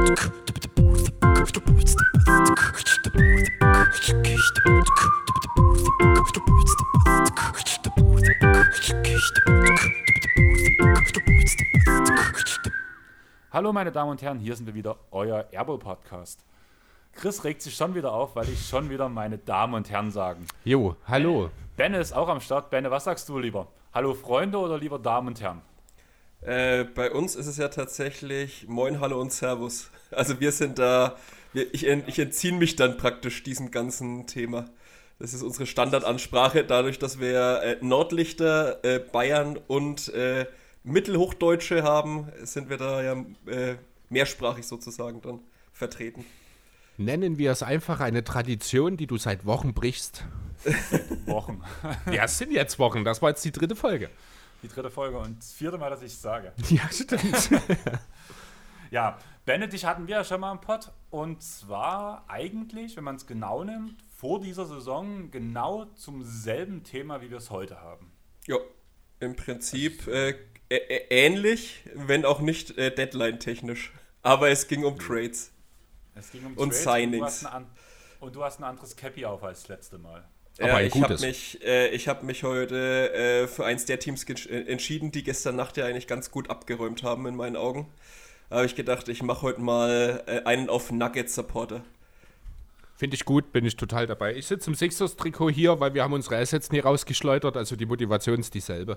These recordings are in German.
Hallo meine Damen und Herren, hier sind wir wieder, euer Erbo-Podcast. Chris regt sich schon wieder auf, weil ich schon wieder meine Damen und Herren sagen. Jo, hallo. Benne ist auch am Start. Benne, was sagst du lieber? Hallo Freunde oder lieber Damen und Herren? Bei uns ist es ja tatsächlich Moin, Hallo und Servus. Also wir sind da, ich entziehe mich dann praktisch diesem ganzen Thema. Das ist unsere Standardansprache, dadurch, dass wir Nordlichter, Bayern und Mittelhochdeutsche haben, sind wir da ja mehrsprachig sozusagen dann vertreten. Nennen wir es einfach eine Tradition, die du seit Wochen brichst. Wochen. Ja, es sind jetzt Wochen, das war jetzt die 3. Folge. Die 3. Folge und das 4. Mal, dass ich es sage. Ja, stimmt. Ja, Benne, dich hatten wir ja schon mal im Pod. Und zwar eigentlich, wenn man es genau nimmt, vor dieser Saison genau zum selben Thema, wie wir es heute haben. Ja, im Prinzip ähnlich, wenn auch nicht Deadline-technisch. Aber es ging um Trades. Es ging um und Trades Signings. Und du hast ein anderes Cappy auf als das letzte Mal. Aber ein gutes. Ich habe mich heute für eins der Teams entschieden, die gestern Nacht ja eigentlich ganz gut abgeräumt haben in meinen Augen. Da habe ich gedacht, ich mache heute mal einen auf Nuggets-Supporter. Finde ich gut, bin ich total dabei. Ich sitze im Sixers-Trikot hier, weil wir haben unsere Assets nie rausgeschleudert, also die Motivation ist dieselbe.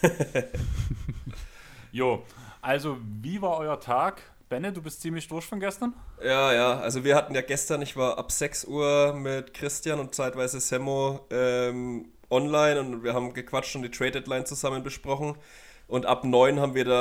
Jo, also wie war euer Tag? Benne, du bist ziemlich durch von gestern? Ja, also wir hatten ja gestern, ich war ab 6 Uhr mit Christian und zeitweise Semmo online und wir haben gequatscht und die Trade-Deadline zusammen besprochen. Und ab 9 haben wir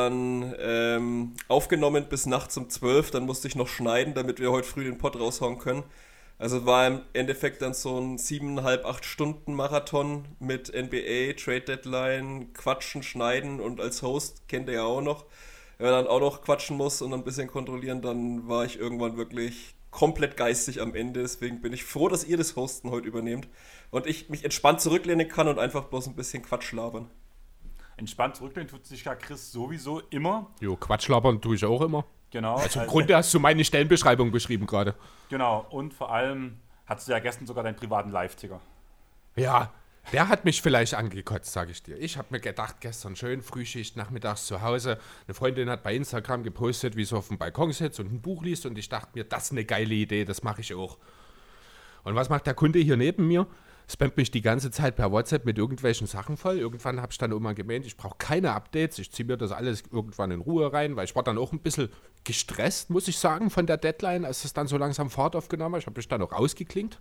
dann aufgenommen bis nachts um 12. Dann musste ich noch schneiden, damit wir heute früh den Pod raushauen können. Also war im Endeffekt dann so ein 7,5, 8 Stunden Marathon mit NBA, Trade-Deadline, Quatschen, Schneiden und als Host, kennt ihr ja auch noch. Wenn man dann auch noch quatschen muss und ein bisschen kontrollieren, dann war ich irgendwann wirklich komplett geistig am Ende. Deswegen bin ich froh, dass ihr das Hosten heute übernehmt und ich mich entspannt zurücklehnen kann und einfach bloß ein bisschen Quatsch labern. Entspannt zurücklehnen tut sich ja Chris sowieso immer. Jo, Quatsch labern tue ich auch immer. Genau. Also im Grunde hast du meine Stellenbeschreibung beschrieben gerade. Genau, und vor allem hattest du ja gestern sogar deinen privaten Live-Ticker. Ja, der hat mich vielleicht angekotzt, sage ich dir. Ich habe mir gedacht, gestern schön Frühschicht, nachmittags zu Hause. Eine Freundin hat bei Instagram gepostet, wie sie auf dem Balkon sitzt und ein Buch liest. Und ich dachte mir, das ist eine geile Idee, das mache ich auch. Und was macht der Kunde hier neben mir? Spammt mich die ganze Zeit per WhatsApp mit irgendwelchen Sachen voll. Irgendwann habe ich dann auch mal gemeint, ich brauche keine Updates. Ich ziehe mir das alles irgendwann in Ruhe rein, weil ich war dann auch ein bisschen gestresst, muss ich sagen, von der Deadline, als es dann so langsam Fahrt aufgenommen hat. Ich habe mich dann auch ausgeklinkt.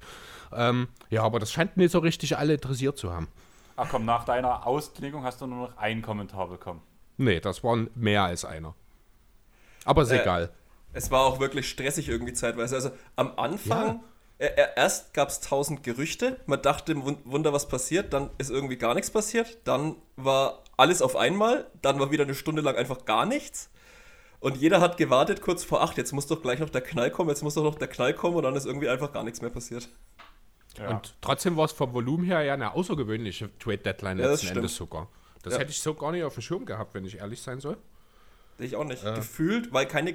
Ja, aber das scheint nicht so richtig alle interessiert zu haben. Ach komm, nach deiner Ausklinkung hast du nur noch einen Kommentar bekommen. Nee, das waren mehr als einer. Aber ist egal. Es war auch wirklich stressig irgendwie zeitweise. Also am Anfang... Ja. Erst gab es 1000 Gerüchte, man dachte, Wunder, was passiert, dann ist irgendwie gar nichts passiert, dann war alles auf einmal, dann war wieder eine Stunde lang einfach gar nichts und jeder hat gewartet kurz vor 8, jetzt muss doch gleich noch der Knall kommen, und dann ist irgendwie einfach gar nichts mehr passiert. Ja. Und trotzdem war es vom Volumen her ja eine außergewöhnliche Trade-Deadline letzten Endes sogar. Das hätte ich so gar nicht auf dem Schirm gehabt, wenn ich ehrlich sein soll. Ich auch nicht. Gefühlt, weil keine,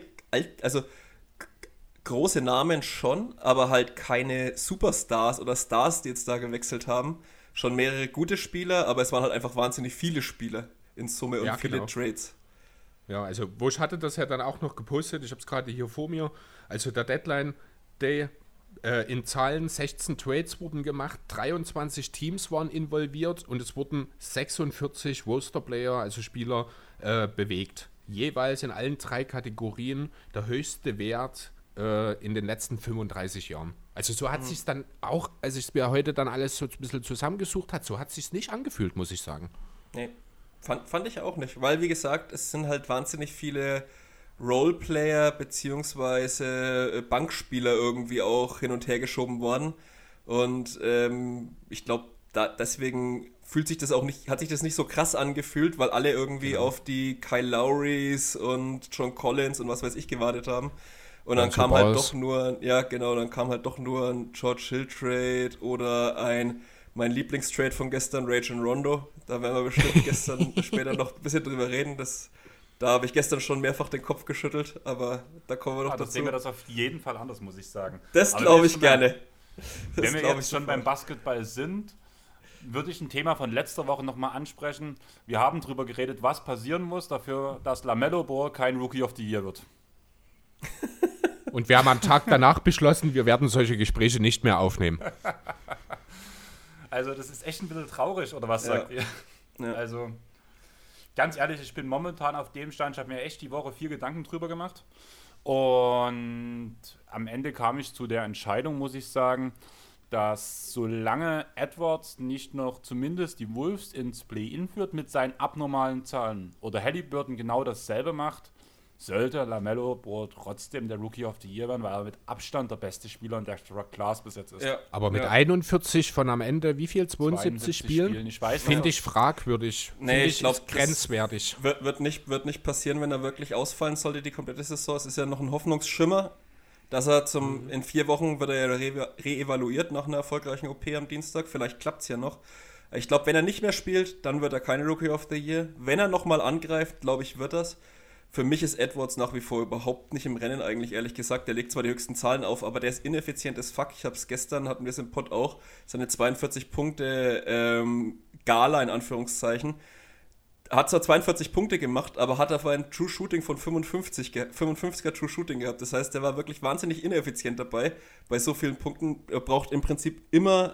große Namen schon, aber halt keine Superstars oder Stars, die jetzt da gewechselt haben. Schon mehrere gute Spieler, aber es waren halt einfach wahnsinnig viele Spieler in Summe und viele Trades. Ja, also Wusch hatte das ja dann auch noch gepostet, ich habe es gerade hier vor mir. Also der Deadline Day in Zahlen 16 Trades wurden gemacht, 23 Teams waren involviert und es wurden 46 Roster-Player, also Spieler, bewegt. Jeweils in allen 3 Kategorien der höchste Wert in den letzten 35 Jahren. Also so hat sich's dann auch, als ich es mir heute dann alles so ein bisschen zusammengesucht hat, so hat sich's nicht angefühlt, muss ich sagen. Nee, fand ich auch nicht, weil wie gesagt, es sind halt wahnsinnig viele Roleplayer bzw. Bankspieler irgendwie auch hin und her geschoben worden und ich glaube, deswegen hat sich das nicht so krass angefühlt, weil alle irgendwie auf die Kyle Lowrys und John Collins und was weiß ich gewartet haben. Und dann kam halt doch nur ein George Hill Trade oder mein Lieblingstrade von gestern, Rajon Rondo. Da werden wir bestimmt später noch ein bisschen drüber reden. Das Da habe ich gestern schon mehrfach den Kopf geschüttelt, aber da kommen wir noch Das dazu. sehen wir das auf jeden Fall anders, muss ich sagen. Das glaube ich gerne. Wenn wir jetzt schon beim Basketball sind, würde ich ein Thema von letzter Woche nochmal ansprechen. Wir haben darüber geredet, was passieren muss dafür, dass LaMelo Ball kein Rookie of the Year wird. Und wir haben am Tag danach beschlossen, wir werden solche Gespräche nicht mehr aufnehmen. Also das ist echt ein bisschen traurig, oder was sagt ihr? Ja. Also ganz ehrlich, ich bin momentan auf dem Stand, ich habe mir echt die Woche viel Gedanken drüber gemacht. Und am Ende kam ich zu der Entscheidung, muss ich sagen, dass solange Edwards nicht noch zumindest die Wolves ins Play-In führt mit seinen abnormalen Zahlen oder Halliburton genau dasselbe macht, sollte LaMelo Ball trotzdem der Rookie of the Year werden, weil er mit Abstand der beste Spieler in der Class bis jetzt ist. Ja. Aber mit 41 von am Ende, wie viel? 72 Spielen? Ich weiß Finde ich fragwürdig. Nee, ich glaube, grenzwertig. Wird nicht passieren, wenn er wirklich ausfallen sollte, die komplette Saison. Es ist ja noch ein Hoffnungsschimmer, dass er in 4 Wochen wird er ja reevaluiert nach einer erfolgreichen OP am Dienstag. Vielleicht klappt es ja noch. Ich glaube, wenn er nicht mehr spielt, dann wird er keine Rookie of the Year. Wenn er nochmal angreift, glaube ich, wird das. Für mich ist Edwards nach wie vor überhaupt nicht im Rennen eigentlich, ehrlich gesagt. Der legt zwar die höchsten Zahlen auf, aber der ist ineffizient as fuck. Ich habe es gestern, hatten wir es im Pod auch, seine 42 Punkte Gala in Anführungszeichen. Hat zwar 42 Punkte gemacht, aber hat dafür ein True Shooting von 55er True Shooting gehabt. Das heißt, der war wirklich wahnsinnig ineffizient dabei. Bei so vielen Punkten. Er braucht im Prinzip immer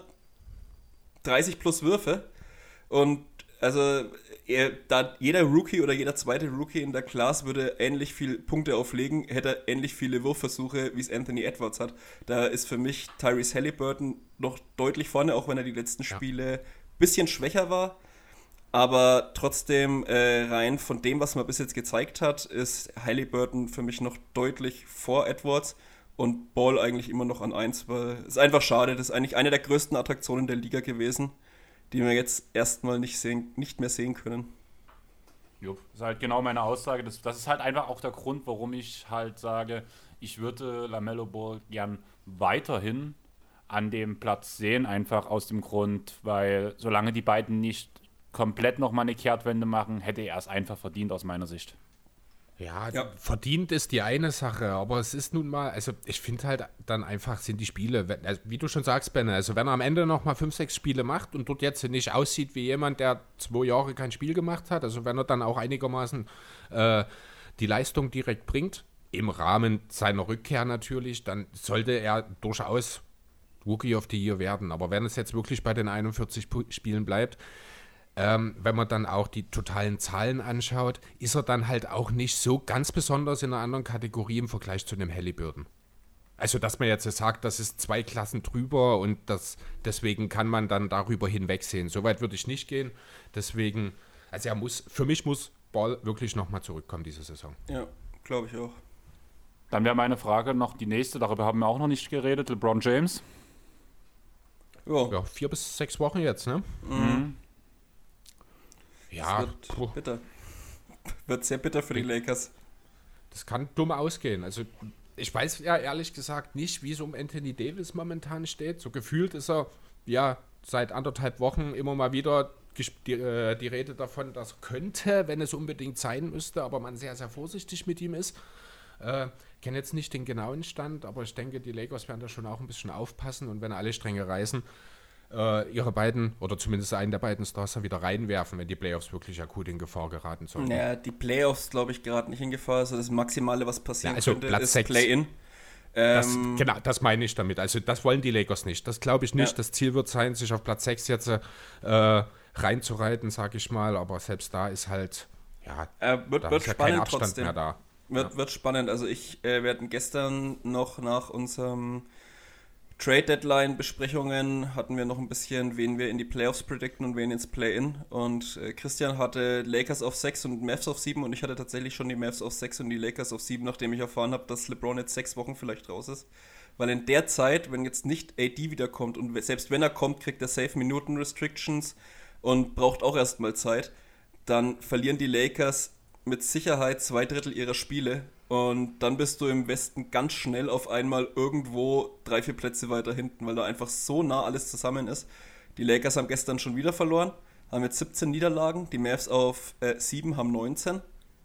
30 plus Würfe. Und also da jeder Rookie oder jeder zweite Rookie in der Class würde ähnlich viele Punkte auflegen, hätte er ähnlich viele Wurfversuche, wie es Anthony Edwards hat. Da ist für mich Tyrese Halliburton noch deutlich vorne, auch wenn er die letzten Spiele ein bisschen schwächer war. Aber trotzdem, rein von dem, was man bis jetzt gezeigt hat, ist Halliburton für mich noch deutlich vor Edwards und Ball eigentlich immer noch an 1. Es ist einfach schade, das ist eigentlich eine der größten Attraktionen der Liga gewesen, die wir jetzt erstmal nicht mehr sehen können. Jupp, das ist halt genau meine Aussage. Das ist halt einfach auch der Grund, warum ich halt sage, ich würde LaMelo Ball gern weiterhin an dem Platz sehen, einfach aus dem Grund, weil solange die beiden nicht komplett nochmal eine Kehrtwende machen, hätte er es einfach verdient aus meiner Sicht. Ja, verdient ist die eine Sache, aber es ist nun mal, also ich finde halt dann einfach sind die Spiele, wie du schon sagst, Benne, also wenn er am Ende nochmal 5, 6 Spiele macht und dort jetzt nicht aussieht wie jemand, der 2 Jahre kein Spiel gemacht hat, also wenn er dann auch einigermaßen die Leistung direkt bringt, im Rahmen seiner Rückkehr natürlich, dann sollte er durchaus Rookie of the Year werden, aber wenn es jetzt wirklich bei den 41 Spielen bleibt, wenn man dann auch die totalen Zahlen anschaut, ist er dann halt auch nicht so ganz besonders in einer anderen Kategorie im Vergleich zu einem Halliburton. Also, dass man jetzt sagt, das ist 2 Klassen drüber und deswegen kann man dann darüber hinwegsehen. So weit würde ich nicht gehen. Deswegen, also für mich muss Ball wirklich nochmal zurückkommen diese Saison. Ja, glaube ich auch. Dann wäre meine Frage noch die nächste, darüber haben wir auch noch nicht geredet, LeBron James. Ja, 4 bis 6 Wochen jetzt, ne? Mhm. Ja, wird bitter. Wird sehr bitter für die Lakers. Das kann dumm ausgehen. Also ich weiß ja ehrlich gesagt nicht, wie es um Anthony Davis momentan steht. So gefühlt ist er ja seit 1,5 Wochen immer mal wieder die Rede davon, dass könnte, wenn es unbedingt sein müsste, aber man sehr, sehr vorsichtig mit ihm ist. Kenne jetzt nicht den genauen Stand, aber ich denke, die Lakers werden da schon auch ein bisschen aufpassen und wenn alle Stränge reißen, ihre beiden oder zumindest einen der beiden Stars wieder reinwerfen, wenn die Playoffs wirklich akut in Gefahr geraten sollen. Naja, die Playoffs glaube ich gerade nicht in Gefahr. Also das Maximale, was passieren könnte, Platz ist 6. Play-In. Genau, das meine ich damit. Also das wollen die Lakers nicht. Das glaube ich nicht. Ja. Das Ziel wird sein, sich auf Platz 6 jetzt reinzureiten, sage ich mal. Aber selbst da ist halt, wird ist ja kein Abstand trotzdem. mehr da. Wird spannend. Also wir hatten gestern noch nach unserem Trade-Deadline-Besprechungen hatten wir noch ein bisschen, wen wir in die Playoffs predikten und wen ins Play-In. Und Christian hatte Lakers auf 6 und Mavs auf 7 und ich hatte tatsächlich schon die Mavs auf 6 und die Lakers auf 7, nachdem ich erfahren habe, dass LeBron jetzt 6 Wochen vielleicht raus ist. Weil in der Zeit, wenn jetzt nicht AD wiederkommt und selbst wenn er kommt, kriegt er safe Minuten-Restrictions und braucht auch erstmal Zeit, dann verlieren die Lakers mit Sicherheit 2/3 ihrer Spiele. Und dann bist du im Westen ganz schnell auf einmal irgendwo 3, 4 Plätze weiter hinten, weil da einfach so nah alles zusammen ist. Die Lakers haben gestern schon wieder verloren, haben jetzt 17 Niederlagen, die Mavs auf 7 haben 19.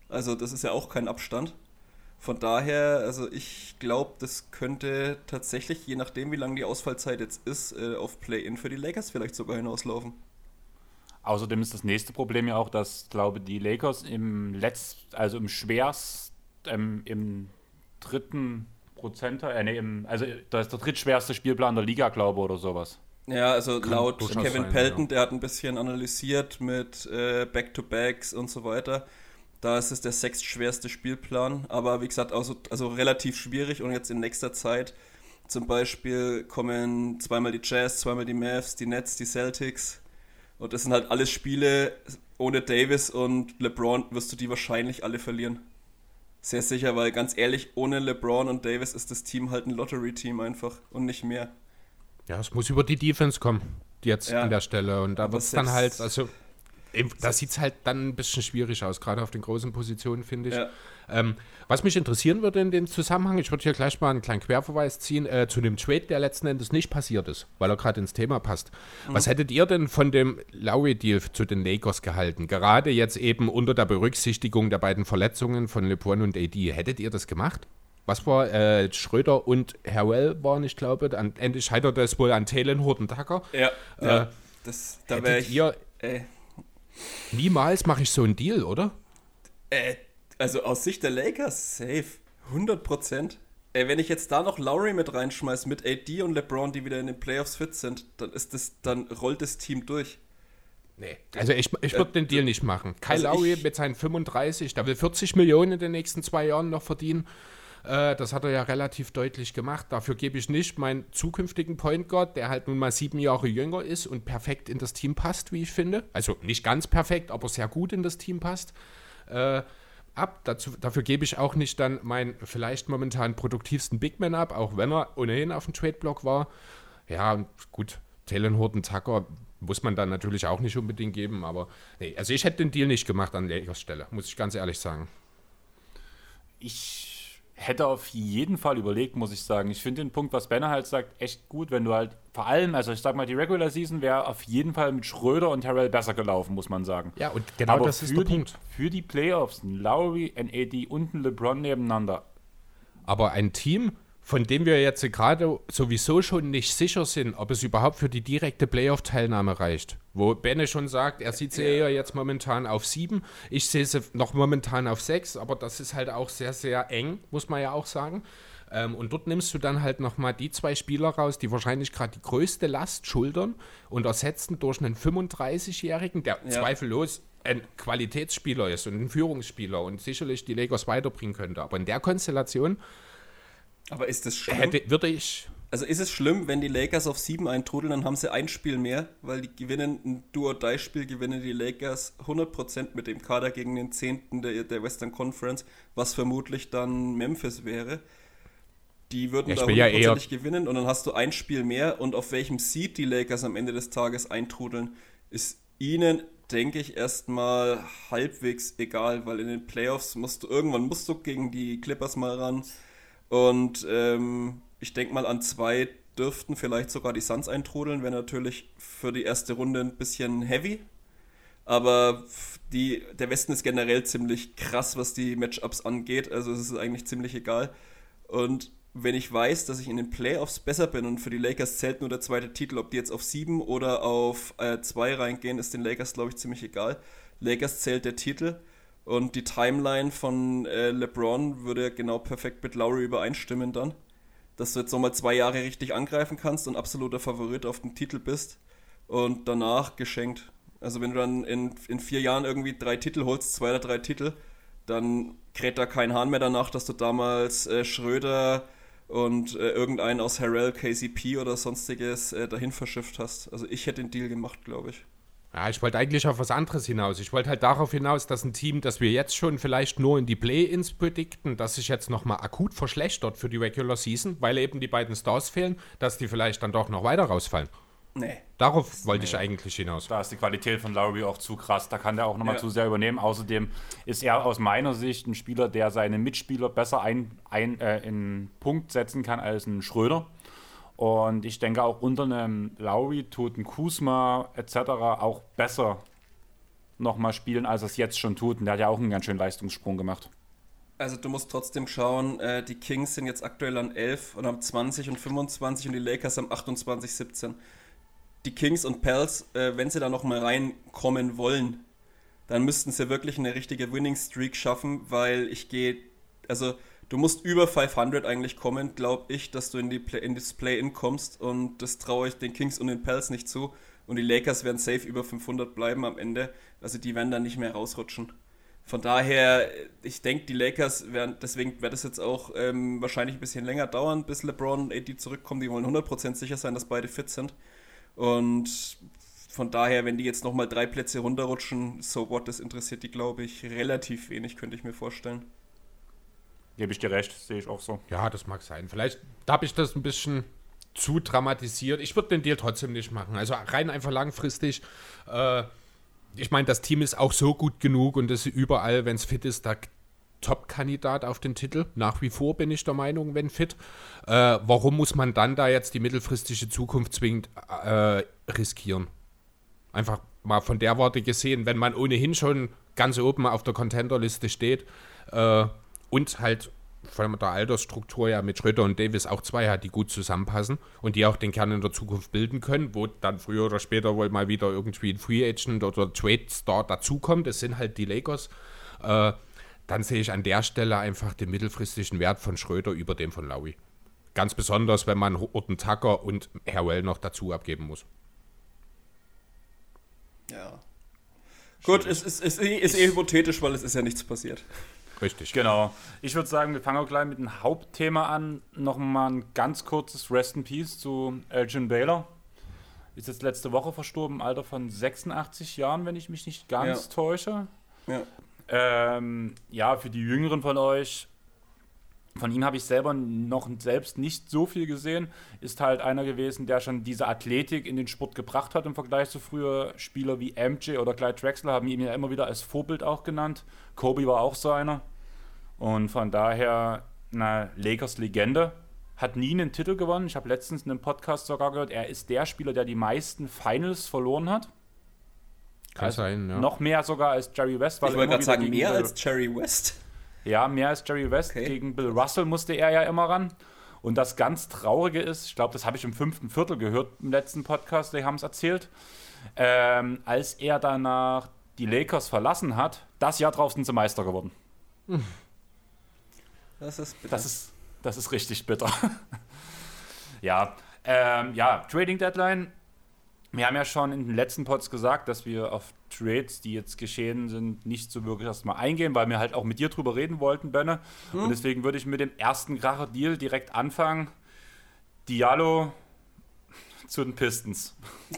Also das ist ja auch kein Abstand. Von daher, also ich glaube, das könnte tatsächlich, je nachdem wie lang die Ausfallzeit jetzt ist, auf Play-In für die Lakers vielleicht sogar hinauslaufen. Außerdem ist das nächste Problem ja auch, dass, glaube die Lakers also im schwerst, im dritten Prozenter, also das ist der drittschwerste Spielplan der Liga, glaube ich, oder sowas. Ja, also laut durchaus Kevin sein, Pelton, ja. der hat ein bisschen analysiert mit Back-to-Backs und so weiter. Da ist es der sechstschwerste Spielplan, aber wie gesagt, also relativ schwierig und jetzt in nächster Zeit zum Beispiel kommen zweimal die Jazz, zweimal die Mavs, die Nets, die Celtics und das sind halt alles Spiele, ohne Davis und LeBron wirst du die wahrscheinlich alle verlieren. Sehr sicher, weil ganz ehrlich, ohne LeBron und Davis ist das Team halt ein Lottery-Team einfach und nicht mehr. Ja, es muss über die Defense kommen, jetzt Ja. an der Stelle. Und da Aber wird es dann halt, selbst- also da sieht es halt dann ein bisschen schwierig aus, gerade auf den großen Positionen, finde ich. Ja. Was mich interessieren würde in dem Zusammenhang, ich würde hier gleich mal einen kleinen Querverweis ziehen, zu dem Trade, der letzten Endes nicht passiert ist, weil er gerade ins Thema passt. Was hättet ihr denn von dem Lowry-Deal zu den Lakers gehalten? Gerade jetzt eben unter der Berücksichtigung der beiden Verletzungen von LeBron und AD. Hättet ihr das gemacht? Was war Schröder und Harrell waren, ich glaube, am Ende scheiterte es wohl an Taylor Horton-Tucker. Ja, da wäre Hättet ich. ihr, Äh, niemals mache ich so einen Deal, oder? Also aus Sicht der Lakers, safe. 100%. Wenn ich jetzt da noch Lowry mit reinschmeiß, mit AD und LeBron, die wieder in den Playoffs fit sind, dann rollt das Team durch. Nee. Also ich würde den Deal nicht machen. Kyle also Lowry ich- mit seinen 35, der will 40 Millionen in den nächsten 2 Jahren noch verdienen. Das hat er ja relativ deutlich gemacht. Dafür gebe ich nicht meinen zukünftigen Point Guard, der halt nun mal 7 Jahre jünger ist und perfekt in das Team passt, wie ich finde. Also nicht ganz perfekt, aber sehr gut in das Team passt. Ab. Dafür gebe ich auch nicht dann meinen vielleicht momentan produktivsten Big Man ab, auch wenn er ohnehin auf dem Trade-Block war. Ja, und gut, Taylor Horton-Tucker muss man dann natürlich auch nicht unbedingt geben, aber nee, also ich hätte den Deal nicht gemacht an Lakers Stelle, muss ich ganz ehrlich sagen. Ich hätte auf jeden Fall überlegt, muss ich sagen. Ich finde den Punkt, was Benner halt sagt, echt gut, wenn du halt vor allem, also ich sag mal, die Regular Season wäre auf jeden Fall mit Schröder und Harrell besser gelaufen, muss man sagen. Ja, und genau Aber das ist für der Punkt. Für die Playoffs, ein Lowry, ein AD und ein LeBron nebeneinander. Aber ein Team, von dem wir jetzt gerade sowieso schon nicht sicher sind, ob es überhaupt für die direkte Playoff-Teilnahme reicht. Wo Benne schon sagt, er sieht sie eher jetzt momentan auf 7. Ich sehe sie noch momentan auf 6, aber das ist halt auch sehr, sehr eng, muss man ja auch sagen. Und dort nimmst du dann halt nochmal die 2 Spieler raus, die wahrscheinlich gerade die größte Last schultern und ersetzen durch einen 35-Jährigen, der zweifellos ein Qualitätsspieler ist und ein Führungsspieler und sicherlich die Lakers weiterbringen könnte. Aber in der Konstellation Aber ist das schlimm? würde ich... Also ist es schlimm, wenn die Lakers auf 7 eintrudeln, dann haben sie ein Spiel mehr, weil die gewinnen ein Do-or-Die-Spiel, gewinnen die Lakers 100% mit dem Kader gegen den 10. der Western Conference, was vermutlich dann Memphis wäre. Die würden da hundertprozentig gewinnen und dann hast du ein Spiel mehr und auf welchem Seed die Lakers am Ende des Tages eintrudeln, ist ihnen, denke ich, erstmal halbwegs egal, weil in den Playoffs musst du gegen die Clippers mal ran und ich denke mal an 2 dürften vielleicht sogar die Suns eintrudeln, wäre natürlich für die erste Runde ein bisschen heavy, aber der Westen ist generell ziemlich krass, was die Matchups angeht, also es ist eigentlich ziemlich egal und wenn ich weiß, dass ich in den Playoffs besser bin und für die Lakers zählt nur der zweite Titel, ob die jetzt auf 7 oder auf 2 reingehen, ist den Lakers, glaube ich, ziemlich egal. Lakers zählt der Titel und die Timeline von LeBron würde genau perfekt mit Lowry übereinstimmen dann, dass du jetzt nochmal 2 Jahre richtig angreifen kannst und absoluter Favorit auf den Titel bist und danach geschenkt. Also wenn du dann in 4 Jahren irgendwie 3 Titel holst, 2 oder 3 Titel, dann kräht da kein Hahn mehr danach, dass du damals Schröder und irgendeinen aus Harrell, KCP oder sonstiges dahin verschifft hast. Also ich hätte den Deal gemacht, glaube ich. Ja, ich wollte eigentlich auf was anderes hinaus. Ich wollte halt darauf hinaus, dass ein Team, das wir jetzt schon vielleicht nur in die Play-Ins predikten, das sich jetzt nochmal akut verschlechtert für die Regular Season, weil eben die beiden Stars fehlen, dass die vielleicht dann doch noch weiter rausfallen. Nee. Darauf wollte ich eigentlich hinaus. Da ist die Qualität von Lowry auch zu krass. Da kann der auch nochmal zu sehr übernehmen. Außerdem ist er aus meiner Sicht ein Spieler, der seine Mitspieler besser in Punkt setzen kann als ein Schröder. Und ich denke auch unter einem Lowry tut ein Kuzma etc. auch besser nochmal spielen, als er es jetzt schon tut. Und der hat ja auch einen ganz schönen Leistungssprung gemacht. Also du musst trotzdem schauen, die Kings sind jetzt aktuell an 11 und haben 20 und 25 und die Lakers haben 28, 17. Die Kings und Pels, wenn sie da nochmal reinkommen wollen, dann müssten sie wirklich eine richtige Winning Streak schaffen, weil du musst über 500 eigentlich kommen, glaube ich, dass du in das Play-In kommst, und das traue ich den Kings und den Pels nicht zu, und die Lakers werden safe über 500 bleiben am Ende, also die werden dann nicht mehr rausrutschen. Von daher, ich denke, die Lakers deswegen wird es jetzt auch wahrscheinlich ein bisschen länger dauern, bis LeBron und AD zurückkommen. Die wollen 100% sicher sein, dass beide fit sind. Und von daher, wenn die jetzt nochmal 3 Plätze runterrutschen, so what, das interessiert die, glaube ich, relativ wenig, könnte ich mir vorstellen. Gebe ich dir recht, sehe ich auch so. Ja, das mag sein. Vielleicht habe ich das ein bisschen zu dramatisiert. Ich würde den Deal trotzdem nicht machen. Also rein einfach langfristig. Ich meine, das Team ist auch so gut genug und ist überall, wenn es fit ist, der Top-Kandidat auf den Titel. Nach wie vor bin ich der Meinung, wenn fit. Warum muss man dann da jetzt die mittelfristige Zukunft zwingend riskieren? Einfach mal von der Warte gesehen, wenn man ohnehin schon ganz oben auf der Contender-Liste steht und halt von der Altersstruktur ja mit Schröder und Davis auch 2 hat, die gut zusammenpassen und die auch den Kern in der Zukunft bilden können, wo dann früher oder später wohl mal wieder irgendwie ein Free Agent oder Trade Star dazukommt. Das sind halt die Lakers. Dann sehe ich an der Stelle einfach den mittelfristigen Wert von Schröder über dem von Lowry. Ganz besonders, wenn man Horton Tucker und Harrell noch dazu abgeben muss. Ja. Gut, es ist hypothetisch, weil es ist ja nichts passiert. Richtig. Genau. Ich würde sagen, wir fangen auch gleich mit dem Hauptthema an. Nochmal ein ganz kurzes Rest in Peace zu Elgin Baylor. Ist jetzt letzte Woche verstorben, im Alter von 86 Jahren, wenn ich mich nicht ganz täusche. Ja. Für die Jüngeren von euch, von ihm habe ich selber noch selbst nicht so viel gesehen. Ist halt einer gewesen, der schon diese Athletik in den Sport gebracht hat im Vergleich zu früher. Spieler wie MJ oder Clyde Drexler haben ihn ja immer wieder als Vorbild auch genannt. Kobe war auch so einer. Und von daher eine Lakers-Legende. Hat nie einen Titel gewonnen. Ich habe letztens in einem Podcast sogar gehört, er ist der Spieler, der die meisten Finals verloren hat. Kann sein, ja. Noch mehr sogar als Jerry West. Ich wollte gerade sagen, mehr als Jerry West? Ja, mehr als Jerry West. Okay. Gegen Bill Russell musste er ja immer ran. Und das ganz Traurige ist, ich glaube, das habe ich im 5. Viertel gehört im letzten Podcast, die haben es erzählt, als er danach die Lakers verlassen hat, das Jahr drauf sind sie Meister geworden. Das ist bitter. Das ist richtig bitter. Ja, Trading Deadline. Wir haben ja schon in den letzten Pods gesagt, dass wir auf Trades, die jetzt geschehen sind, nicht so wirklich erstmal eingehen, weil wir halt auch mit dir drüber reden wollten, Benne. Und deswegen würde ich mit dem ersten Kracher-Deal direkt anfangen. Diallo zu den Pistons.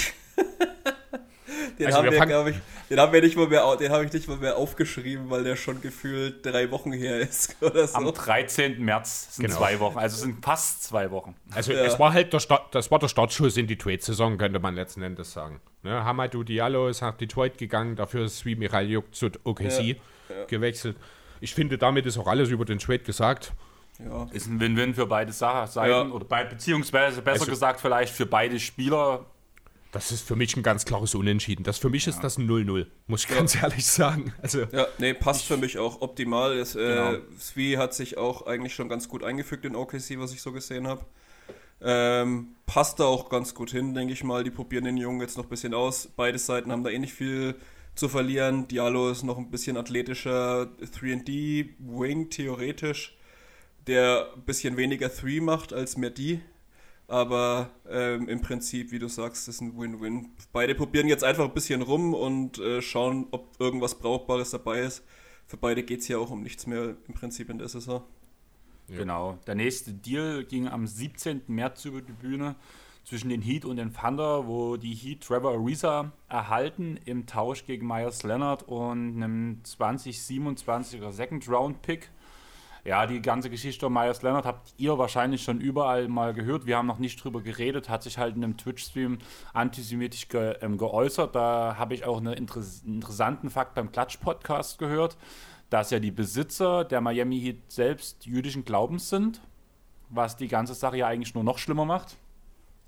Den habe ich nicht mal mehr aufgeschrieben, weil der schon gefühlt 3 Wochen her ist oder so. Am 13. März sind 2 Wochen, also sind fast 2 Wochen. Also es war halt das war der Startschuss in die Trade-Saison, könnte man letzten Endes sagen. Ne, Hamidou Diallo ist nach Detroit gegangen, dafür ist Svi Mikhailiuk zu OKC gewechselt. Ich finde, damit ist auch alles über den Trade gesagt. Ja. Ist ein Win-Win für beide Seiten, oder beziehungsweise besser gesagt vielleicht für beide Spieler. Das ist für mich ein ganz klares Unentschieden. Für mich ist das ein 0-0, muss ich ganz ehrlich sagen. Also, passt für mich auch optimal. Svi hat sich auch eigentlich schon ganz gut eingefügt in OKC, was ich so gesehen habe. Passt da auch ganz gut hin, denke ich mal. Die probieren den Jungen jetzt noch ein bisschen aus. Beide Seiten haben da nicht viel zu verlieren. Diallo ist noch ein bisschen athletischer 3&D-Wing theoretisch, der ein bisschen weniger 3 macht als mehr D. Aber im Prinzip, wie du sagst, ist ein Win-Win. Beide probieren jetzt einfach ein bisschen rum und schauen, ob irgendwas Brauchbares dabei ist. Für beide geht es ja auch um nichts mehr im Prinzip in der Saison. Ja. Genau. Der nächste Deal ging am 17. März über die Bühne zwischen den Heat und den Thunder, wo die Heat Trevor Ariza erhalten im Tausch gegen Myers Leonard und einem 2027er Second-Round-Pick. Ja, die ganze Geschichte um Myers Leonard habt ihr wahrscheinlich schon überall mal gehört. Wir haben noch nicht drüber geredet, hat sich halt in einem Twitch-Stream antisemitisch geäußert. Da habe ich auch einen interessanten Fakt beim Klatsch-Podcast gehört, dass ja die Besitzer der Miami Heat selbst jüdischen Glaubens sind, was die ganze Sache ja eigentlich nur noch schlimmer macht.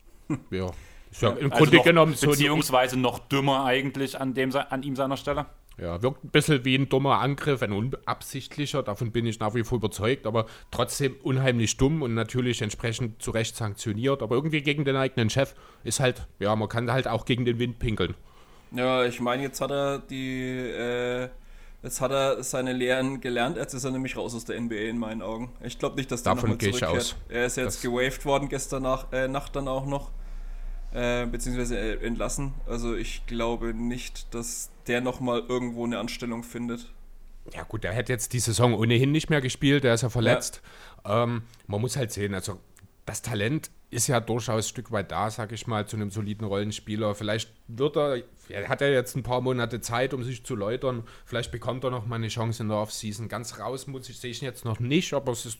Ja, ist ja im Grunde genommen so. Beziehungsweise noch dümmer eigentlich an ihm seiner Stelle. Ja, wirkt ein bisschen wie ein dummer Angriff, ein unabsichtlicher, davon bin ich nach wie vor überzeugt, aber trotzdem unheimlich dumm und natürlich entsprechend zu Recht sanktioniert, aber irgendwie gegen den eigenen Chef ist halt, ja, man kann halt auch gegen den Wind pinkeln. Ja, ich meine, jetzt hat er seine Lehren gelernt, jetzt ist er nämlich raus aus der NBA in meinen Augen. Ich glaube nicht, dass der Davon nochmal gehe ich zurückkehrt. aus. Er ist jetzt gewaved worden gestern Nacht dann auch noch, beziehungsweise entlassen. Also ich glaube nicht, dass der nochmal irgendwo eine Anstellung findet. Ja gut, der hätte jetzt die Saison ohnehin nicht mehr gespielt, der ist ja verletzt. Man muss halt sehen, also das Talent ist ja durchaus ein Stück weit da, sag ich mal, zu einem soliden Rollenspieler. Vielleicht hat er jetzt ein paar Monate Zeit, um sich zu läutern. Vielleicht bekommt er noch mal eine Chance in der Offseason. Ganz raus sehe ich ihn jetzt noch nicht, aber es ist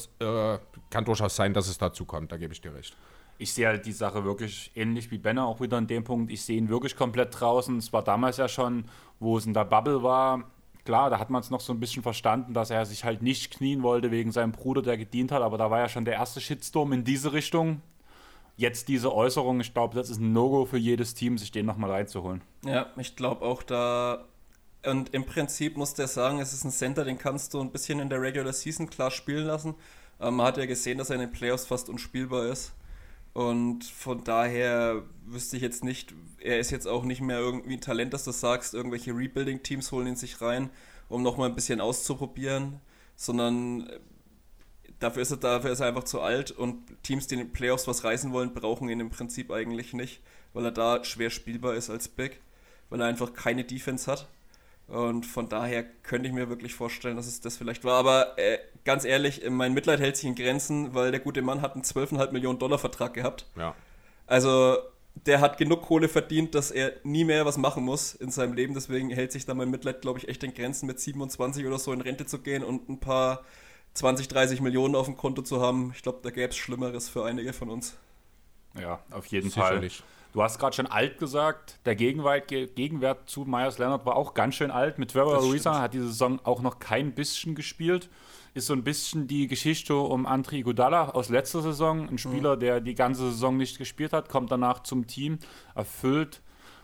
kann durchaus sein, dass es dazu kommt, da gebe ich dir recht. Ich sehe halt die Sache wirklich ähnlich wie Benner auch wieder in dem Punkt. Ich sehe ihn wirklich komplett draußen. Es war damals ja schon, wo es in der Bubble war. Klar, da hat man es noch so ein bisschen verstanden, dass er sich halt nicht knien wollte wegen seinem Bruder, der gedient hat. Aber da war ja schon der erste Shitstorm in diese Richtung. Jetzt diese Äußerung, ich glaube, das ist ein No-Go für jedes Team, sich den nochmal reinzuholen. Ja, ich glaube auch da. Und im Prinzip muss der sagen, es ist ein Center, den kannst du ein bisschen in der Regular Season klar spielen lassen. Man hat ja gesehen, dass er in den Playoffs fast unspielbar ist. Und von daher wüsste ich jetzt nicht, er ist jetzt auch nicht mehr irgendwie ein Talent, dass du sagst, irgendwelche Rebuilding-Teams holen ihn sich rein, um nochmal ein bisschen auszuprobieren, sondern dafür ist er einfach zu alt und Teams, die in den Playoffs was reißen wollen, brauchen ihn im Prinzip eigentlich nicht, weil er da schwer spielbar ist als Big, weil er einfach keine Defense hat. Und von daher könnte ich mir wirklich vorstellen, dass es das vielleicht war. Aber ganz ehrlich, mein Mitleid hält sich in Grenzen, weil der gute Mann hat einen 12,5 Millionen Dollar Vertrag gehabt. Ja. Also der hat genug Kohle verdient, dass er nie mehr was machen muss in seinem Leben. Deswegen hält sich da mein Mitleid, glaube ich, echt in Grenzen, mit 27 oder so in Rente zu gehen und ein paar 20, 30 Millionen auf dem Konto zu haben. Ich glaube, da gäbe es Schlimmeres für einige von uns. Ja, auf jeden Sicherlich. Fall. Du hast gerade schon alt gesagt. Der Gegenwert zu Myers Leonard war auch ganz schön alt. Mit Trevor Ariza hat diese Saison auch noch kein bisschen gespielt. Ist so ein bisschen die Geschichte um Andre Iguodala aus letzter Saison. Ein Spieler, der die ganze Saison nicht gespielt hat, kommt danach zum Team, erfüllt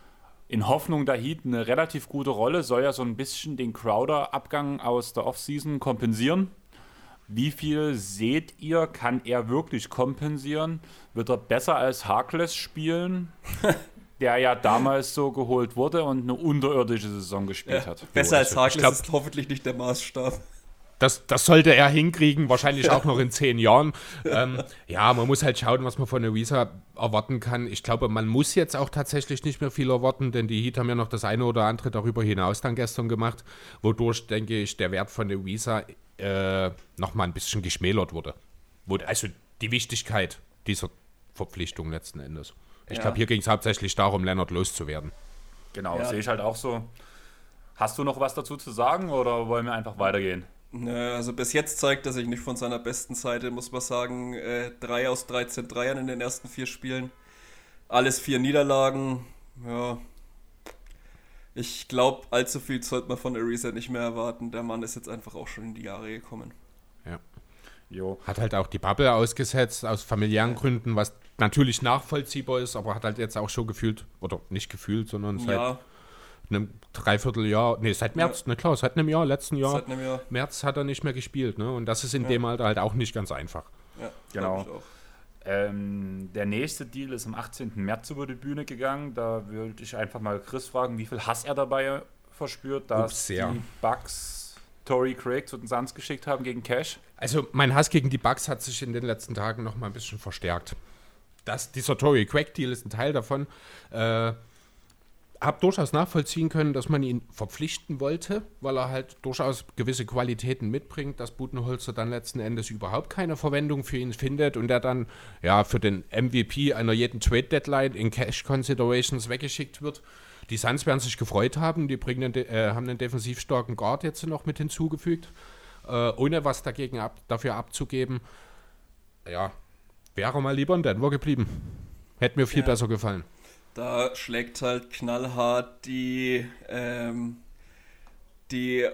in Hoffnung der Heat eine relativ gute Rolle, soll ja so ein bisschen den Crowder-Abgang aus der Offseason kompensieren. Wie viel seht ihr, kann er wirklich kompensieren? Wird er besser als Harkless spielen, der ja damals so geholt wurde und eine unterirdische Saison gespielt hat? Besser als Harkless glaub, ist hoffentlich nicht der Maßstab. Das sollte er hinkriegen, wahrscheinlich auch noch in 10 Jahren. Ja, man muss halt schauen, was man von Ariza erwarten kann. Ich glaube, man muss jetzt auch tatsächlich nicht mehr viel erwarten, denn die Heat haben ja noch das eine oder andere darüber hinaus dann gestern gemacht, wodurch, denke ich, der Wert von Ariza nochmal ein bisschen geschmälert wurde. Also die Wichtigkeit dieser Verpflichtung letzten Endes. Ich glaube, hier ging es hauptsächlich darum, Leonard loszuwerden. Genau, sehe ich halt auch so. Hast du noch was dazu zu sagen oder wollen wir einfach weitergehen? Nö, also bis jetzt zeigt er sich nicht von seiner besten Seite, muss man sagen. 3 aus 13 Dreiern in den ersten 4 Spielen. Alles 4 Niederlagen. Ja. Ich glaube, allzu viel sollte man von Ariza nicht mehr erwarten. Der Mann ist jetzt einfach auch schon in die Jahre gekommen. Ja. Jo. Hat halt auch die Bubble ausgesetzt, aus familiären Gründen, was natürlich nachvollziehbar ist, aber hat halt jetzt auch schon gefühlt, oder nicht gefühlt, sondern seit einem Dreivierteljahr, seit März, seit einem Jahr, letzten Jahr, Seit einem Jahr. März hat er nicht mehr gespielt, ne? Und das ist in dem Alter halt auch nicht ganz einfach. Ja, Genau. glaub ich auch. Der nächste Deal ist am 18. März über die Bühne gegangen. Da würde ich einfach mal Chris fragen, wie viel Hass er dabei verspürt, dass die Bucks Torrey Craig zu den Suns geschickt haben gegen Cash. Also mein Hass gegen die Bucks hat sich in den letzten Tagen noch mal ein bisschen verstärkt. Dieser Torrey Craig Deal ist ein Teil davon. Hab durchaus nachvollziehen können, dass man ihn verpflichten wollte, weil er halt durchaus gewisse Qualitäten mitbringt, dass Budenholzer dann letzten Endes überhaupt keine Verwendung für ihn findet und er dann für den MVP einer jeden Trade-Deadline in Cash-Considerations weggeschickt wird. Die Suns werden sich gefreut haben, die haben einen defensiv starken Guard jetzt noch mit hinzugefügt, ohne was dafür abzugeben. Ja, wäre mal lieber in Denver geblieben. Hätte mir viel besser gefallen. Da schlägt halt knallhart die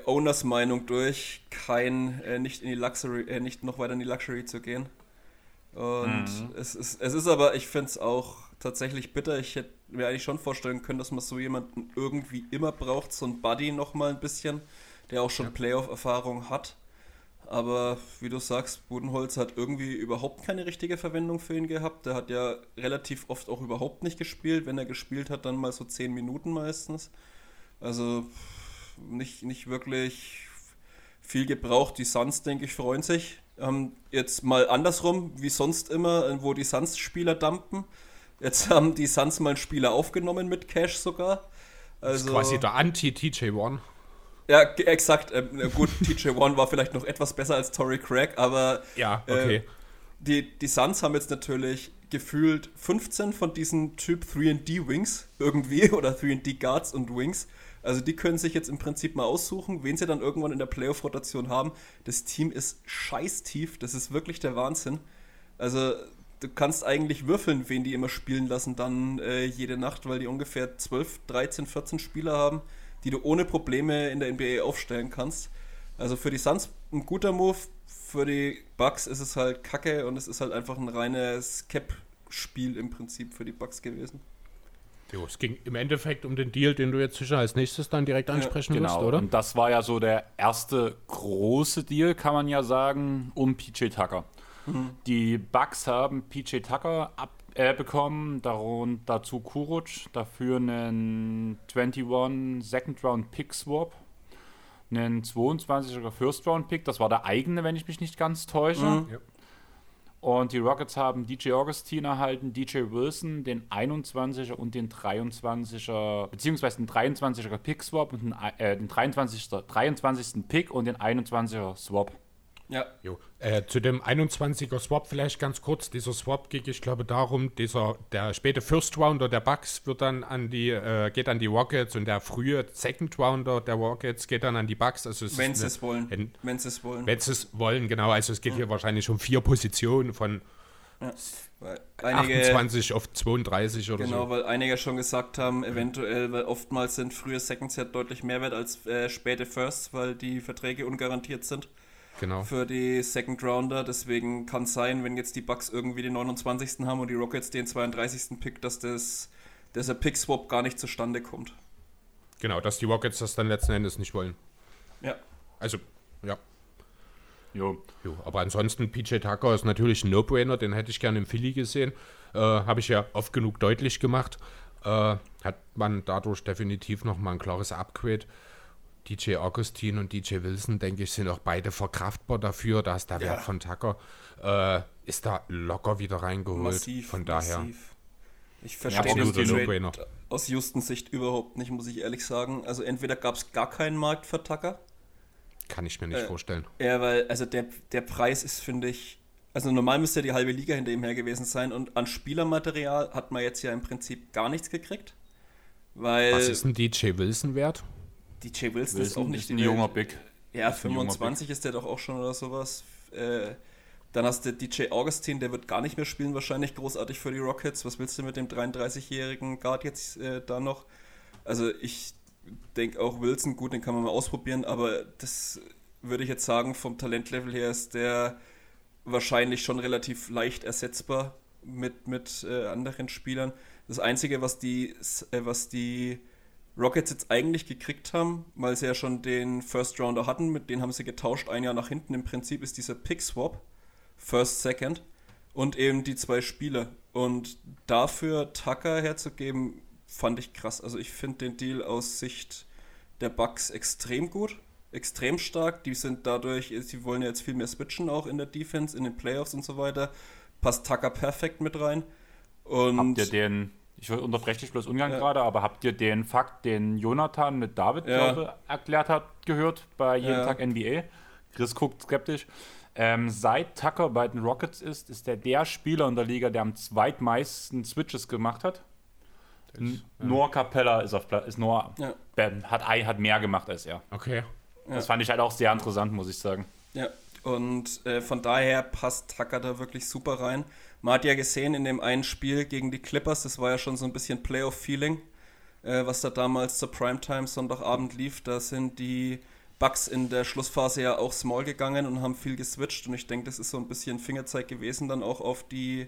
Owners-Meinung durch, nicht noch weiter in die Luxury zu gehen. Und es ist aber, ich finde es auch tatsächlich bitter. Ich hätte mir eigentlich schon vorstellen können, dass man so jemanden irgendwie immer braucht, so ein Buddy nochmal ein bisschen, der auch schon Playoff-Erfahrung hat. Aber wie du sagst, Budenholzer hat irgendwie überhaupt keine richtige Verwendung für ihn gehabt. Der hat ja relativ oft auch überhaupt nicht gespielt. Wenn er gespielt hat, dann mal so 10 Minuten meistens. Also nicht wirklich viel gebraucht. Die Suns, denke ich, freuen sich. Jetzt mal andersrum, wie sonst immer, wo die Suns-Spieler dumpen. Jetzt haben die Suns mal einen Spieler aufgenommen mit Cash sogar. Das ist quasi der Anti-TJ1. Ja, exakt. Gut, TJ1 war vielleicht noch etwas besser als Torrey Craig, aber ja, okay. Die Suns haben jetzt natürlich gefühlt 15 von diesen Typ 3&D-Wings irgendwie oder 3&D-Guards und Wings. Also die können sich jetzt im Prinzip mal aussuchen, wen sie dann irgendwann in der Playoff-Rotation haben. Das Team ist scheißtief, das ist wirklich der Wahnsinn. Also du kannst eigentlich würfeln, wen die immer spielen lassen dann jede Nacht, weil die ungefähr 12, 13, 14 Spieler haben, die du ohne Probleme in der NBA aufstellen kannst. Also für die Suns ein guter Move, für die Bucks ist es halt kacke und es ist halt einfach ein reines Cap-Spiel im Prinzip für die Bucks gewesen. Jo, es ging im Endeffekt um den Deal, den du jetzt sicher als nächstes dann direkt ansprechen wirst, oder? Und das war ja so der erste große Deal, kann man ja sagen, um PJ Tucker. Die Bucks haben PJ Tucker bekommen, dazu Kuruc, dafür einen 21 Second Round Pick Swap, einen 22er First Round Pick, das war der eigene, wenn ich mich nicht ganz täusche. Ja. Und die Rockets haben DJ Augustin erhalten, DJ Wilson, den 21er und den 23er, beziehungsweise den 23er Pick Swap und den 23. Pick und den 21er Swap. Ja. Jo. Zu dem 21er Swap vielleicht ganz kurz. Dieser Swap geht, ich glaube, darum, der späte First Rounder der Bucks wird dann geht an die Rockets und der frühe Second Rounder der Rockets geht dann an die Bucks. Also wenn sie es wollen. Wenn sie es wollen, genau. Also es geht hier wahrscheinlich um 4 Positionen von 28 auf 32 oder so. Genau, weil einige schon gesagt haben, eventuell, weil oftmals sind frühe Seconds ja deutlich mehr wert als späte Firsts, weil die Verträge ungarantiert sind. Genau. Für die Second Rounder, deswegen kann es sein, wenn jetzt die Bucks irgendwie den 29. haben und die Rockets den 32. Pick, dass der Pick-Swap gar nicht zustande kommt. Genau, dass die Rockets das dann letzten Endes nicht wollen. Ja. Also, ja. Jo, aber ansonsten, PJ Tucker ist natürlich ein No-Brainer, den hätte ich gerne im Philly gesehen. Habe ich ja oft genug deutlich gemacht. Hat man dadurch definitiv nochmal ein klares Upgrade. DJ Augustin und DJ Wilson, denke ich, sind auch beide verkraftbar dafür. Da ist der Wert von Tucker, ist da locker wieder reingeholt. Massiv, von daher. Massiv. Ich verstehe das No-Brainer. Aus Houstons Sicht überhaupt nicht, muss ich ehrlich sagen. Also entweder gab es gar keinen Markt für Tucker. Kann ich mir nicht vorstellen. Ja, weil also der Preis ist, finde ich, also normal müsste ja die halbe Liga hinter ihm her gewesen sein und an Spielermaterial hat man jetzt ja im Prinzip gar nichts gekriegt. Weil was ist ein DJ Wilson wert? DJ Wilson ist auch nicht ein junger Big. Ja, 25 ist der doch auch schon oder sowas. Dann hast du DJ Augustin, der wird gar nicht mehr spielen, wahrscheinlich großartig für die Rockets. Was willst du mit dem 33-jährigen Guard jetzt da noch? Also ich denke auch Wilson, gut, den kann man mal ausprobieren, aber das würde ich jetzt sagen, vom Talentlevel her ist der wahrscheinlich schon relativ leicht ersetzbar mit anderen Spielern. Das Einzige, was die Rockets jetzt eigentlich gekriegt haben, weil sie ja schon den First Rounder hatten, mit denen haben sie getauscht, ein Jahr nach hinten. Im Prinzip ist dieser Pick-Swap, First, Second und eben die 2 Spieler. Und dafür Tucker herzugeben, fand ich krass. Also ich finde den Deal aus Sicht der Bucks extrem gut, extrem stark. Die sind dadurch, sie wollen ja jetzt viel mehr switchen, auch in der Defense, in den Playoffs und so weiter. Passt Tucker perfekt mit rein. Und habt ihr den... Ich unterbreche dich bloß ungern gerade, aber habt ihr den Fakt, den Jonathan mit David, glaube erklärt hat, gehört bei Jeden Tag NBA? Chris guckt skeptisch. Seit Tucker bei den Rockets ist der Spieler in der Liga, der am zweitmeisten Switches gemacht hat. Nur Capella hat mehr gemacht als er. Okay. Das fand ich halt auch sehr interessant, muss ich sagen. Ja, und von daher passt Tucker da wirklich super rein. Man hat ja gesehen in dem einen Spiel gegen die Clippers, das war ja schon so ein bisschen Playoff-Feeling, was da damals zur Primetime Sonntagabend lief. Da sind die Bucks in der Schlussphase ja auch small gegangen und haben viel geswitcht und ich denke, das ist so ein bisschen Fingerzeig gewesen dann auch auf die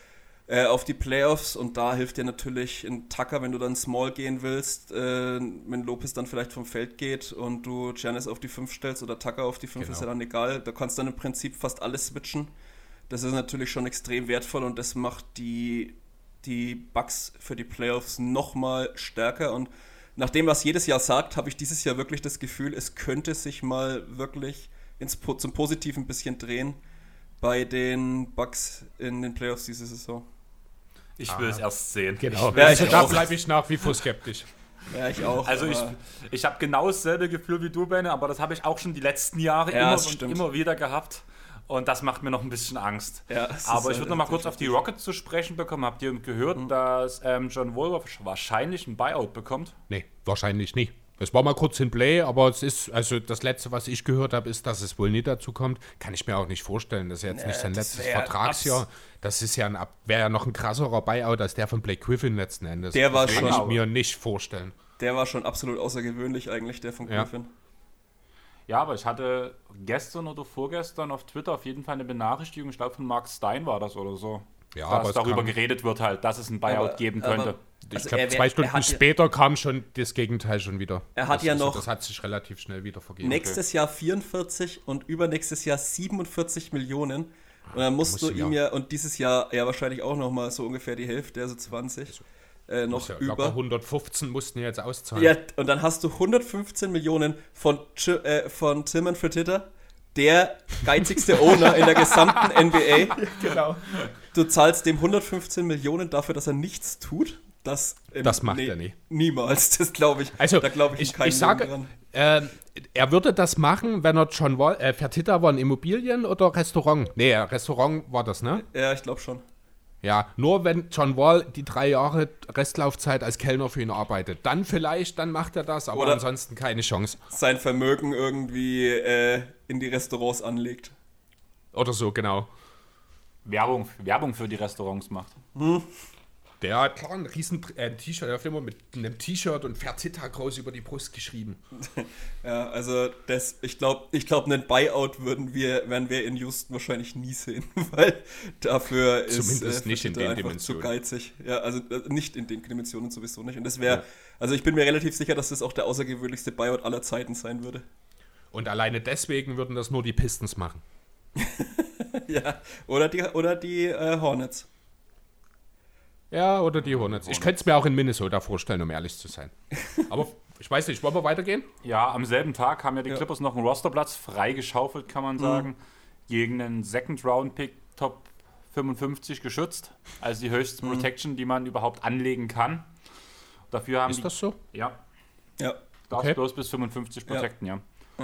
Playoffs und da hilft dir natürlich ein Tucker, wenn du dann small gehen willst, wenn Lopez dann vielleicht vom Feld geht und du Giannis auf die 5 stellst oder Tucker auf die 5, ist ja dann egal, da kannst du dann im Prinzip fast alles switchen. Das ist natürlich schon extrem wertvoll und das macht die Bucks für die Playoffs nochmal stärker und nach dem, was jedes Jahr sagt, habe ich dieses Jahr wirklich das Gefühl, es könnte sich mal wirklich zum Positiven ein bisschen drehen bei den Bucks in den Playoffs diese Saison. Ich will es erst sehen. Genau, Ich da bleibe ich nach wie vor skeptisch. Ja, ich auch. Also ich habe genau dasselbe Gefühl wie du, Benne, aber das habe ich auch schon die letzten Jahre immer wieder gehabt. Und das macht mir noch ein bisschen Angst. Ja, aber ich würde noch mal kurz auf die Rockets zu sprechen bekommen. Habt ihr gehört, dass John Wall wahrscheinlich ein Buyout bekommt? Nee, wahrscheinlich nicht. Es war mal kurz in Play, aber es ist, also das Letzte, was ich gehört habe, ist, dass es wohl nicht dazu kommt. Kann ich mir auch nicht vorstellen. Das ist jetzt nicht sein letztes Vertragsjahr. Das ist ja wäre ja noch ein krasserer Buyout als der von Blake Griffin letzten Endes. Der war das kann ich mir nicht vorstellen. Der war schon absolut außergewöhnlich eigentlich, der von Griffin. Ja, aber ich hatte gestern oder vorgestern auf Twitter auf jeden Fall eine Benachrichtigung, ich glaube von Mark Stein war das oder so. Ja, dass darüber geredet wird halt, dass es ein Buyout geben könnte. Ich glaube, 2 Stunden später kam schon das Gegenteil schon wieder. Er hat das hat sich relativ schnell wieder vergeben. Nächstes Jahr 44 und übernächstes Jahr 47 Millionen. Und dann musst du ihm und dieses Jahr ja wahrscheinlich auch nochmal so ungefähr die Hälfte, also 20. Noch über. 115 mussten jetzt auszahlen. Ja, und dann hast du 115 Millionen von Tillman Fertitta, der geizigste Owner in der gesamten NBA. Ja, genau. Du zahlst dem 115 Millionen dafür, dass er nichts tut. Das macht er nie. Niemals, das glaube ich. Also, da glaube ich keinen dran. Er würde das machen, wenn er John Wall, Fertitta waren Immobilien oder Restaurant? Nee, Restaurant war das, ne? Ja, ich glaube schon. Ja, nur wenn John Wall die 3 Jahre Restlaufzeit als Kellner für ihn arbeitet. Dann macht er das, aber ansonsten keine Chance. Sein Vermögen irgendwie in die Restaurants anlegt. Oder so, genau. Werbung für die Restaurants macht. Der hat klar ein riesen T-Shirt, er hat immer mit einem T-Shirt und Fertitta groß über die Brust geschrieben. Ja, also ich glaube, einen Buyout werden wir in Houston wahrscheinlich nie sehen, weil dafür zumindest ist nicht in den Dimensionen zu geizig. Ja, also nicht in den Dimensionen sowieso nicht. Und das wäre, also ich bin mir relativ sicher, dass das auch der außergewöhnlichste Buyout aller Zeiten sein würde. Und alleine deswegen würden das nur die Pistons machen. Ja, oder die Hornets. Ja, oder die Hornets. Ich könnte es mir auch in Minnesota vorstellen, um ehrlich zu sein. Aber ich weiß nicht, wollen wir weitergehen? Ja, am selben Tag haben ja die Clippers noch einen Rosterplatz freigeschaufelt, kann man sagen, gegen einen Second-Round-Pick Top 55 geschützt. Also die höchste Protection, die man überhaupt anlegen kann. Dafür haben Ist das so? Ja. Ja. Darfst bloß bis 55 protecten, ja.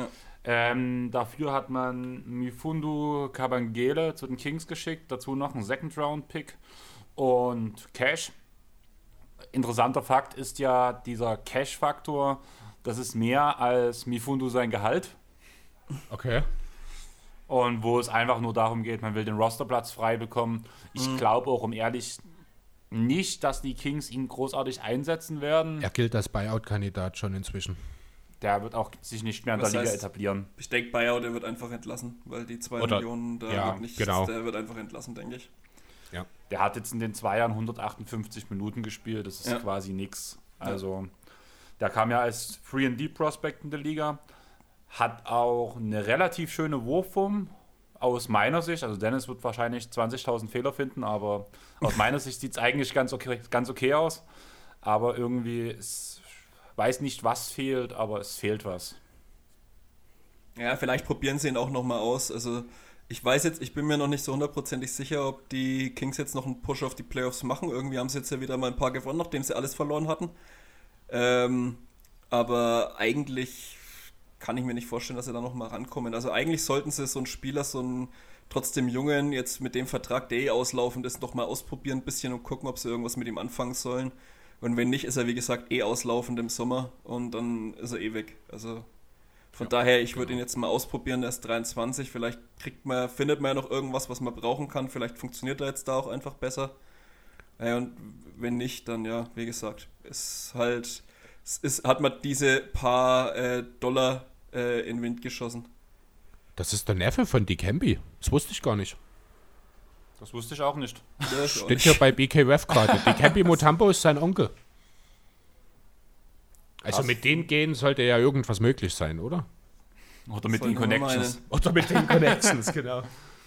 Dafür hat man Mifundu Kabangele zu den Kings geschickt, dazu noch einen Second-Round-Pick und Cash. Interessanter Fakt ist ja dieser Cash-Faktor, das ist mehr als Mifundu sein Gehalt. Okay. Und wo es einfach nur darum geht, man will den Rosterplatz frei bekommen. Ich glaube auch, um ehrlich, nicht, dass die Kings ihn großartig einsetzen werden. Er gilt als Buyout-Kandidat schon inzwischen. Der wird auch sich nicht mehr in der Liga etablieren. Ich denke, Buyout, der wird einfach entlassen, weil die 2 Millionen, wird nichts, der wird einfach entlassen, denke ich. Ja. Der hat jetzt in den 2 Jahren 158 Minuten gespielt, das ist quasi nix. Also, der kam ja als 3&D-Prospect in der Liga, hat auch eine relativ schöne Wurfform aus meiner Sicht. Also Dennis wird wahrscheinlich 20.000 Fehler finden, aber aus meiner Sicht sieht es eigentlich ganz okay aus. Aber irgendwie, weiß nicht, was fehlt, aber es fehlt was. Ja, vielleicht probieren sie ihn auch nochmal aus. Also ich bin mir noch nicht so hundertprozentig sicher, ob die Kings jetzt noch einen Push auf die Playoffs machen. Irgendwie haben sie jetzt ja wieder mal ein paar gewonnen, nachdem sie alles verloren hatten. Aber eigentlich kann ich mir nicht vorstellen, dass sie da nochmal rankommen. Also eigentlich sollten sie so einen Spieler, so einen trotzdem Jungen, jetzt mit dem Vertrag, der auslaufend ist, nochmal ausprobieren ein bisschen und gucken, ob sie irgendwas mit ihm anfangen sollen. Und wenn nicht, ist er wie gesagt auslaufend im Sommer und dann ist er weg. Also von daher, ich würde ihn jetzt mal ausprobieren, er ist 23, vielleicht findet man ja noch irgendwas, was man brauchen kann, vielleicht funktioniert er jetzt da auch einfach besser. Und wenn nicht, dann ja, wie gesagt, hat man diese paar Dollar in den Wind geschossen. Das ist der Neffe von Dikembe. Das wusste ich gar nicht. Das wusste ich auch nicht. Steht hier bei BKWF gerade. Dikembe Mutombo ist sein Onkel. Also Krass. mit den Genen sollte ja irgendwas möglich sein, oder? Oder mit Soll den ich mal Connections. Oder mit den Connections, genau.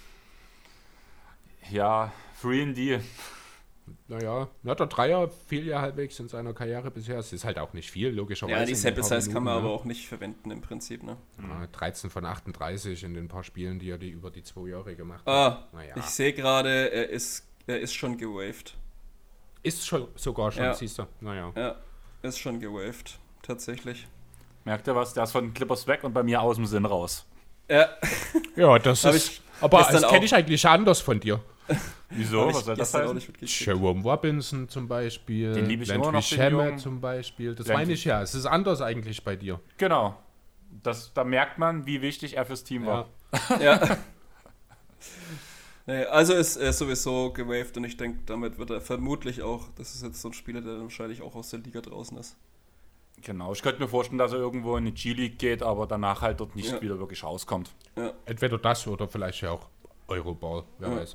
Ja, 3D. Naja, der Dreier fiel ja halbwegs in seiner Karriere bisher. Es ist halt auch nicht viel, logischerweise. Ja, die in den Sample paar Size kann man Minuten, aber auch nicht verwenden im Prinzip, ne? Ja, 13 von 38 in den paar Spielen, die er über die 2 Jahre gemacht hat. Ah, ich sehe gerade, er ist schon gewaved. Ist schon sogar schon, Ja. siehst du. Naja. Ja, ist schon gewaved, tatsächlich. Merkt ihr was? Der ist von den Clippers weg und bei mir aus dem Sinn raus. Ja, Ja, das Hab ist. ich Aber gestern das kenne auch- ich eigentlich anders von dir. Wieso? hab Was ich soll das gestern auch heißen? nicht mitgekriegt. Jerome Robinson zum Beispiel. Den liebe ich Landry immer noch, den Shamet Jungen. zum Beispiel. Das Landry- meine ich ja. Es ist anders eigentlich bei dir. Genau. Da merkt man, wie wichtig er fürs Team war. Ja. Nee, also ist er sowieso gewaved und ich denke, damit wird er vermutlich auch, das ist jetzt so ein Spieler, der dann wahrscheinlich auch aus der Liga draußen ist. Genau. Ich könnte mir vorstellen, dass er irgendwo in die G-League geht, aber danach halt dort nicht Ja. wieder wirklich rauskommt. Entweder das oder vielleicht ja auch Euroball. Wer Ja. weiß.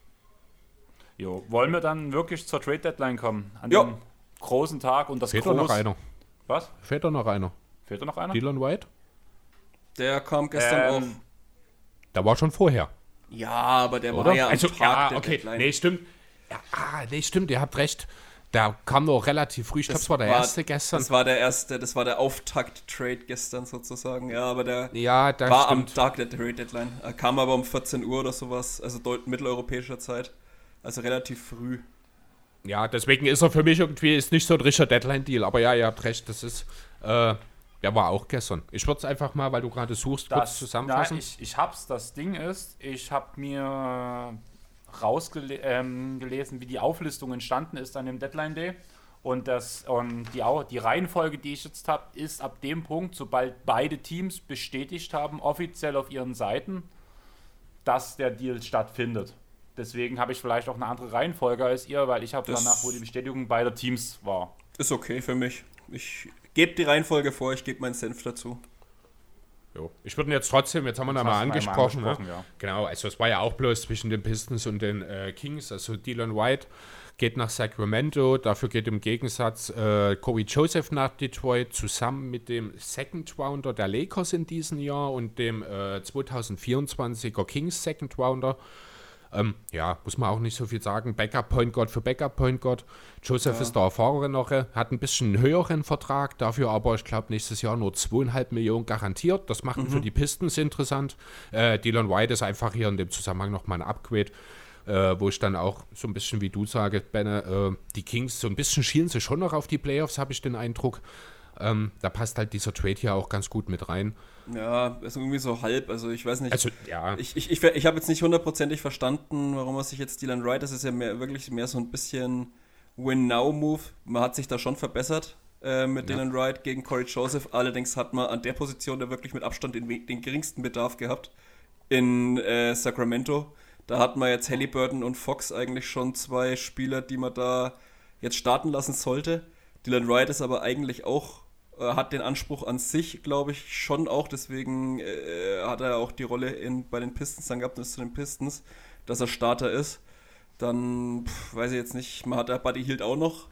Jo. Wollen wir dann wirklich zur Trade-Deadline kommen? An Ja. dem großen Tag und das Fehlt da noch einer? Was? Fehlt da noch einer? Fehlt da noch einer? Dylan White? Der kam gestern auch. Der war schon vorher. Ja, aber der Oder? war ja am Also, Tag ja, der okay. Deadline. Nee, stimmt. Ja, nee, stimmt, ihr habt recht. Der kam noch relativ früh. Ich glaube, das war der erste gestern. Das war der erste, das war der Auftakt-Trade gestern sozusagen. Ja, aber der Ja, das war stimmt. am Tag der Trade-Deadline. Er kam aber um 14 Uhr oder sowas, also mitteleuropäischer Zeit. Also relativ früh. Ja, deswegen ist er für mich irgendwie ist nicht so ein richtiger Deadline-Deal. Aber ja, ihr habt recht, das ist, der war auch gestern. Ich würde es einfach mal, weil du gerade suchst, kurz zusammenfassen. Ich hab's. Das Ding ist, ich habe mir gelesen, wie die Auflistung entstanden ist an dem Deadline Day. Und die Reihenfolge, die ich jetzt habe, ist ab dem Punkt, sobald beide Teams bestätigt haben, offiziell auf ihren Seiten, dass der Deal stattfindet. Deswegen habe ich vielleicht auch eine andere Reihenfolge als ihr, weil ich habe danach, wo die Bestätigung beider Teams war. Ist okay für mich. Ich gebe die Reihenfolge vor, ich gebe meinen Senf dazu. Jo. Ich würde ihn jetzt trotzdem, jetzt haben wir ihn mal hast du einmal angesprochen. angesprochen, Ne? ja. Genau, also es war ja auch bloß zwischen den Pistons und den Kings. Also Dylan White geht nach Sacramento, dafür geht im Gegensatz Corey Joseph nach Detroit, zusammen mit dem Second Rounder der Lakers in diesem Jahr und dem 2024er Kings Second Rounder. Ja, muss man auch nicht so viel sagen. Backup Point Guard für Backup Point Guard. Joseph ist der erfahrenere, hat ein bisschen einen höheren Vertrag, dafür aber, ich glaube, nächstes Jahr nur 2,5 Millionen garantiert. Das macht ihn für die Pistons interessant. Dylan White ist einfach hier in dem Zusammenhang nochmal ein Upgrade, wo ich dann auch so ein bisschen, wie du sagst, Benne, die Kings so ein bisschen schielen sie schon noch auf die Playoffs, habe ich den Eindruck. Da passt halt dieser Trade hier auch ganz gut mit rein. Ja, ist irgendwie so halb, also ich weiß nicht. Also, ja. Ich habe jetzt nicht hundertprozentig verstanden, warum er sich jetzt Dylan Wright, das ist ja wirklich mehr so ein bisschen Win-Now-Move. Man hat sich da schon verbessert mit Dylan Wright gegen Corey Joseph, allerdings hat man an der Position da wirklich mit Abstand den geringsten Bedarf gehabt in Sacramento. Da hat man jetzt Halliburton und Fox eigentlich schon 2 Spieler, die man da jetzt starten lassen sollte. Dylan Wright ist aber eigentlich auch, hat den Anspruch an sich, glaube ich, schon auch, deswegen hat er auch die Rolle bei den Pistons dann gehabt, ist zu den Pistons, dass er Starter ist. Dann, weiß ich jetzt nicht, man hat der Buddy Hield auch noch.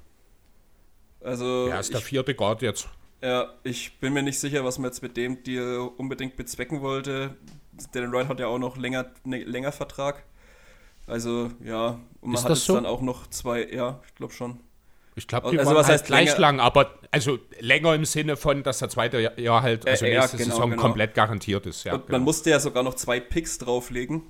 Also, Er ist der 4. Guard jetzt. ja, ich bin mir nicht sicher, was man jetzt mit dem Deal unbedingt bezwecken wollte. Dylan Wright hat ja auch noch länger Vertrag. Also, ja, und man Ist hat das jetzt so? dann auch noch 2, ja, ich glaube schon. Ich glaube, die Also, waren was halt heißt gleich länger? lang, aber also länger im Sinne von, dass der zweite Jahr halt, also Ja, nächste genau, Saison genau. komplett garantiert ist. Ja, Und genau. man musste ja sogar noch 2 Picks drauflegen,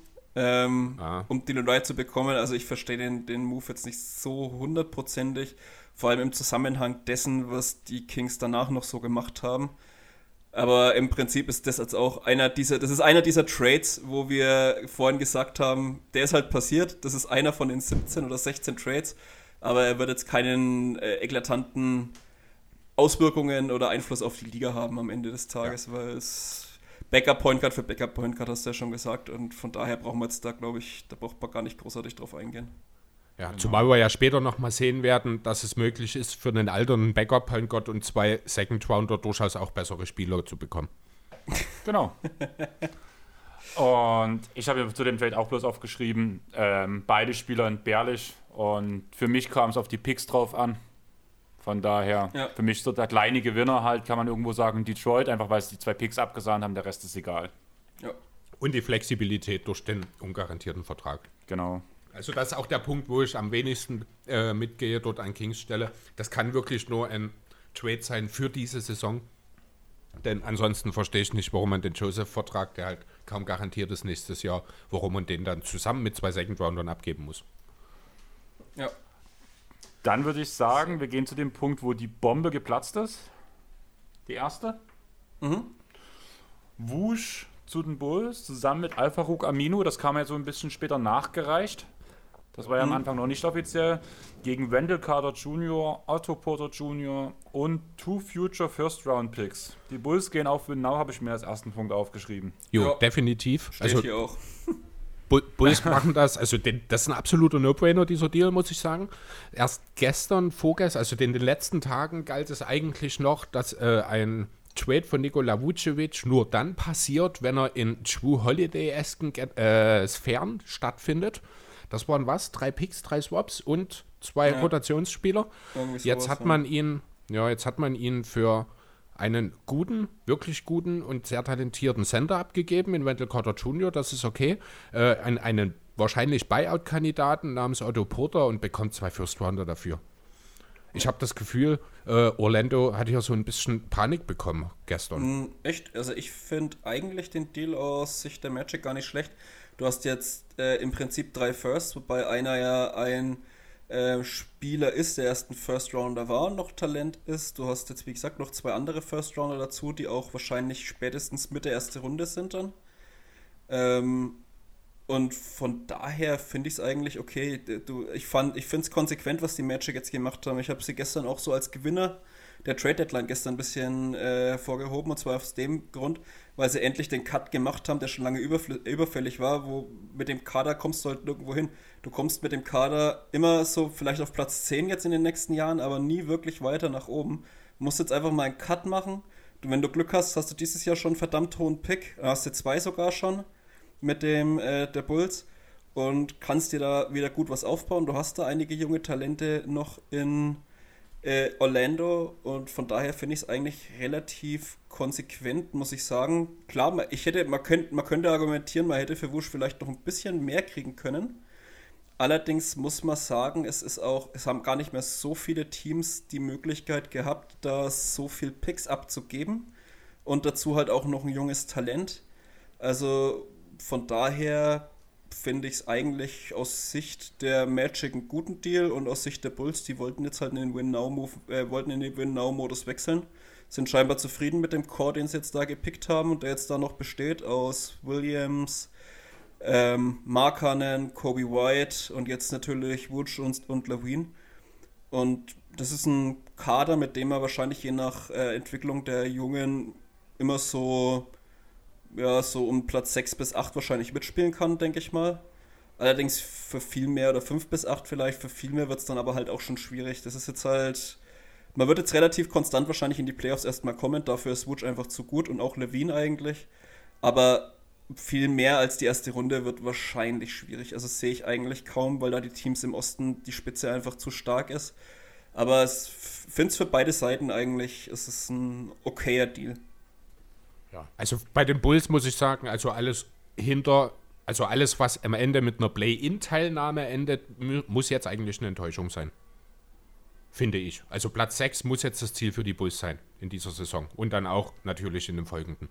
Ah. um Dylan Wright zu bekommen. Also ich verstehe den Move jetzt nicht so hundertprozentig, vor allem im Zusammenhang dessen, was die Kings danach noch so gemacht haben. Aber im Prinzip ist das jetzt auch einer dieser Trades, wo wir vorhin gesagt haben, der ist halt passiert. Das ist einer von den 17 oder 16 Trades, aber er wird jetzt keinen eklatanten Auswirkungen oder Einfluss auf die Liga haben am Ende des Tages, weil es Backup Point Guard für Backup Point Guard, hast du ja schon gesagt, und von daher brauchen wir jetzt da, glaube ich, da braucht man gar nicht großartig drauf eingehen. Ja, zumal wir ja später noch mal sehen werden, dass es möglich ist, für einen alternden Backup-Point Guard und 2 Second-Rounder durchaus auch bessere Spieler zu bekommen. Genau. Und ich habe zu dem Trade auch bloß aufgeschrieben, beide Spieler entbehrlich. Und für mich kam es auf die Picks drauf an. Von daher, für mich so der kleine Gewinner halt, kann man irgendwo sagen, Detroit, einfach weil sie die 2 Picks abgesahnt haben, der Rest ist egal. Ja. Und die Flexibilität durch den ungarantierten Vertrag. Genau. Also das ist auch der Punkt, wo ich am wenigsten mitgehe, dort an Kings Stelle. Das kann wirklich nur ein Trade sein für diese Saison. Denn ansonsten verstehe ich nicht, warum man den Joseph-Vertrag, der halt kaum garantiert ist nächstes Jahr, warum man den dann zusammen mit 2 Second-Roundern abgeben muss. Ja. Dann würde ich sagen, wir gehen zu dem Punkt, wo die Bombe geplatzt ist. Die erste. Wusch zu den Bulls zusammen mit Al-Farouq Aminu. Das kam ja so ein bisschen später nachgereicht. Das war ja am Anfang noch nicht offiziell. Gegen Wendell Carter Jr., Otto Porter Jr. und 2 Future First-Round-Picks. Die Bulls gehen auf Winnow, habe ich mir als ersten Punkt aufgeschrieben. Jo, definitiv. Steht hier auch. Bulls machen das, also das ist ein absoluter No-Brainer, dieser Deal, muss ich sagen. Erst vorgestern, also in den letzten Tagen galt es eigentlich noch, dass ein Trade von Nikola Vucevic nur dann passiert, wenn er in Drew Holiday-esken Sphären stattfindet. Das waren 3 Picks, 3 Swaps und 2 Rotationsspieler. Jetzt hat man ihn für einen wirklich guten und sehr talentierten Center abgegeben in Wendell Carter Jr., das ist okay. Einen wahrscheinlich Buyout-Kandidaten namens Otto Porter und bekommt 2 First-Rounder dafür. Ich habe das Gefühl, Orlando hat hier so ein bisschen Panik bekommen gestern. Echt? Also ich finde eigentlich den Deal aus Sicht der Magic gar nicht schlecht. Du hast jetzt im Prinzip 3 Firsts, wobei einer ja ein Spieler ist, der erst ein First-Rounder war und noch Talent ist. Du hast jetzt, wie gesagt, noch 2 andere First-Rounder dazu, die auch wahrscheinlich spätestens Mitte erste Runde sind dann. Und von daher finde ich es eigentlich okay. Ich finde es konsequent, was die Magic jetzt gemacht haben. Ich habe sie gestern auch so als Gewinner der Trade-Deadline gestern ein bisschen vorgehoben, und zwar aus dem Grund, weil sie endlich den Cut gemacht haben, der schon lange überfällig war, wo mit dem Kader kommst du halt nirgendwo hin. Du kommst mit dem Kader immer so vielleicht auf Platz 10 jetzt in den nächsten Jahren, aber nie wirklich weiter nach oben. Du musst jetzt einfach mal einen Cut machen. Wenn du Glück hast, hast du dieses Jahr schon einen verdammt hohen Pick, hast du 2 sogar schon mit dem der Bulls und kannst dir da wieder gut was aufbauen. Du hast da einige junge Talente noch in Orlando und von daher finde ich es eigentlich relativ konsequent, muss ich sagen. Klar, man könnte argumentieren, man hätte für Wusch vielleicht noch ein bisschen mehr kriegen können. Allerdings muss man sagen, es haben gar nicht mehr so viele Teams die Möglichkeit gehabt, da so viel Picks abzugeben und dazu halt auch noch ein junges Talent. Also von daher finde ich es eigentlich aus Sicht der Magic einen guten Deal und aus Sicht der Bulls, die wollten jetzt halt in den Win-Now-Modus wechseln, sind scheinbar zufrieden mit dem Core, den sie jetzt da gepickt haben und der jetzt da noch besteht aus Williams, Markkanen, Kobe White und jetzt natürlich Woods und Levine. Und das ist ein Kader, mit dem er wahrscheinlich je nach Entwicklung der Jungen immer so um Platz 6 bis 8 wahrscheinlich mitspielen kann, denke ich mal. Allerdings für viel mehr oder 5 bis 8 vielleicht, für viel mehr wird es dann aber halt auch schon schwierig. Das ist jetzt halt, man wird jetzt relativ konstant wahrscheinlich in die Playoffs erstmal kommen, dafür ist Woods einfach zu gut und auch Levine eigentlich. Aber viel mehr als die erste Runde wird wahrscheinlich schwierig. Also das sehe ich eigentlich kaum, weil da die Teams im Osten die Spitze einfach zu stark ist. Aber ich finde es für beide Seiten eigentlich, es ist ein okayer Deal. Ja. Also bei den Bulls muss ich sagen, alles, was am Ende mit einer Play-In-Teilnahme endet, muss jetzt eigentlich eine Enttäuschung sein. Finde ich. Also Platz 6 muss jetzt das Ziel für die Bulls sein in dieser Saison. Und dann auch natürlich in dem folgenden.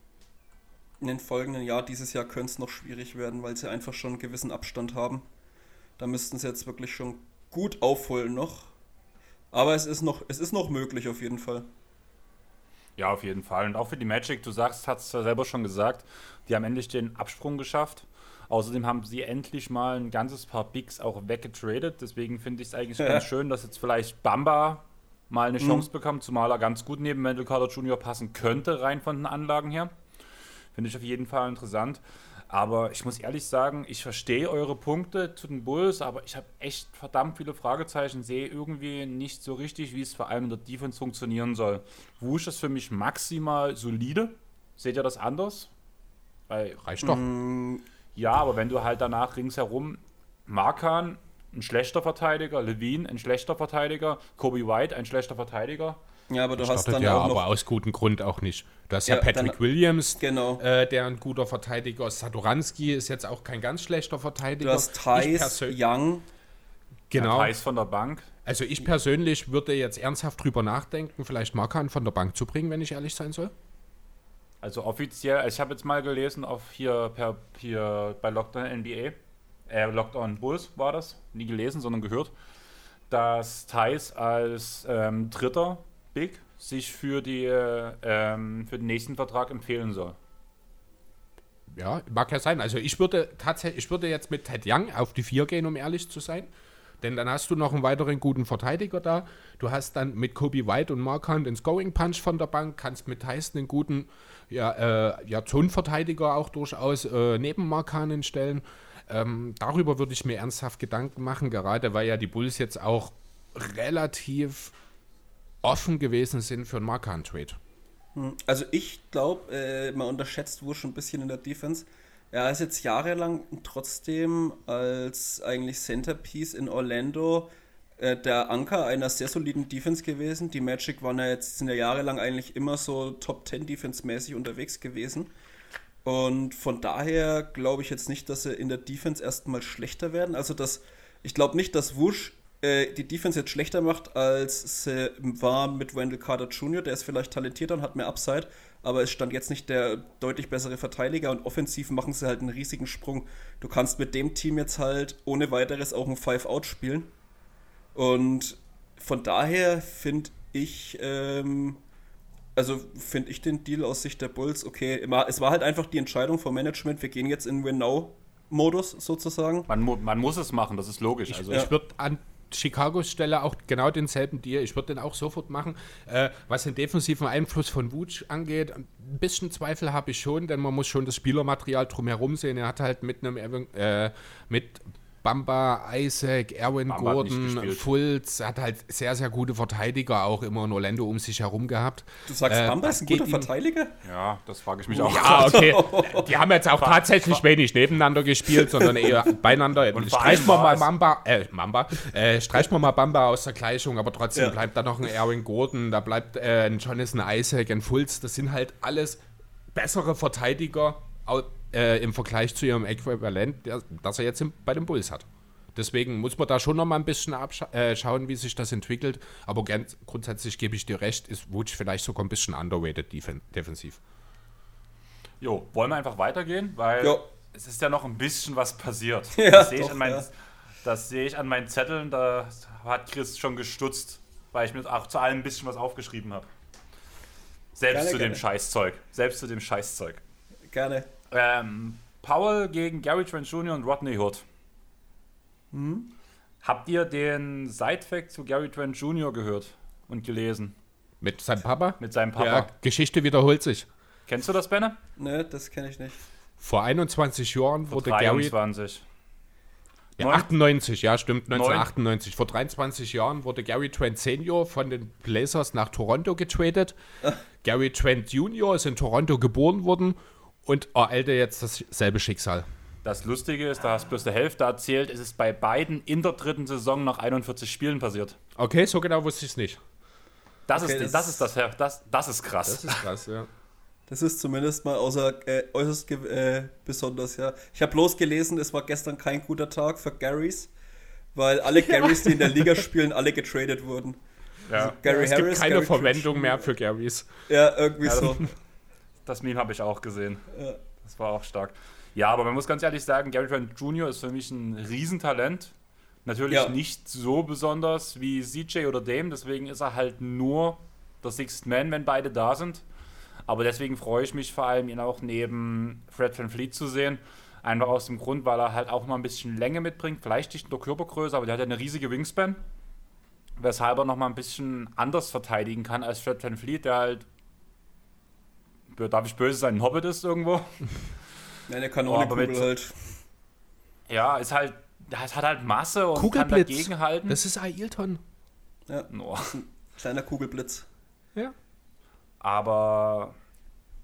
In den folgenden Jahr, dieses Jahr könnte es noch schwierig werden, weil sie einfach schon einen gewissen Abstand haben. Da müssten sie jetzt wirklich schon gut aufholen noch. Aber es ist noch möglich auf jeden Fall. Ja, auf jeden Fall. Und auch für die Magic, du hast es ja selber schon gesagt, die haben endlich den Absprung geschafft. Außerdem haben sie endlich mal ein ganzes paar Bigs auch weggetradet. Deswegen finde ich es eigentlich ganz schön, dass jetzt vielleicht Bamba mal eine Chance bekommt, zumal er ganz gut neben Wendell Carter Jr. passen könnte, rein von den Anlagen her. Finde ich auf jeden Fall interessant. Aber ich muss ehrlich sagen, ich verstehe eure Punkte zu den Bulls, aber ich habe echt verdammt viele Fragezeichen, sehe irgendwie nicht so richtig, wie es vor allem in der Defense funktionieren soll. Wusch ist für mich maximal solide, Seht ihr das anders? Weil, Reicht doch. ja, aber wenn du halt danach ringsherum Markan, ein schlechter Verteidiger, Levine, ein schlechter Verteidiger, Kobe White, ein schlechter Verteidiger. Ja, aber du hast Startet dann ja auch noch... aber aus gutem Grund auch nicht. Du hast ja Ja, Patrick dann- Williams, Genau. der ein guter Verteidiger ist. Satoranski ist jetzt auch kein ganz schlechter Verteidiger. Du hast Ich Thais, persö- Young. Genau. Thais von der Bank. Also ich persönlich würde jetzt ernsthaft drüber nachdenken, vielleicht Markan von der Bank zu bringen, wenn ich ehrlich sein soll. Also offiziell, ich habe jetzt mal gelesen auf hier bei Locked On NBA, Locked On Bulls war das, nie gelesen, sondern gehört, dass Thais als dritter Big sich für den nächsten Vertrag empfehlen soll. Ja, mag ja sein. Also ich würde jetzt mit Ted Young auf die 4 gehen, um ehrlich zu sein. Denn dann hast du noch einen weiteren guten Verteidiger da. Du hast dann mit Kobe White und Markan den Scoring Punch von der Bank, kannst mit Tyson einen guten Zonenverteidiger auch durchaus neben Markan stellen. Darüber würde ich mir ernsthaft Gedanken machen, gerade weil ja die Bulls jetzt auch relativ offen gewesen sind für einen Markan-Trade. Also ich glaube, man unterschätzt Wusch ein bisschen in der Defense. Er ist jetzt jahrelang trotzdem als eigentlich Centerpiece in Orlando der Anker einer sehr soliden Defense gewesen. Die Magic sind ja jahrelang eigentlich immer so Top 10 Defense-mäßig unterwegs gewesen. Und von daher glaube ich jetzt nicht, dass sie in der Defense erstmal schlechter werden. Also ich glaube nicht, dass Wusch die Defense jetzt schlechter macht, als sie war mit Wendell Carter Jr. Der ist vielleicht talentierter und hat mehr Upside, aber es stand jetzt nicht der deutlich bessere Verteidiger und offensiv machen sie halt einen riesigen Sprung. Du kannst mit dem Team jetzt halt ohne weiteres auch ein 5-Out spielen. Und von daher finde ich den Deal aus Sicht der Bulls okay. Es war halt einfach die Entscheidung vom Management, wir gehen jetzt in Win-Now-Modus sozusagen. Man muss es machen, das ist logisch. Ich würde an Chicagos Stelle auch genau denselben Deal, ich würde den auch sofort machen. Was den defensiven Einfluss von Vooch angeht, ein bisschen Zweifel habe ich schon, denn man muss schon das Spielermaterial drumherum sehen. Er hat halt mit Bamba, Isaac, Erwin Bamba hat nicht Gordon, gespielt. Fultz, hat halt sehr, sehr gute Verteidiger auch immer in Orlando um sich herum gehabt. Du sagst, Bamba ist ein guter Verteidiger? Ja, das frage ich mich auch. Ja, okay. Die haben jetzt auch tatsächlich wenig nebeneinander gespielt, sondern eher beieinander. Und Streichen wir mal Bamba streichen wir mal Bamba aus der Gleichung, aber trotzdem Ja. bleibt da noch ein Erwin Gordon, da bleibt ein Jonathan Isaac, ein Fultz. Das sind halt alles bessere Verteidiger im Vergleich zu ihrem Äquivalent, das er jetzt bei den Bulls hat. Deswegen muss man da schon noch mal ein bisschen schauen, wie sich das entwickelt. Aber grundsätzlich gebe ich dir recht, ist Vooch vielleicht sogar ein bisschen underrated defensiv. Jo, wollen wir einfach weitergehen? Weil Jo. es ist ja noch ein bisschen was passiert. Ja, das sehe ich, doch, das sehe ich an meinen Zetteln, da hat Chris schon gestutzt, weil ich mir auch zu allem ein bisschen was aufgeschrieben habe. Selbst zu dem Scheißzeug. Gerne. Powell gegen Gary Trent Jr. und Rodney Hood. Habt ihr den Side-Fact zu Gary Trent Jr. gehört und gelesen? Mit seinem Papa? Mit seinem Papa. Ja, Geschichte wiederholt sich. Kennst du das, Benne? Ne, das kenne ich nicht. Vor 21 Jahren wurde 23. Ja, 98, ja stimmt, 1998. Vor 23 Jahren wurde Gary Trent Senior von den Blazers nach Toronto getradet. Gary Trent Jr. ist in Toronto geboren worden und ereilte jetzt dasselbe Schicksal. Das Lustige ist, da hast du bloß die Hälfte erzählt, es ist bei beiden in der dritten Saison nach 41 Spielen passiert. Okay, so genau wusste ich es nicht. Das Okay, ist krass. Das ist krass, ja. Das ist zumindest mal äußerst besonders, ja. Ich habe bloß gelesen, es war gestern kein guter Tag für Garys, weil alle Garys, die in der Liga spielen, alle getradet wurden. Ja. Also Gary Es Harris, gibt keine Gary Verwendung Trent mehr für Garys. Ja, irgendwie so. Das Meme habe ich auch gesehen. Ja. Das war auch stark. Ja, aber man muss ganz ehrlich sagen, Gary Trent Jr. ist für mich ein Riesentalent. Natürlich Ja. nicht so besonders wie CJ oder Dame, deswegen ist er halt nur der Sixth Man, wenn beide da sind. Aber deswegen freue ich mich vor allem, ihn auch neben Fred VanVleet zu sehen. Einfach aus dem Grund, weil er halt auch mal ein bisschen Länge mitbringt. Vielleicht nicht in der Körpergröße, aber der hat ja eine riesige Wingspan. Weshalb er noch mal ein bisschen anders verteidigen kann als Fred VanVleet, der halt, darf ich böse sein, ein Hobbit ist irgendwo. Ja, der Kanonenkugel halt. Ja, ist halt, es hat halt Masse und kann Kugelblitz. dagegenhalten. Das ist Ailton. Ja, Oh. kleiner Kugelblitz. Ja. Aber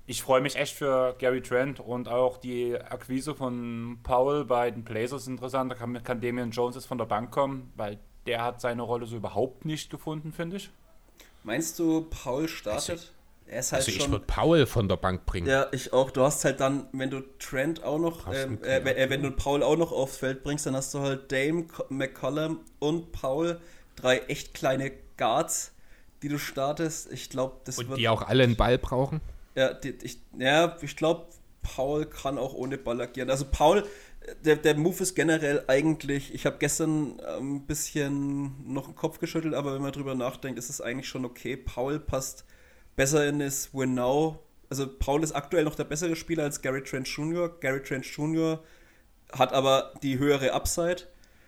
ich freue mich echt für Gary Trent und auch die Akquise von Powell bei den Blazers ist interessant. Da kann Damian Jones jetzt von der Bank kommen, weil der hat seine Rolle so überhaupt nicht gefunden, finde ich. Meinst du, Paul startet? Er ist halt Also ich schon. würde Paul von der Bank bringen. Ja, ich auch. Du hast halt dann, wenn du Trent auch noch, wenn du Paul auch noch aufs Feld bringst, dann hast du halt Dame, McCollum und Paul, 3 echt kleine Guards, die du startest. Ich glaube, das Und wird. die auch alle einen Ball brauchen. Ja, ich glaube, Paul kann auch ohne Ball agieren. Also Paul, der Move ist generell eigentlich, ich habe gestern ein bisschen noch den Kopf geschüttelt, aber wenn man drüber nachdenkt, ist es eigentlich schon okay. Paul passt besser in das Win-Now. Also Paul ist aktuell noch der bessere Spieler als Gary Trent Jr. Gary Trent Jr. hat aber die höhere Upside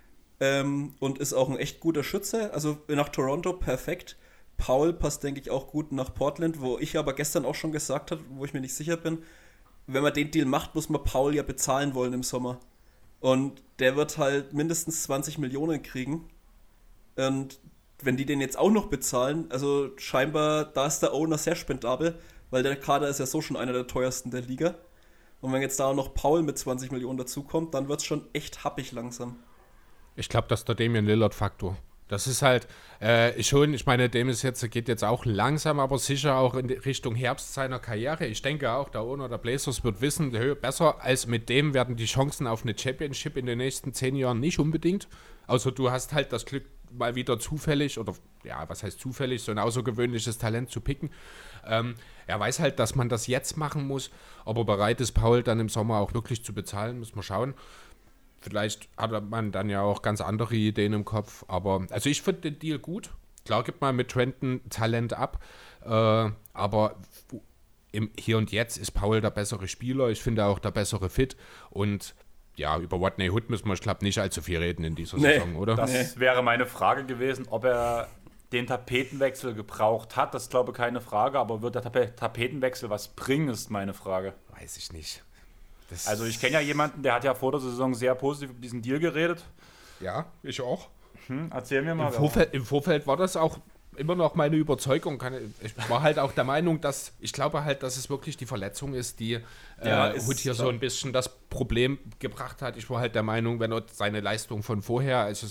und ist auch ein echt guter Schütze. Also nach Toronto perfekt. Paul passt, denke ich, auch gut nach Portland, wo ich aber gestern auch schon gesagt habe, wo ich mir nicht sicher bin, wenn man den Deal macht, muss man Paul ja bezahlen wollen im Sommer. Und der wird halt mindestens 20 Millionen kriegen. Und wenn die den jetzt auch noch bezahlen, also scheinbar, da ist der Owner sehr spendabel, weil der Kader ist ja so schon einer der teuersten der Liga. Und wenn jetzt da auch noch Paul mit 20 Millionen dazukommt, dann wird es schon echt happig langsam. Ich glaube, das ist der Damian Lillard-Faktor. Das ist halt ich meine, geht jetzt auch langsam, aber sicher auch in Richtung Herbst seiner Karriere. Ich denke auch, der Owner der Blazers wird wissen, besser als mit dem werden die Chancen auf eine Championship in den nächsten 10 Jahren nicht unbedingt. Also du hast halt das Glück, mal wieder zufällig, oder ja, was heißt zufällig, so ein außergewöhnliches Talent zu picken. Er weiß halt, dass man das jetzt machen muss, ob er bereit ist, Paul dann im Sommer auch wirklich zu bezahlen, muss man schauen. Vielleicht hat man dann ja auch ganz andere Ideen im Kopf, aber also ich finde den Deal gut. Klar gibt man mit Trenton Talent ab, aber im Hier und Jetzt ist Paul der bessere Spieler, ich finde auch der bessere Fit und ja, über Watney Hood müssen wir, ich glaube, nicht allzu viel reden in dieser Saison, oder? Das wäre meine Frage gewesen, ob er den Tapetenwechsel gebraucht hat, das glaube ich keine Frage, aber wird der Tapetenwechsel was bringen, ist meine Frage. Weiß ich nicht. Also ich kenne ja jemanden, der hat ja vor der Saison sehr positiv über diesen Deal geredet. Ja, ich auch. Erzähl mir mal. Im Vorfeld war das auch immer noch meine Überzeugung. Ich war halt auch der Meinung, dass es wirklich die Verletzung ist, die Hood hier so ein bisschen das Problem gebracht hat. Ich war halt der Meinung, wenn er seine Leistung von vorher, also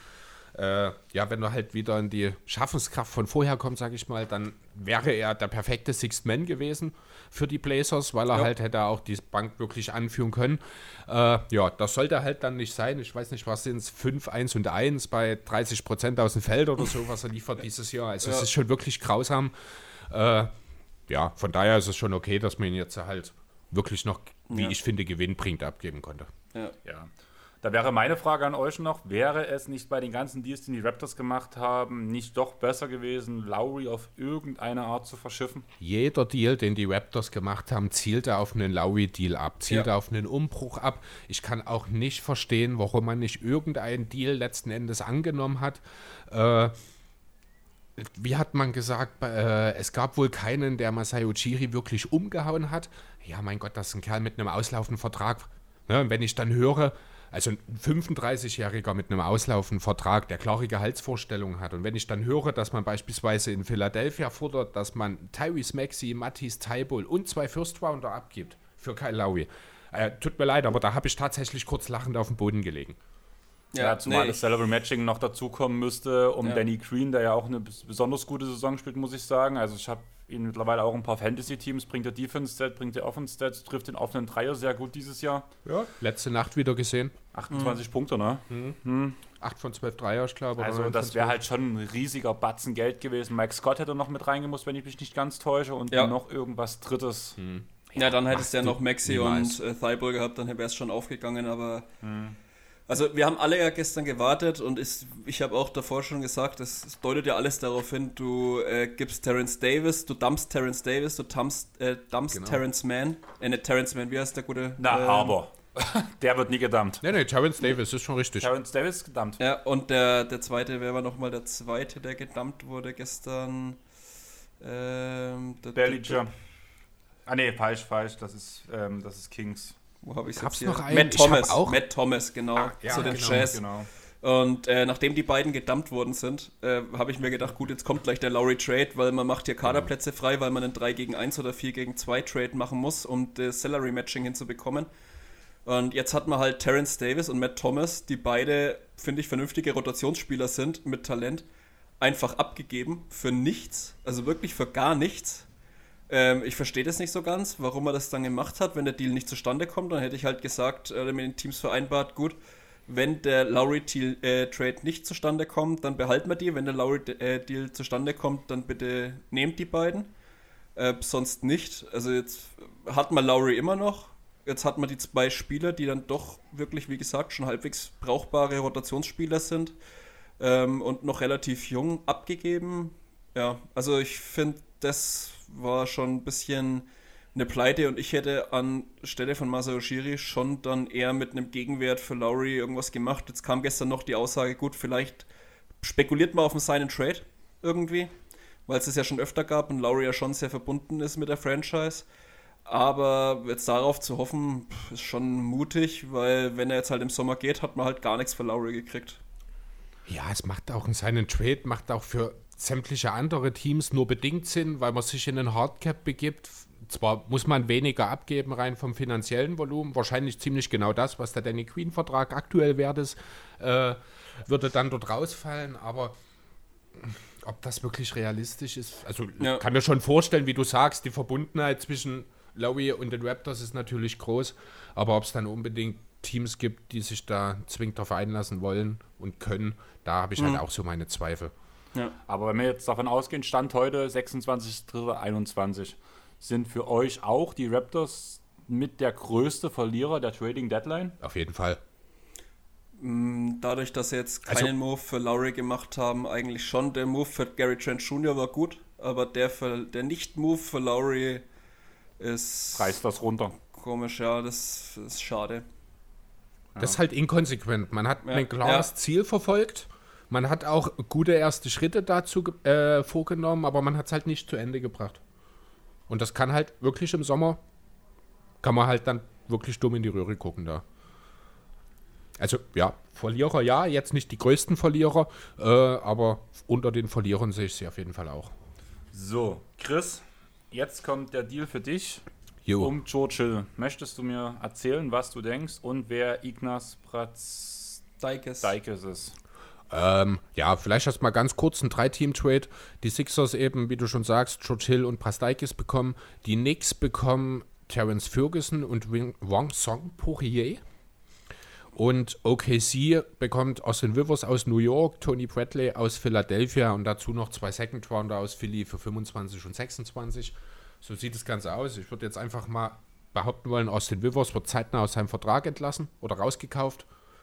wenn er halt wieder in die Schaffenskraft von vorher kommt, sage ich mal, dann wäre er der perfekte Sixth Man gewesen für die Blazers, weil er halt hätte auch die Bank wirklich anführen können. Das sollte halt dann nicht sein. Ich weiß nicht, was sind es, 5, 1 und 1 bei 30% aus dem Feld oder so, was er liefert dieses Jahr. Also es ist schon wirklich grausam. Von daher ist es schon okay, dass man ihn jetzt halt wirklich noch, wie ich finde, gewinnbringend abgeben konnte. Ja. Da wäre meine Frage an euch noch, wäre es nicht bei den ganzen Deals, die Raptors gemacht haben, nicht doch besser gewesen, Lowry auf irgendeine Art zu verschiffen? Jeder Deal, den die Raptors gemacht haben, zielte auf einen Lowry-Deal ab, zielte auf einen Umbruch ab. Ich kann auch nicht verstehen, warum man nicht irgendeinen Deal letzten Endes angenommen hat. Wie hat man gesagt, es gab wohl keinen, der Masai Ujiri wirklich umgehauen hat. Ja, mein Gott, das ist ein Kerl mit einem auslaufenden Vertrag. Ja, und wenn ich dann höre, also ein 35-Jähriger mit einem auslaufenden Vertrag, der klare Gehaltsvorstellungen hat. Und wenn ich dann höre, dass man beispielsweise in Philadelphia fordert, dass man Tyrese Maxey, Matisse Thybulle und 2 First-Rounder abgibt für Kyle Lowry. Tut mir leid, aber da habe ich tatsächlich kurz lachend auf dem Boden gelegen. Zumal das Salary Matching noch dazukommen müsste, Danny Green, der ja auch eine besonders gute Saison spielt, muss ich sagen. Also ich habe ihn mittlerweile auch ein paar Fantasy-Teams, bringt der Defense-Stat, bringt der Offense-Stat, trifft den offenen Dreier sehr gut dieses Jahr. Ja, letzte Nacht wieder gesehen. 28 Punkte, ne? 8 von 12 Dreier, ich glaube. Also das wäre halt schon ein riesiger Batzen Geld gewesen. Mike Scott hätte noch mit reingemusst, wenn ich mich nicht ganz täusche, und noch irgendwas Drittes. Ja, dann hättest du ja noch Maxey und Thybulle gehabt, dann wäre es schon aufgegangen, aber... Also wir haben alle ja gestern gewartet und ich habe auch davor schon gesagt, es deutet ja alles darauf hin, du gibst Terrence Davis, du dumpst Terrence Davis, du dumpst Terrence Mann, nicht Terrence Mann, wie heißt der gute? Aber der wird nie gedumpt. Nee, Terrence Davis ist schon richtig. Terrence Davis ist gedumpt. Ja, und der zweite, wer war nochmal der zweite, der gedumpt wurde gestern? Bellinger. Falsch, das ist Kings. Wo habe ich es jetzt hier? noch einen? Matt Thomas, genau. Zu den Jazz. Genau. Und nachdem die beiden gedumpt worden sind, habe ich mir gedacht, gut, jetzt kommt gleich der Lowry-Trade, weil man macht hier Kaderplätze frei, weil man einen 3 gegen 1 oder 4 gegen 2 Trade machen muss, um das Salary-Matching hinzubekommen. Und jetzt hat man halt Terence Davis und Matt Thomas, die beide, finde ich, vernünftige Rotationsspieler sind mit Talent, einfach abgegeben für nichts, also wirklich für gar nichts. Ich verstehe das nicht so ganz, warum er das dann gemacht hat. Wenn der Deal nicht zustande kommt, dann hätte ich halt gesagt, mit den Teams vereinbart, gut, wenn der Lowry-Trade nicht zustande kommt, dann behalten wir die. Wenn der Lowry-Deal zustande kommt, dann bitte nehmt die beiden. Sonst nicht. Also jetzt hat man Lowry immer noch. Jetzt hat man die 2 Spieler, die dann doch wirklich, wie gesagt, schon halbwegs brauchbare Rotationsspieler sind und noch relativ jung abgegeben. Ja, also ich finde, das war schon ein bisschen eine Pleite und ich hätte anstelle von Masao Ujiri schon dann eher mit einem Gegenwert für Lowry irgendwas gemacht. Jetzt kam gestern noch die Aussage, gut, vielleicht spekuliert man auf einen Sign-and-Trade irgendwie, weil es es ja schon öfter gab und Lowry ja schon sehr verbunden ist mit der Franchise. Aber jetzt darauf zu hoffen, ist schon mutig, weil wenn er jetzt halt im Sommer geht, hat man halt gar nichts für Lowry gekriegt. Ja, es macht auch seinen Trade, macht auch für sämtliche andere Teams nur bedingt Sinn, weil man sich in einen Hardcap begibt. Zwar muss man weniger abgeben rein vom finanziellen Volumen, wahrscheinlich ziemlich genau das, was der Danny Queen-Vertrag aktuell wert ist, würde dann dort rausfallen, aber ob das wirklich realistisch ist, also ich kann mir schon vorstellen, wie du sagst, die Verbundenheit zwischen Lowry und den Raptors ist natürlich groß, aber ob es dann unbedingt Teams gibt, die sich da zwingend darauf einlassen wollen und können, da habe ich halt auch so meine Zweifel. Ja. Aber wenn wir jetzt davon ausgehen, Stand heute 26.03.21, sind für euch auch die Raptors mit der größte Verlierer der Trading Deadline? Auf jeden Fall. Dadurch, dass sie jetzt keinen Move für Lowry gemacht haben, eigentlich schon. Der Move für Gary Trent Jr. war gut, aber der Nicht-Move für Lowry ist... Reißt das runter. Komisch, ja, das ist schade. Das ist halt inkonsequent. Man hat ein klares Ziel verfolgt. Man hat auch gute erste Schritte dazu vorgenommen, aber man hat es halt nicht zu Ende gebracht. Und das kann halt wirklich im Sommer, kann man halt dann wirklich dumm in die Röhre gucken da. Also ja, Verlierer ja, jetzt nicht die größten Verlierer, aber unter den Verlierern sehe ich sie auf jeden Fall auch. So, Chris, jetzt kommt der Deal für dich. Um George Hill. Möchtest du mir erzählen, was du denkst und wer Ignas Brazdeikis ist? Ja, vielleicht erst mal ganz kurz ein 3-Team-Trade. Die Sixers eben, wie du schon sagst, George Hill und Brazdeikis bekommen. Die Knicks bekommen Terence Ferguson und Wang Song Poirier. Und OKC bekommt Austin Rivers aus New York, Tony Bradley aus Philadelphia und dazu noch 2 Second-Rounder aus Philly für 25 und 26. So sieht das Ganze aus. Ich würde jetzt einfach mal behaupten wollen, Austin Rivers wird zeitnah aus seinem Vertrag entlassen oder rausgekauft.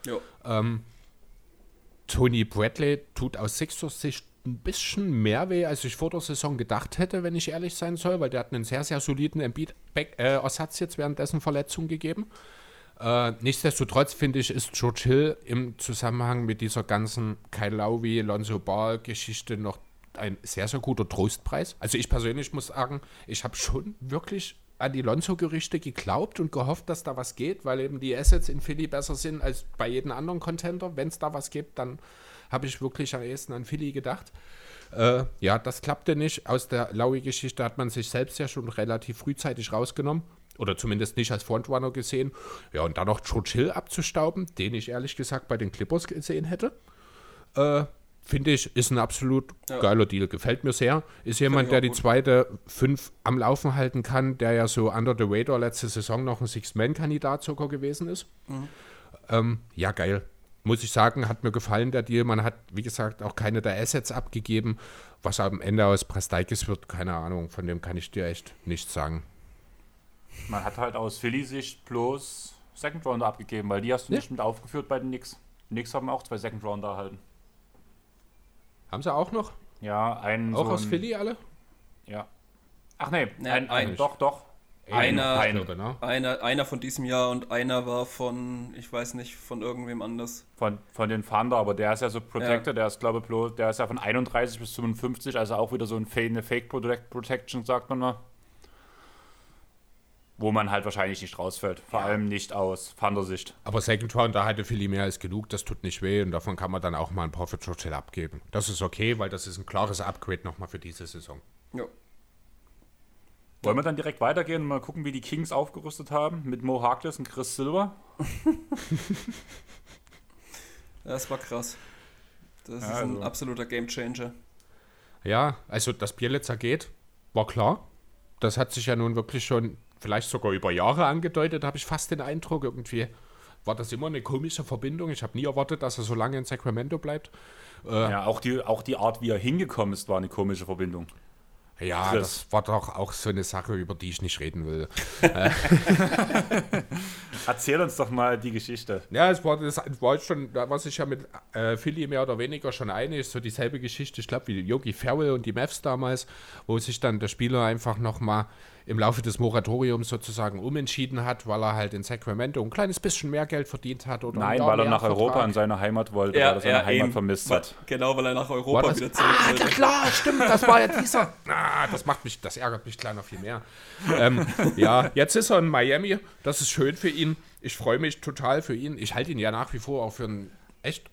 Tony Bradley tut aus Sixers Sicht ein bisschen mehr weh, als ich vor der Saison gedacht hätte, wenn ich ehrlich sein soll, weil der hat einen sehr, sehr soliden Ersatz jetzt während dessen Verletzung gegeben. Nichtsdestotrotz finde ich, ist George Hill im Zusammenhang mit dieser ganzen Kyle Lowry, Lonzo Ball-Geschichte noch ein sehr, sehr guter Trostpreis. Also ich persönlich muss sagen, ich habe schon wirklich an die Lonzo-Gerüchte geglaubt und gehofft, dass da was geht, weil eben die Assets in Philly besser sind als bei jedem anderen Contender. Wenn es da was gibt, dann habe ich wirklich am ehesten an Philly gedacht. Ja, das klappte nicht. Aus der Lowry-Geschichte hat man sich selbst ja schon relativ frühzeitig rausgenommen. Oder zumindest nicht als Frontrunner gesehen. Ja, und dann noch George Hill abzustauben, den ich ehrlich gesagt bei den Clippers gesehen hätte. Finde ich, ist ein absolut geiler Deal. Gefällt mir sehr. Ist jemand, der die zweite 5 am Laufen halten kann, der ja so under the radar letzte Saison noch ein Six-Man-Kandidat sogar gewesen ist. Ja, geil. Muss ich sagen, hat mir gefallen, der Deal. Man hat, wie gesagt, auch keine der Assets abgegeben. Was am Ende aus Brazdeikis wird, keine Ahnung. Von dem kann ich dir echt nichts sagen. Man hat halt aus Philly-Sicht bloß Second Rounder abgegeben, weil die hast du nicht mit aufgeführt bei den Knicks. Die Knicks haben auch 2 Second Rounder erhalten. Haben sie auch noch? Ja, einen. Auch so aus Philly alle? Ja. Ach nee, doch. Einer von diesem Jahr und einer war von, ich weiß nicht, von irgendwem anders. Von den Thunder, aber der ist ja so Protector, der ist glaube ich bloß, der ist ja von 31 bis 55, also auch wieder so eine Fake Protection, sagt man mal. wo man halt wahrscheinlich nicht rausfällt. Vor allem nicht aus Thunder-Sicht. Aber Second Round, da hatte Philly mehr als genug, das tut nicht weh und davon kann man dann auch mal ein Profit-Share abgeben. Das ist okay, weil das ist ein klares Upgrade nochmal für diese Saison. Ja. Wollen wir dann direkt weitergehen und mal gucken, wie die Kings aufgerüstet haben mit Mo Harkless und Chris Silver? Das war krass. Das ist ein absoluter Gamechanger. Ja, also dass Bjelica geht, war klar. Das hat sich ja nun wirklich schon vielleicht sogar über Jahre angedeutet, habe ich fast den Eindruck. Irgendwie war das immer eine komische Verbindung. Ich habe nie erwartet, dass er so lange in Sacramento bleibt. Ja, auch die Art, wie er hingekommen ist, war eine komische Verbindung. Ja, das war doch auch so eine Sache, über die ich nicht reden will. Erzähl uns doch mal die Geschichte. Ja, das war schon, da war sich ja mit Philly mehr oder weniger schon einig, so dieselbe Geschichte, ich glaube, wie Yogi Ferrell und die Mavs damals, wo sich dann der Spieler einfach nochmal im Laufe des Moratoriums sozusagen umentschieden hat, weil er halt in Sacramento ein kleines bisschen mehr Geld verdient hat. Oder Nein, weil er nach Europa in seine Heimat wollte, weil er seine Heimat vermisst hat. Genau, weil er nach Europa wieder zurück wollte. Ja klar, stimmt, das war ja dieser. Das ärgert mich kleiner viel mehr. Ja, jetzt ist er in Miami, das ist schön für ihn. Ich freue mich total für ihn. Ich halte ihn ja nach wie vor auch für einen echt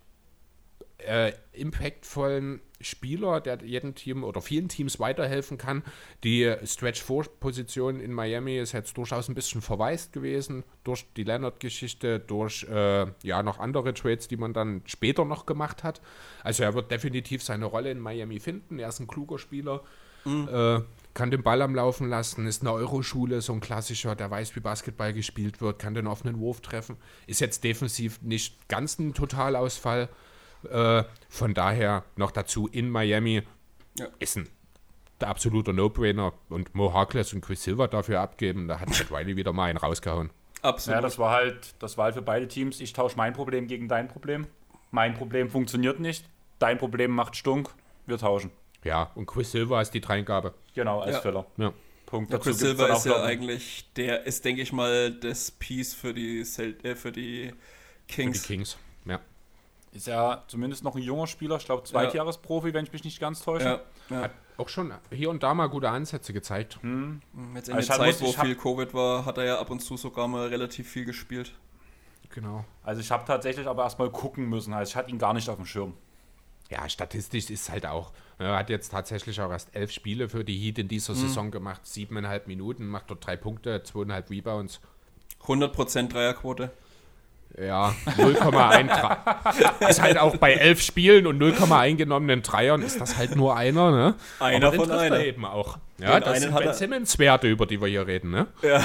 impactvollen Spieler, der jedem Team oder vielen Teams weiterhelfen kann. Die Stretch-4-Position in Miami ist jetzt durchaus ein bisschen verwaist gewesen durch die Leonard-Geschichte, durch noch andere Trades, die man dann später noch gemacht hat. Also er wird definitiv seine Rolle in Miami finden. Er ist ein kluger Spieler, kann den Ball am Laufen lassen, ist eine Euroschule, so ein klassischer, der weiß, wie Basketball gespielt wird, kann den offenen Wurf treffen. Ist jetzt defensiv nicht ganz ein Totalausfall. Von daher noch dazu in Miami ist der absolute No-Brainer und Mo Harkless und Chris Silver dafür abgeben, da hat Pat Riley wieder mal einen rausgehauen. Absolut. Ja, das war halt für beide Teams, ich tausche mein Problem gegen dein Problem. Mein Problem funktioniert nicht, dein Problem macht Stunk, wir tauschen. Ja, und Chris Silver ist die Dreingabe. Genau, als Filler. Ja. Punkt. Ja, Chris Silver ist ja eigentlich, der ist, denke ich mal, das Piece für die Kings. Für die Kings, ja. Ist ja zumindest noch ein junger Spieler, ich glaube Zweitjahresprofi, wenn ich mich nicht ganz täusche. Ja. Hat auch schon hier und da mal gute Ansätze gezeigt. Jetzt in der Zeit, wo viel Covid war, hat er ja ab und zu sogar mal relativ viel gespielt. Genau. Also ich habe tatsächlich aber erstmal gucken müssen, also ich hatte ihn gar nicht auf dem Schirm. Ja, statistisch ist halt auch, er hat jetzt tatsächlich auch erst 11 Spiele für die Heat in dieser Saison gemacht, 7,5 Minuten, macht dort 3 Punkte, 2,5 Rebounds. 100% Dreierquote. Ja, 0,1 ist halt auch bei 11 Spielen und 0,1 genommenen Dreiern ist das halt nur einer, ne? Einer aber von einer. Eben auch. Ja, das sind Ben Simmons-Werte, über die wir hier reden, ne? Ja.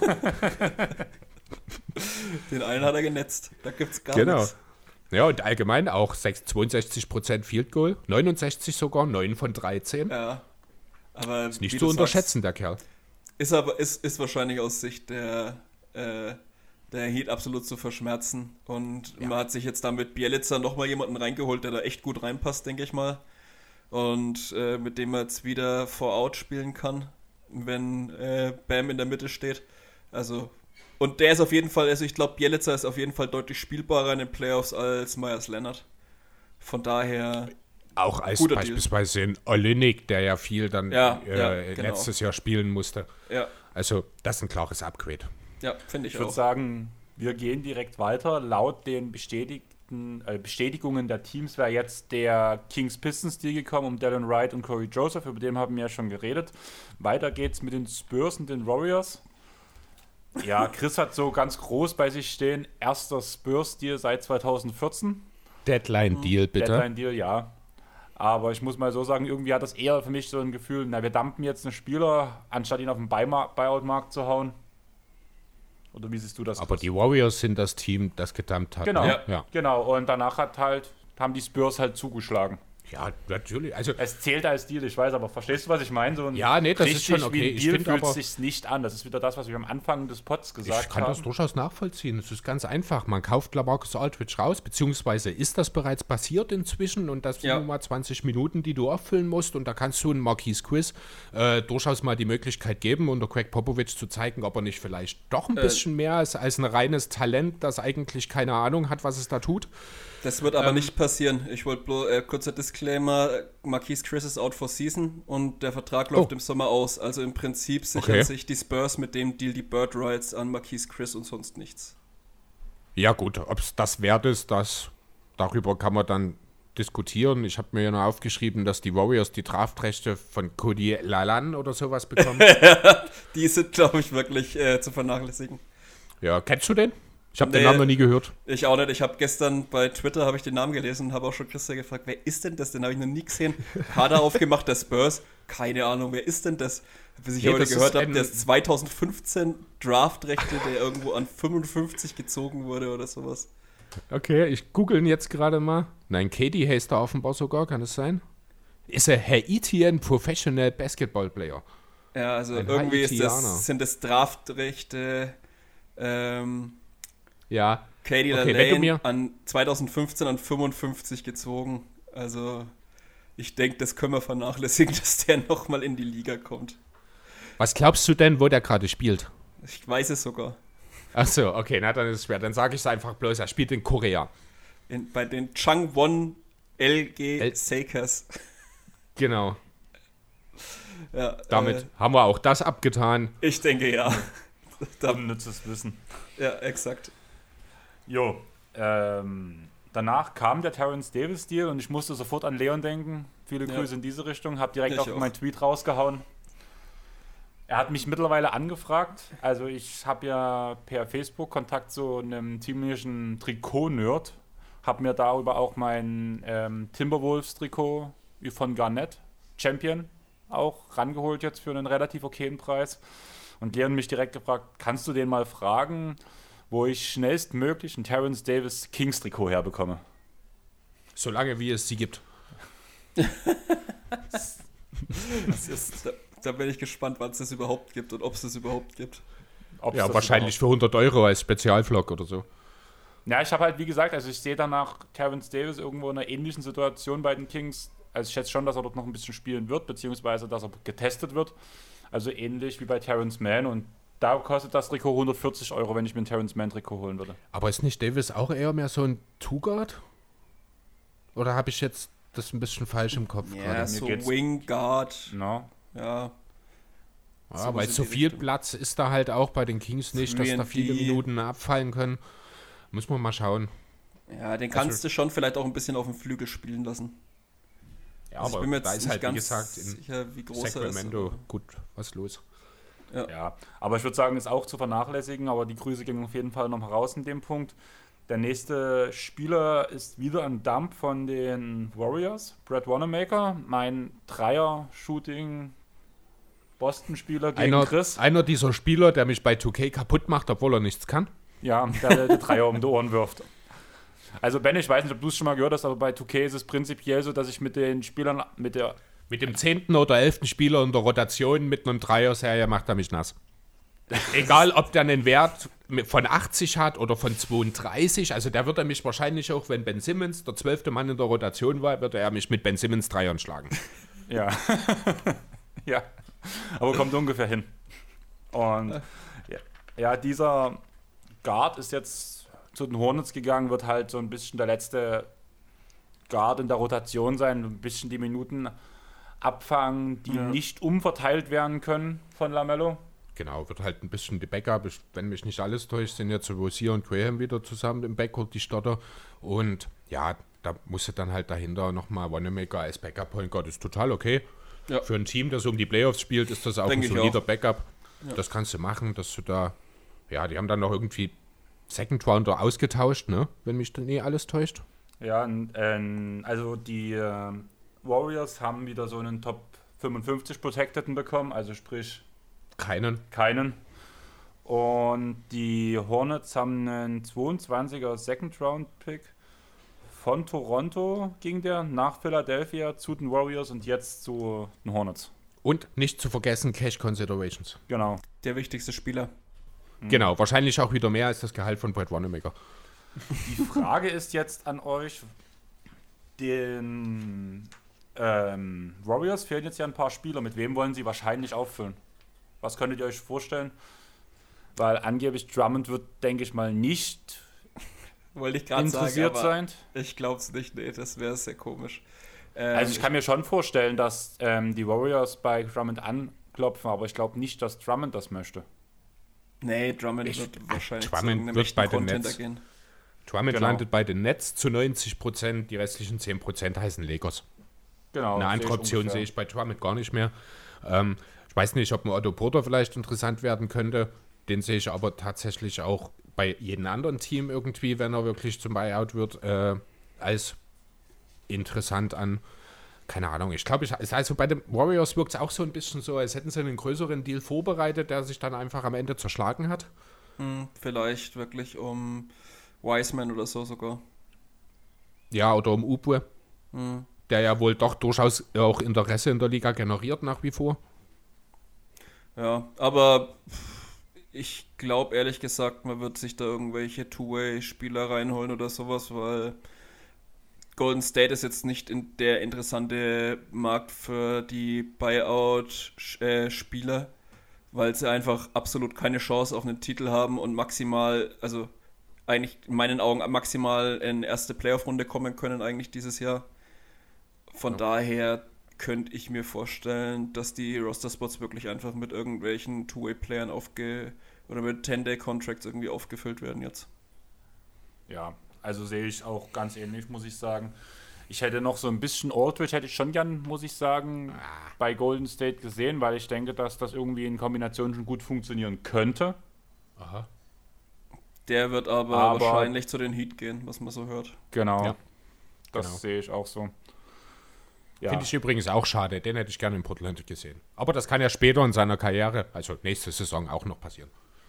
Den einen hat er genetzt. Da gibt's gar nichts. Ja, und allgemein auch 62% Field Goal, 69 sogar, 9 von 13. Ja. Aber ist nicht zu unterschätzen, der Kerl. Ist wahrscheinlich aus Sicht der Heat absolut zu verschmerzen. Und man hat sich jetzt da mit Bjelica nochmal jemanden reingeholt, der da echt gut reinpasst, denke ich mal. Und mit dem man jetzt wieder Four-Out spielen kann, wenn Bam in der Mitte steht. Also, und der ist auf jeden Fall, also ich glaube, Bjelica ist auf jeden Fall deutlich spielbarer in den Playoffs als Meyers Leonard. Von daher auch als beispielsweise in Olynyk, der ja viel dann genau. letztes Jahr spielen musste. Ja. Also, das ist ein klares Upgrade. Ja, finde ich auch. Ich würde sagen, wir gehen direkt weiter. Laut den Bestätigungen der Teams wäre jetzt der Kings-Pistons-Deal gekommen um Delon Wright und Corey Joseph, über den haben wir ja schon geredet. Weiter geht's mit den Spurs und den Warriors. Ja, Chris hat so ganz groß bei sich stehen, erster Spurs-Deal seit 2014. Deadline-Deal, bitte. Deadline-Deal, ja. Aber ich muss mal so sagen, irgendwie hat das eher für mich so ein Gefühl, wir dumpen jetzt einen Spieler, anstatt ihn auf den Buyout-Markt zu hauen. Oder wie siehst du das? Aber die Warriors sind das Team, das gedumpt hat. Genau, ne? Genau. Und danach haben die Spurs halt zugeschlagen. Ja, natürlich. Also, es zählt als Deal, ich weiß, aber verstehst du, was ich meine? So das ist schon okay. Wie ein Deal fühlt sich nicht an. Das ist wieder das, was wir am Anfang des Pods gesagt haben. Ich kann das durchaus nachvollziehen. Es ist ganz einfach. Man kauft LaMarcus Aldridge raus, beziehungsweise ist das bereits passiert inzwischen und das sind nur mal 20 Minuten, die du auffüllen musst und da kannst du einen Marquise Quiz durchaus mal die Möglichkeit geben, unter Greg Popovich zu zeigen, ob er nicht vielleicht doch ein bisschen mehr ist als ein reines Talent, das eigentlich keine Ahnung hat, was es da tut. Das wird aber nicht passieren. Ich wollte bloß, kurzer Disclaimer, Marquise Chris ist out for season und der Vertrag läuft im Sommer aus. Also im Prinzip sichern sich die Spurs mit dem Deal die Bird Rights an Marquise Chris und sonst nichts. Ja gut, ob es das wert ist, darüber kann man dann diskutieren. Ich habe mir ja noch aufgeschrieben, dass die Warriors die Draftrechte von Cody Lalan oder sowas bekommen. Die sind, glaube ich, wirklich zu vernachlässigen. Ja, kennst du den? Ich habe den Namen noch nie gehört. Ich auch nicht. Ich habe gestern bei Twitter den Namen gelesen und habe auch schon Christa gefragt, wer ist denn das? Den habe ich noch nie gesehen. Kader aufgemacht, der Spurs. Keine Ahnung, wer ist denn das? Bis ich heute gehört habe, der ist 2015 Draftrechte, der irgendwo an 55 gezogen wurde oder sowas. Okay, ich google ihn jetzt gerade mal. Nein, Katie heißt da offenbar sogar, kann es sein? Ist er Haitian Professional Basketball Player? Ja, also ein irgendwie sind das Draftrechte, ja. Katie Lalane an 2015 an 55 gezogen. Also ich denke, das können wir vernachlässigen, dass der nochmal in die Liga kommt. Was glaubst du denn, wo der gerade spielt? Ich weiß es sogar. Ach so, okay, na dann ist es schwer. Dann sage ich es einfach bloß, er spielt in Korea. Bei den Changwon LG Sakers. Genau. Ja, damit haben wir auch das abgetan. Ich denke, ja. Unnützes Wissen. Ja, exakt. Jo, danach kam der Terence Davis Deal und ich musste sofort an Leon denken. Viele Grüße in diese Richtung. Hab direkt auch meinen Tweet rausgehauen. Er hat mich mittlerweile angefragt. Also ich habe ja per Facebook Kontakt zu einem ziemlichen Trikot-Nerd. Habe mir darüber auch mein Timberwolves-Trikot von Garnett Champion auch rangeholt jetzt für einen relativ okayen Preis. Und Leon mich direkt gefragt, kannst du den mal fragen, wo ich schnellstmöglich ein Terence Davis Kings Trikot herbekomme? Solange wie es sie gibt. Da bin ich gespannt, wann es das überhaupt gibt und ob es das überhaupt gibt. Ja, wahrscheinlich für 100 € als Spezialvlog oder so. Ja, ich habe halt, wie gesagt, also ich sehe danach Terence Davis irgendwo in einer ähnlichen Situation bei den Kings. Also ich schätze schon, dass er dort noch ein bisschen spielen wird, beziehungsweise dass er getestet wird. Also ähnlich wie bei Terence Mann und da kostet das Trikot 140 €, wenn ich mir ein Terence Mann Trikot holen würde. Aber ist nicht Davis auch eher mehr so ein Two-Guard? Oder habe ich jetzt das ein bisschen falsch im Kopf gerade? Ja, so Wing-Guard. No. Ja. Ja, weil so viel Platz ist da halt auch bei den Kings nicht, dass da viele Minuten abfallen können. Muss man mal schauen. Ja, den kannst du schon vielleicht auch ein bisschen auf dem Flügel spielen lassen. Ja, also aber da ist halt, wie gesagt, in sicher, wie groß Sacramento er ist, gut was los. Ja, aber ich würde sagen, ist auch zu vernachlässigen, aber die Grüße gehen auf jeden Fall noch raus in dem Punkt. Der nächste Spieler ist wieder ein Dump von den Warriors, Brad Wanamaker, mein Dreier-Shooting Boston-Spieler gegen Chris. Einer dieser Spieler, der mich bei 2K kaputt macht, obwohl er nichts kann. Ja, der die Dreier um die Ohren wirft. Also Ben, ich weiß nicht, ob du es schon mal gehört hast, aber bei 2K ist es prinzipiell so, dass ich mit den Spielern, mit dem 10. oder 11. Spieler in der Rotation mit einem Dreier-Serie macht er mich nass. Egal, ob der einen Wert von 80 hat oder von 32, also der wird er mich wahrscheinlich auch, wenn Ben Simmons der 12. Mann in der Rotation war, wird er mich mit Ben Simmons Dreiern schlagen. Ja. Ja, aber kommt ungefähr hin. Und ja, dieser Guard ist jetzt zu den Hornets gegangen, wird halt so ein bisschen der letzte Guard in der Rotation sein, ein bisschen die Minuten abfangen, die nicht umverteilt werden können von LaMelo. Genau, wird halt ein bisschen die Backup, wenn mich nicht alles täuscht, sind jetzt Rozier und Graham wieder zusammen im Backcourt, die Starter. Und ja, da musst du dann halt dahinter nochmal Wanamaker als Backup-Point Guard, ist total okay. Ja. Für ein Team, das um die Playoffs spielt, ist das auch ein solider Backup. Ja. Das kannst du machen, dass du da, ja, die haben dann noch irgendwie Second Rounder ausgetauscht, ne? Wenn mich dann alles täuscht. Ja, also die Warriors haben wieder so einen Top 55 Protecteden bekommen, also sprich keinen. Und die Hornets haben einen 22er Second Round Pick von Toronto, ging der nach Philadelphia zu den Warriors und jetzt zu den Hornets. Und nicht zu vergessen Cash Considerations. Genau. Der wichtigste Spieler. Genau, wahrscheinlich auch wieder mehr als das Gehalt von Brad Wanamaker. Die Frage ist jetzt an euch, den Warriors fehlen jetzt ja ein paar Spieler. Mit wem wollen sie wahrscheinlich auffüllen? Was könntet ihr euch vorstellen? Weil angeblich Drummond wird, denke ich mal, nicht wollte ich gerade sagen, interessiert aber sein. ich glaube es nicht, nee, das wäre sehr komisch. Also ich kann mir schon vorstellen, dass die Warriors bei Drummond anklopfen, aber ich glaube nicht, dass Drummond das möchte. Nee, Drummond wird wahrscheinlich Drummond wird bei den Nets. gehen. Drummond landet bei den Nets zu 90%, die restlichen 10% heißen Lakers. Genau. Eine andere Option sehe ich bei Drummond gar nicht mehr. Ich weiß nicht, ob ein Otto Porter vielleicht interessant werden könnte. Den sehe ich aber tatsächlich auch bei jedem anderen Team irgendwie, wenn er wirklich zum Buyout wird, als interessant an. Keine Ahnung, ich glaube, also bei den Warriors wirkt es auch so ein bisschen so, als hätten sie einen größeren Deal vorbereitet, der sich dann einfach am Ende zerschlagen hat. Vielleicht wirklich um Wiseman oder so sogar. Ja, oder um Ubwe, der ja wohl doch durchaus auch Interesse in der Liga generiert nach wie vor. Ja, aber ich glaube ehrlich gesagt, man wird sich da irgendwelche Two-Way-Spieler reinholen oder sowas, weil Golden State ist jetzt nicht der interessante Markt für die Buyout-Spieler, weil sie einfach absolut keine Chance auf einen Titel haben und maximal, also eigentlich in meinen Augen maximal in erste Playoff-Runde kommen können eigentlich dieses Jahr. Von daher könnte ich mir vorstellen, dass die Roster-Spots wirklich einfach mit irgendwelchen Two-Way-Playern oder mit 10-Day-Contracts irgendwie aufgefüllt werden jetzt. Ja, also sehe ich auch ganz ähnlich, muss ich sagen. Ich hätte noch so ein bisschen Aldridge, hätte ich schon gern, muss ich sagen, bei Golden State gesehen, weil ich denke, dass das irgendwie in Kombination schon gut funktionieren könnte. Aha. Der wird aber wahrscheinlich zu den Heat gehen, was man so hört. Genau, Ja, das sehe ich auch so. Ja. Finde ich übrigens auch schade, den hätte ich gerne in Portland gesehen. Aber das kann ja später in seiner Karriere, also nächste Saison, auch noch passieren.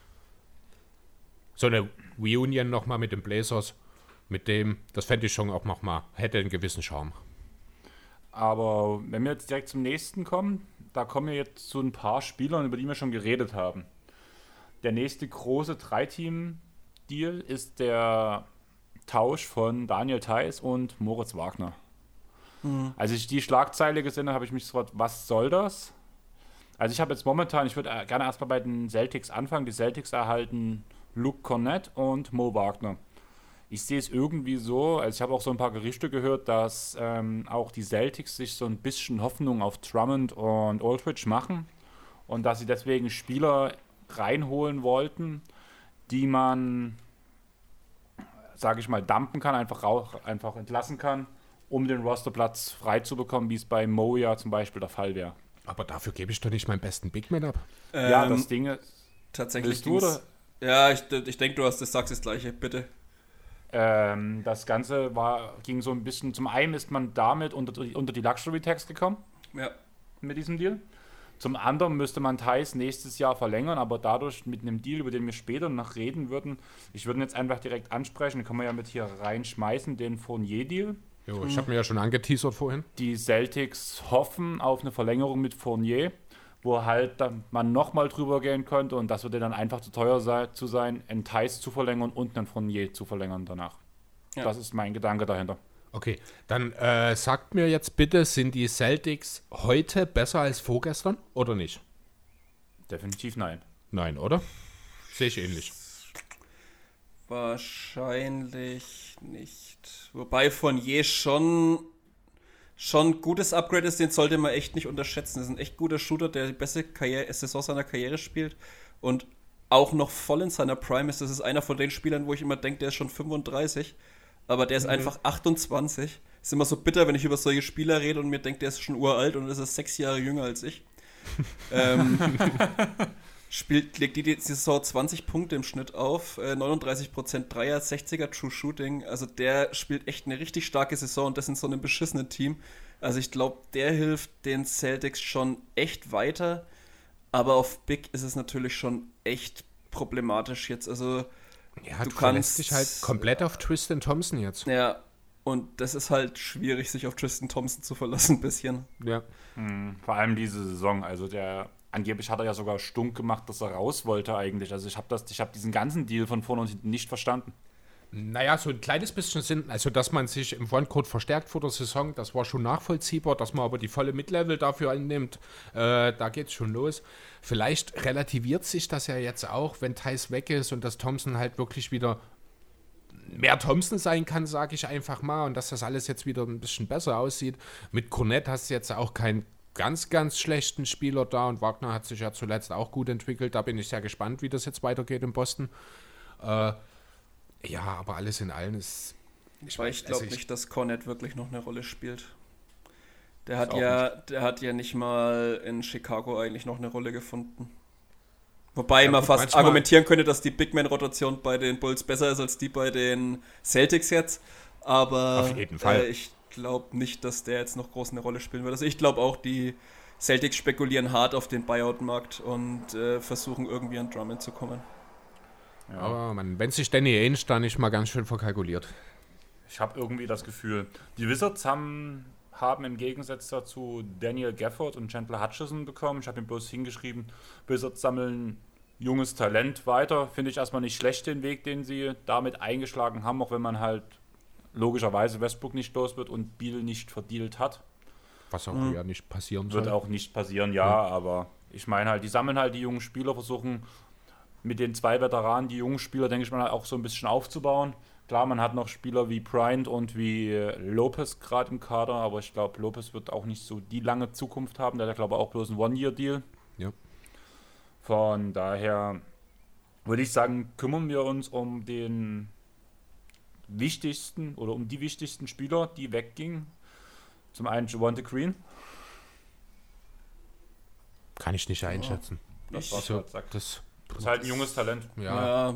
So eine Reunion nochmal mit den Blazers, das fände ich schon auch nochmal, hätte einen gewissen Charme. Aber wenn wir jetzt direkt zum nächsten kommen, da kommen wir jetzt zu ein paar Spielern, über die wir schon geredet haben. Der nächste große 3-Team-Deal ist der Tausch von Daniel Theis und Moritz Wagner. Als ich die Schlagzeile gesehen habe, habe ich mich gefragt, was soll das? Also ich habe jetzt momentan, ich würde gerne erstmal bei den Celtics anfangen. Die Celtics erhalten Luke Cornett und Mo Wagner. Ich sehe es irgendwie so, also ich habe auch so ein paar Gerüchte gehört, dass auch die Celtics sich so ein bisschen Hoffnung auf Drummond und Aldridge machen und dass sie deswegen Spieler reinholen wollten, die man, sage ich mal, dumpen kann, einfach entlassen kann, um den Rosterplatz frei zu bekommen, wie es bei Mo ja zum Beispiel der Fall wäre. Aber dafür gebe ich doch nicht meinen besten Big Man ab. Ja, das Ding ist... Tatsächlich du, oder? Ja, ich denke, sagst das Gleiche, bitte. Das Ganze ging so ein bisschen... Zum einen ist man damit unter die Luxury Tax gekommen. Ja. Mit diesem Deal. Zum anderen müsste man Theis nächstes Jahr verlängern, aber dadurch mit einem Deal, über den wir später noch reden würden, ich würde ihn jetzt einfach direkt ansprechen, den können wir ja mit hier reinschmeißen, den Fournier-Deal. Jo, ich habe mir ja schon angeteasert vorhin. Die Celtics hoffen auf eine Verlängerung mit Fournier, wo halt dann man nochmal drüber gehen könnte und das würde dann einfach zu teuer zu sein, einen Theis zu verlängern und einen Fournier zu verlängern danach. Ja. Das ist mein Gedanke dahinter. Okay, dann sagt mir jetzt bitte, sind die Celtics heute besser als vorgestern oder nicht? Definitiv nein. Nein, oder? Sehe ich ähnlich. Wahrscheinlich nicht. Wobei Fournier schon ein gutes Upgrade ist, den sollte man echt nicht unterschätzen. Das ist ein echt guter Shooter, der die beste Saison seiner Karriere spielt und auch noch voll in seiner Prime ist. Das ist einer von den Spielern, wo ich immer denke, der ist schon 35, aber der ist einfach 28. Ist immer so bitter, wenn ich über solche Spieler rede und mir denke, der ist schon uralt und ist 6 Jahre jünger als ich. Legt die Saison 20 Punkte im Schnitt auf, 39% Dreier, 60er True Shooting. Also der spielt echt eine richtig starke Saison und das in so einem beschissenen Team. Also ich glaube, der hilft den Celtics schon echt weiter. Aber auf Big ist es natürlich schon echt problematisch jetzt. Also ja, du kannst dich halt komplett auf Tristan Thompson jetzt. Ja, und das ist halt schwierig, sich auf Tristan Thompson zu verlassen ein bisschen. Ja. Vor allem diese Saison, also angeblich hat er ja sogar stunk gemacht, dass er raus wollte eigentlich. Also ich habe diesen ganzen Deal von vorne und hinten nicht verstanden. Naja, so ein kleines bisschen Sinn, also dass man sich im Frontcourt verstärkt vor der Saison, das war schon nachvollziehbar, dass man aber die volle Mid-Level dafür annimmt, da geht's schon los. Vielleicht relativiert sich das ja jetzt auch, wenn Theis weg ist und dass Thompson halt wirklich wieder mehr Thompson sein kann, sage ich einfach mal, und dass das alles jetzt wieder ein bisschen besser aussieht. Mit Kornet hast du jetzt auch keinen ganz, ganz schlechten Spieler da und Wagner hat sich ja zuletzt auch gut entwickelt. Da bin ich sehr gespannt, wie das jetzt weitergeht in Boston. Ja, aber alles in allem ist... Ich glaube nicht, dass Kornet wirklich noch eine Rolle spielt. Der hat ja nicht mal in Chicago eigentlich noch eine Rolle gefunden. Wobei Ja, man gut, fast manchmal- argumentieren könnte, dass die Big-Man-Rotation bei den Bulls besser ist als die bei den Celtics jetzt. Aber Auf jeden Fall. Ich glaube nicht, dass der jetzt noch groß eine Rolle spielen wird. Also ich glaube auch, die Celtics spekulieren hart auf den Buyout-Markt und versuchen irgendwie an Drummond zu kommen. Ja. Aber wenn sich Danny Ainge da nicht mal ganz schön verkalkuliert. Ich habe irgendwie das Gefühl, die Wizards haben im Gegensatz dazu Daniel Gafford und Chandler Hutchison bekommen. Ich habe ihm bloß hingeschrieben, Wizards sammeln junges Talent weiter. Finde ich erstmal nicht schlecht, den Weg, den sie damit eingeschlagen haben, auch wenn man halt logischerweise Westbrook nicht los wird und Beal nicht verdealt hat. Was auch ja nicht passieren Wird soll. auch nicht passieren, ja, aber ich meine halt, die sammeln halt die jungen Spieler, versuchen mit den 2 Veteranen die jungen Spieler, denke ich mal, auch so ein bisschen aufzubauen. Klar, man hat noch Spieler wie Bryant und wie Lopez gerade im Kader, aber ich glaube, Lopez wird auch nicht so die lange Zukunft haben. Der hat, glaube ich, auch bloß einen One-Year-Deal. Ja. Von daher würde ich sagen, kümmern wir uns um den wichtigsten oder um die wichtigsten Spieler, die weggingen. Zum einen Javonte Green. Kann ich nicht einschätzen. Das war's, So, zack. das, Das ist halt ein junges Talent. ja,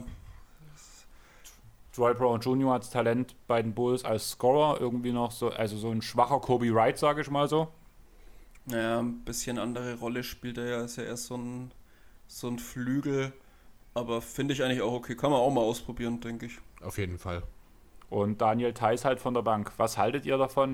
Troy Brown Jr. hat Talent bei den Bulls als Scorer, irgendwie noch so, also so ein schwacher Kobe Wright, sage ich mal so. Naja, ein bisschen andere Rolle spielt er ja, ist ja erst so ein Flügel, aber finde ich eigentlich auch okay, kann man auch mal ausprobieren, denke ich. auf jeden Fall. Und Daniel Theis halt von der Bank. Was haltet ihr davon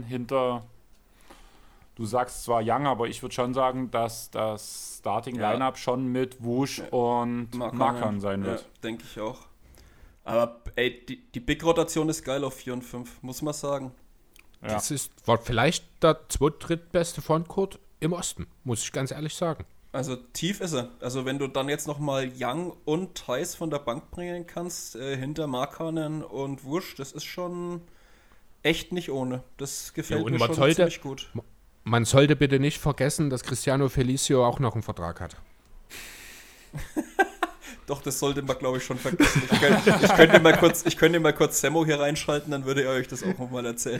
du sagst zwar Young, aber ich würde schon sagen, dass das Starting-Lineup schon mit Wusch und Markan sein wird. Ja, denke ich auch. Aber ey, die Big-Rotation ist geil auf 4 und 5, muss man sagen. Ja. Das war vielleicht der drittbeste Frontcourt im Osten, muss ich ganz ehrlich sagen. Also tief ist er. Also wenn du dann jetzt nochmal Young und Theis von der Bank bringen kannst, hinter Markkanen und Wusch, das ist schon echt nicht ohne. Das gefällt Ja, und mir man schon sollte- ziemlich gut. Man sollte bitte nicht vergessen, dass Cristiano Felicio auch noch einen Vertrag hat. Doch, das sollte man, glaube ich, schon vergessen. Ich könnte mal kurz Sammo hier reinschalten, dann würde er euch das auch nochmal erzählen.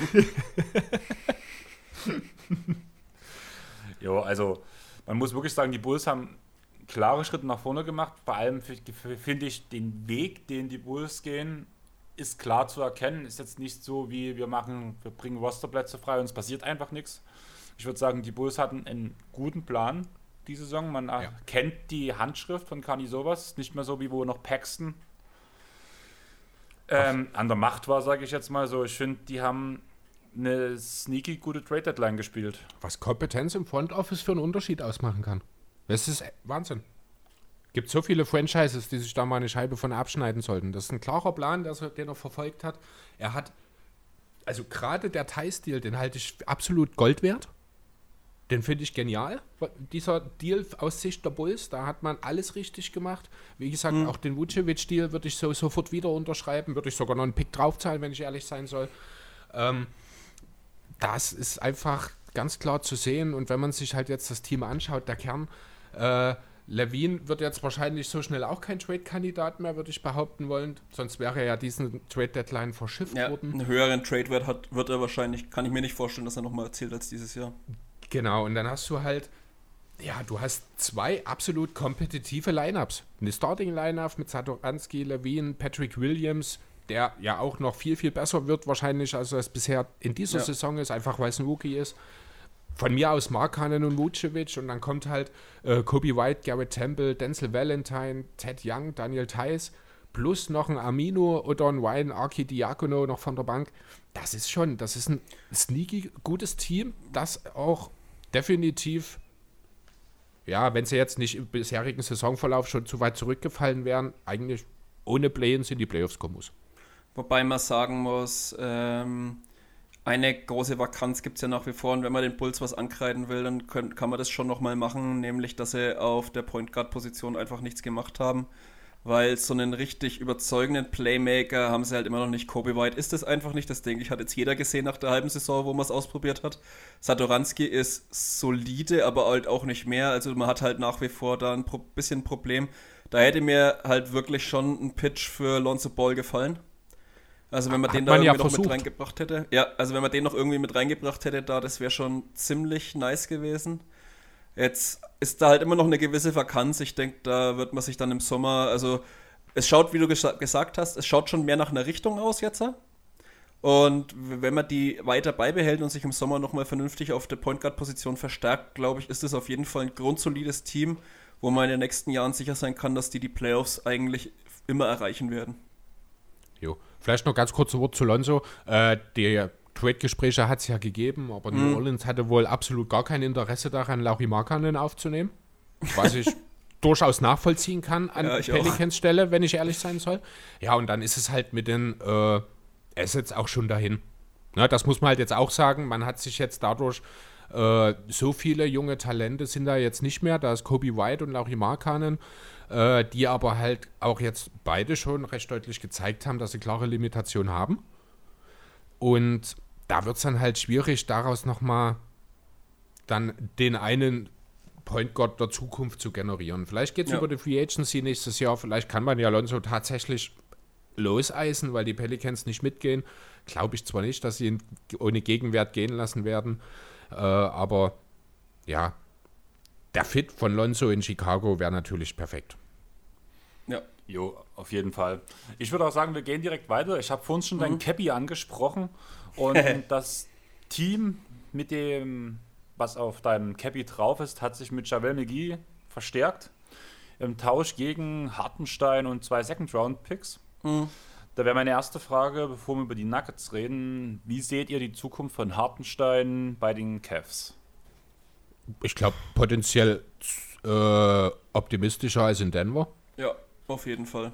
Jo, also man muss wirklich sagen, die Bulls haben klare Schritte nach vorne gemacht. Vor allem finde ich den Weg, den die Bulls gehen, ist klar zu erkennen. Ist jetzt nicht so wie wir bringen Rosterplätze frei und es passiert einfach nichts. Ich würde sagen, die Bulls hatten einen guten Plan die Saison. Man kennt die Handschrift von Kani sowas. Nicht mehr so wie wo noch Paxton an der Macht war, sage ich jetzt mal so. Ich finde, die haben eine sneaky gute Trade-Deadline gespielt. Was Kompetenz im Front Office für einen Unterschied ausmachen kann. Das ist Wahnsinn. Gibt so viele Franchises, die sich da mal eine Scheibe von abschneiden sollten. Das ist ein klarer Plan, den er verfolgt hat. Er hat, also gerade der Theis-Deal, den halte ich absolut Gold wert. Den finde ich genial. Dieser Deal aus Sicht der Bulls, da hat man alles richtig gemacht. Wie gesagt, auch den Vucevic-Deal würde ich so sofort wieder unterschreiben. Würde ich sogar noch einen Pick draufzahlen, wenn ich ehrlich sein soll. Das ist einfach ganz klar zu sehen. Und wenn man sich halt jetzt das Team anschaut, der Kern, Levine wird jetzt wahrscheinlich so schnell auch kein Trade-Kandidat mehr, würde ich behaupten wollen. Sonst wäre er ja diesen Trade-Deadline verschifft worden. Einen höheren Trade-Wert wird er wahrscheinlich, kann ich mir nicht vorstellen, dass er nochmal erzielt als dieses Jahr. Genau, und dann hast du halt, du hast 2 absolut kompetitive Lineups. Eine Starting-Lineup mit Satoransky, Levine, Patrick Williams, der ja auch noch viel, viel besser wird wahrscheinlich, als es bisher in dieser Saison ist, einfach weil es ein Rookie ist. Von mir aus Markkanen und Vucevic und dann kommt halt Kobe White, Garrett Temple, Denzel Valentine, Ted Young, Daniel Theis, plus noch ein Amino oder ein Wine, Arki Diakono noch von der Bank. Das ist ein sneaky gutes Team, das auch definitiv, wenn sie jetzt nicht im bisherigen Saisonverlauf schon zu weit zurückgefallen wären, eigentlich ohne Play-ins in die Playoffs kommen muss. Wobei man sagen muss, eine große Vakanz gibt es ja nach wie vor und wenn man den Bulls was ankreiden will, dann kann man das schon nochmal machen, nämlich dass sie auf der Point Guard Position einfach nichts gemacht haben. weil so einen richtig überzeugenden Playmaker haben sie halt immer noch nicht. Kobe White ist es einfach nicht, das denke ich, hat jetzt jeder gesehen nach der halben Saison, wo man es ausprobiert hat. Satoranski ist solide, aber halt auch nicht mehr, also man hat halt nach wie vor da ein bisschen ein Problem. Da hätte mir halt wirklich schon ein Pitch für Lonzo Ball gefallen. Also wenn man den da irgendwie noch mit reingebracht hätte. Ja, also wenn man den noch irgendwie mit reingebracht hätte, das wäre schon ziemlich nice gewesen. Jetzt ist da halt immer noch eine gewisse Vakanz. Ich denke, da wird man sich dann im Sommer, also es schaut, wie du gesagt hast, es schaut schon mehr nach einer Richtung aus jetzt. Und wenn man die weiter beibehält und sich im Sommer nochmal vernünftig auf der Point Guard Position verstärkt, glaube ich, ist es auf jeden Fall ein grundsolides Team, wo man in den nächsten Jahren sicher sein kann, dass die Playoffs eigentlich immer erreichen werden. Jo. Vielleicht noch ganz kurz ein Wort zu Lonzo. Die Trade-Gespräche hat es ja gegeben, aber New Orleans hatte wohl absolut gar kein Interesse daran, Lauri Markkanen aufzunehmen. Was ich durchaus nachvollziehen kann an Pelicans Stelle, wenn ich ehrlich sein soll. Ja, und dann ist es halt mit den Assets auch schon dahin. Ja, das muss man halt jetzt auch sagen. Man hat sich jetzt dadurch so viele junge Talente sind da jetzt nicht mehr. Da ist Kobe White und Lauri Markkanen, die aber halt auch jetzt beide schon recht deutlich gezeigt haben, dass sie klare Limitationen haben. Und da wird es dann halt schwierig, daraus nochmal dann den einen Point Guard der Zukunft zu generieren. Vielleicht geht es über die Free Agency nächstes Jahr. Vielleicht kann man ja Lonzo tatsächlich loseisen, weil die Pelicans nicht mitgehen. Glaube ich zwar nicht, dass sie ihn ohne Gegenwert gehen lassen werden. Aber ja, der Fit von Lonzo in Chicago wäre natürlich perfekt. Ja. Jo, auf jeden Fall. Ich würde auch sagen, wir gehen direkt weiter. Ich habe vorhin schon dein Cappy angesprochen und das Team mit dem, was auf deinem Cappy drauf ist, hat sich mit JaVale McGee verstärkt im Tausch gegen Hartenstein und 2 Second-Round-Picks. Da wäre meine erste Frage, bevor wir über die Nuggets reden. Wie seht ihr die Zukunft von Hartenstein bei den Cavs? Ich glaube, potenziell optimistischer als in Denver. Ja, auf jeden Fall.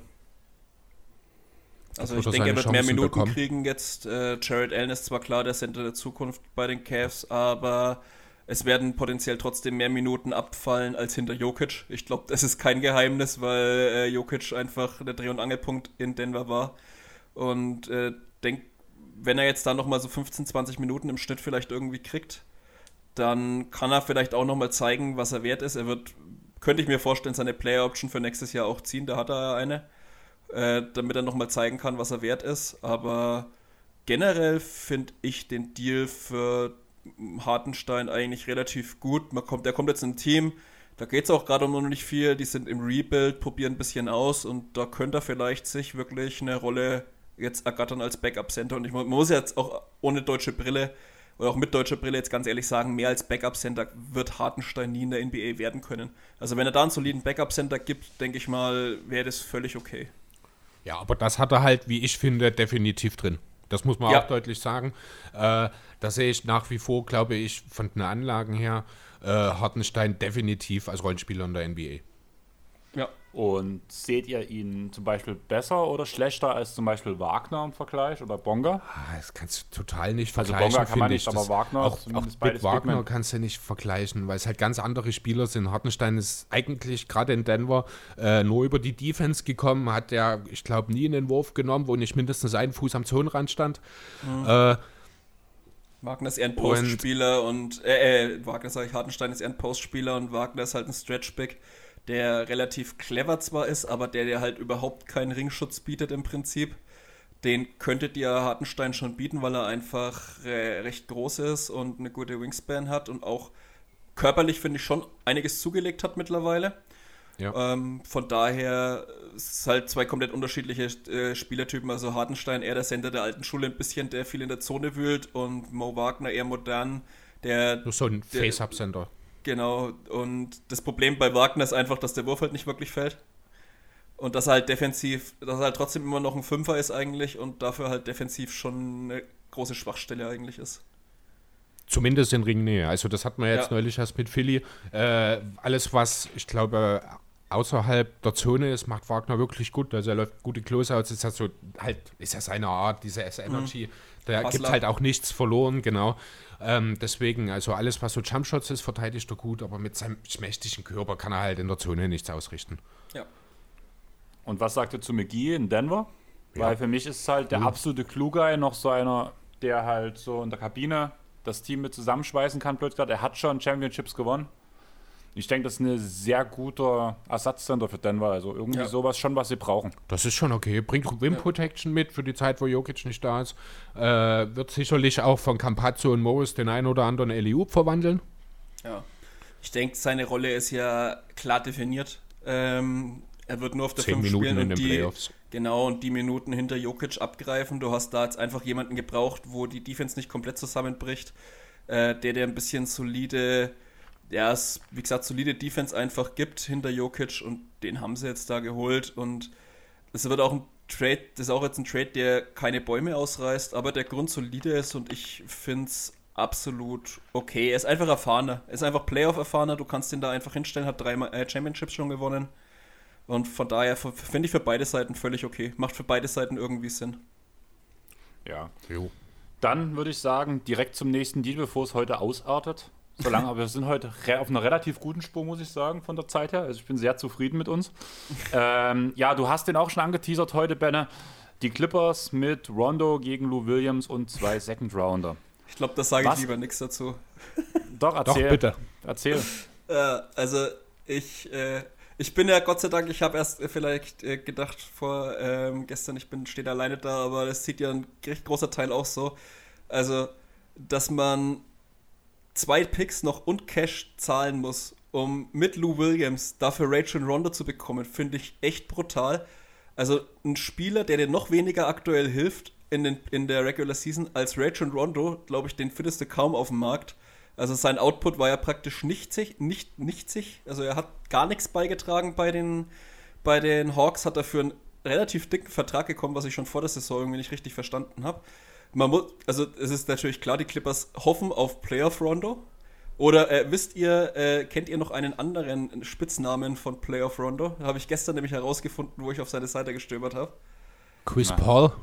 Also ich denke, er wird mehr Minuten kriegen jetzt. Jared Allen ist zwar klar der Center der Zukunft bei den Cavs, aber es werden potenziell trotzdem mehr Minuten abfallen als hinter Jokic. Ich glaube, das ist kein Geheimnis, weil Jokic einfach der Dreh- und Angelpunkt in Denver war. Und denke, wenn er jetzt da nochmal so 15, 20 Minuten im Schnitt vielleicht irgendwie kriegt, dann kann er vielleicht auch nochmal zeigen, was er wert ist. Er wird, könnte ich mir vorstellen, seine Player-Option für nächstes Jahr auch ziehen. Da hat er eine, damit er nochmal zeigen kann, was er wert ist. Aber generell finde ich den Deal für Hartenstein eigentlich relativ gut. Der kommt jetzt in ein Team, da geht es auch gerade um noch nicht viel. Die sind im Rebuild, probieren ein bisschen aus und da könnte er vielleicht sich wirklich eine Rolle jetzt ergattern als Backup-Center. Und man muss jetzt auch ohne deutsche Brille oder auch mit deutscher Brille jetzt ganz ehrlich sagen, mehr als Backup-Center wird Hartenstein nie in der NBA werden können. Also wenn er da einen soliden Backup-Center gibt, denke ich mal, wäre das völlig okay. Ja, aber das hat er halt, wie ich finde, definitiv drin. Das muss man auch deutlich sagen. Da sehe ich nach wie vor, glaube ich, von den Anlagen her, Hartenstein definitiv als Rollenspieler in der NBA. Ja. Und seht ihr ihn zum Beispiel besser oder schlechter als zum Beispiel Wagner im Vergleich oder Bonga? Das kannst du total nicht vergleichen. Also Bonga kann man nicht, aber Wagner auch mit Wagner kannst du nicht vergleichen, weil es halt ganz andere Spieler sind. Hartenstein ist eigentlich gerade in Denver nur über die Defense gekommen, hat der, ich glaube, nie einen Wurf genommen, wo nicht mindestens ein Fuß am Zonenrand stand. Wagner ist eher ein Postspieler und Hartenstein ist eher ein Postspieler und Wagner ist halt ein Stretchback, der relativ clever zwar ist, aber der halt überhaupt keinen Ringschutz bietet im Prinzip. Den könntet ihr Hartenstein schon bieten, weil er einfach recht groß ist und eine gute Wingspan hat und auch körperlich, finde ich, schon einiges zugelegt hat mittlerweile. Ja. Von daher ist es halt 2 komplett unterschiedliche Spielertypen. Also Hartenstein eher der Center der alten Schule ein bisschen, der viel in der Zone wühlt und Mo Wagner eher modern, der... So ein Face-Up-Center. Genau, und das Problem bei Wagner ist einfach, dass der Wurf halt nicht wirklich fällt. Und dass er halt defensiv, dass er halt trotzdem immer noch ein Fünfer ist eigentlich und dafür halt defensiv schon eine große Schwachstelle eigentlich ist. Zumindest in Ringnähe. Also das hat man jetzt neulich erst mit Philly. Alles, was, ich glaube, außerhalb der Zone ist, macht Wagner wirklich gut. Also er läuft gute Closeouts, ist ja so halt, ist ja seine Art, diese S-Energy. Da gibt es halt auch nichts verloren, genau. Deswegen, also alles, was so Jumpshots ist, verteidigt er gut, aber mit seinem schmächtigen Körper kann er halt in der Zone nichts ausrichten. Ja. Und was sagt ihr zu McGee in Denver? Ja. Weil für mich ist halt der absolute Klugei noch so einer, der halt so in der Kabine das Team mit zusammenschweißen kann. Blöd gesagt, er hat schon Championships gewonnen. Ich denke, das ist ein sehr guter Ersatzcenter für Denver. Also irgendwie sowas schon, was sie brauchen. Das ist schon okay. Bringt Rim Protection mit für die Zeit, wo Jokic nicht da ist. Wird sicherlich auch von Campazzo und Morris den einen oder anderen Alley-Oop verwandeln. Ja. Ich denke, seine Rolle ist ja klar definiert. Er wird nur auf der 10 5 Minuten spielen in und den die, Playoffs. genau, und die Minuten hinter Jokic abgreifen. Du hast da jetzt einfach jemanden gebraucht, wo die Defense nicht komplett zusammenbricht. Der ein bisschen solide, wie gesagt, solide Defense einfach gibt hinter Jokic, und den haben sie jetzt da geholt. Und es wird auch ein Trade, das ist auch jetzt ein Trade, der keine Bäume ausreißt, aber der Grund solide ist, und ich finde es absolut okay. Er ist einfach erfahrener. Er ist einfach Playoff-erfahrener. Du kannst ihn da einfach hinstellen, hat 3 Championships schon gewonnen. Und von daher finde ich für beide Seiten völlig okay. Macht für beide Seiten irgendwie Sinn. Ja. Jo. Dann würde ich sagen, direkt zum nächsten Deal, bevor es heute ausartet. Aber wir sind heute auf einer relativ guten Spur, muss ich sagen, von der Zeit her. Also ich bin sehr zufrieden mit uns. Du hast den auch schon angeteasert heute, Benne. Die Clippers mit Rondo gegen Lou Williams und 2 Second-Rounder. Ich glaube, da sage ich lieber nichts dazu. Doch, erzähl. Doch, bitte. Erzähl. Also ich bin ja, Gott sei Dank, ich habe erst vielleicht gedacht vor gestern, stehe alleine da, aber das sieht ja ein recht großer Teil auch so. Also, dass man 2 Picks noch und Cash zahlen muss, um mit Lou Williams dafür Rajon Rondo zu bekommen, finde ich echt brutal. Also ein Spieler, der dir noch weniger aktuell hilft in der Regular Season als Rajon Rondo, glaube ich, den findest du kaum auf dem Markt. Also sein Output war ja praktisch nichtig. Also er hat gar nichts beigetragen bei den Hawks, hat dafür einen relativ dicken Vertrag bekommen, was ich schon vor der Saison irgendwie nicht richtig verstanden habe. Also es ist natürlich klar, die Clippers hoffen auf Playoff Rondo. Oder kennt ihr noch einen anderen Spitznamen von Playoff Rondo? Habe ich gestern nämlich herausgefunden, wo ich auf seine Seite gestöbert habe. Chris Paul?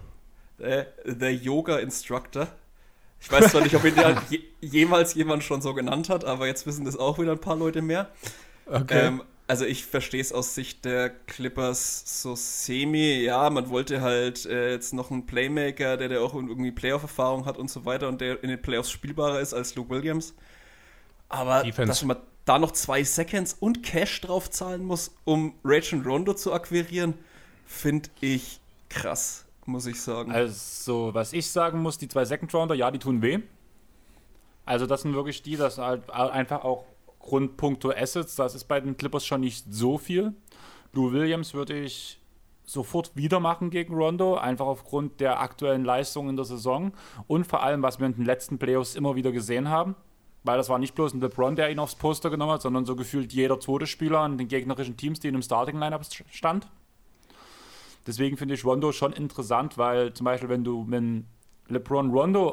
Der Yoga Instructor. Ich weiß zwar nicht, ob ihn jemals jemand schon so genannt hat, aber jetzt wissen das auch wieder ein paar Leute mehr. Okay. Also ich verstehe es aus Sicht der Clippers so semi. Ja, man wollte halt jetzt noch einen Playmaker, der auch irgendwie Playoff-Erfahrung hat und so weiter und der in den Playoffs spielbarer ist als Lou Williams. Aber Defense. dass man da noch 2 Seconds und Cash drauf zahlen muss, um Rajon Rondo zu akquirieren, finde ich krass, muss ich sagen. Also, was ich sagen muss, die 2 Second-Rounder, ja, die tun weh. Also das sind wirklich die, das halt einfach auch Grundpunkto Assets, das ist bei den Clippers schon nicht so viel. Lou Williams würde ich sofort wieder machen gegen Rondo, einfach aufgrund der aktuellen Leistung in der Saison und vor allem, was wir in den letzten Playoffs immer wieder gesehen haben. Weil das war nicht bloß ein LeBron, der ihn aufs Poster genommen hat, sondern so gefühlt jeder zweite Spieler in den gegnerischen Teams, die in einem Starting-Lineup stand. Deswegen finde ich Rondo schon interessant, weil zum Beispiel, wenn LeBron Rondo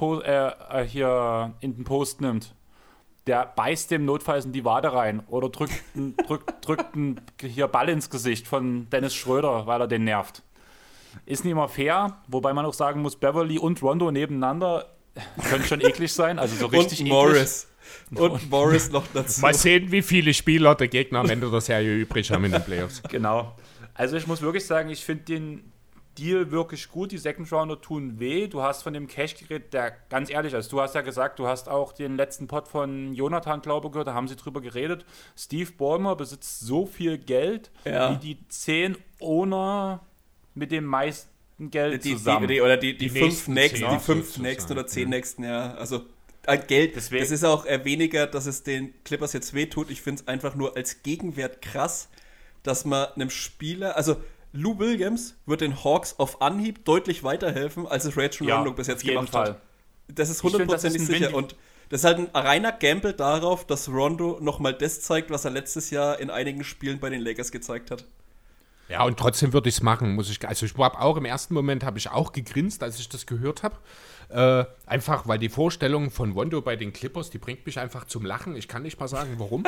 hier in den Post nimmt, der beißt dem notfalls in die Wade rein oder drückt einen hier Ball ins Gesicht von Dennis Schröder, weil er den nervt. Ist nicht immer fair, wobei man auch sagen muss, Beverly und Rondo nebeneinander können schon eklig sein, also so richtig und eklig. Morris. Und Morris noch dazu. Mal sehen, wie viele Spieler der Gegner am Ende der Serie übrig haben in den Playoffs. Genau. Also ich muss wirklich sagen, ich finde den Deal wirklich gut. Die Second Rounder tun weh. Du hast von dem Cash geredet, der ganz ehrlich ist. Du hast ja gesagt, du hast auch den letzten Pod von Jonathan, glaube ich, gehört, da haben sie drüber geredet. Steve Ballmer besitzt so viel Geld, wie die 10 Owner mit dem meisten Geld zusammen. Die 5 nächsten, ja, die 5 nächsten oder 10 nächsten, ja. Also Geld, deswegen, das ist auch weniger, dass es den Clippers jetzt wehtut. Ich finde es einfach nur als Gegenwert krass, dass man einem Spieler, also Lou Williams wird den Hawks auf Anhieb deutlich weiterhelfen, als es Rajon Rondo bis jetzt gemacht hat. Das ist 100%ig sicher. Und das ist halt ein reiner Gamble darauf, dass Rondo nochmal das zeigt, was er letztes Jahr in einigen Spielen bei den Lakers gezeigt hat. Ja, und trotzdem würde ich es machen, also ich habe auch im ersten Moment, habe ich auch gegrinst, als ich das gehört habe. Einfach, weil die Vorstellung von Rondo bei den Clippers, die bringt mich einfach zum Lachen. Ich kann nicht mal sagen, warum.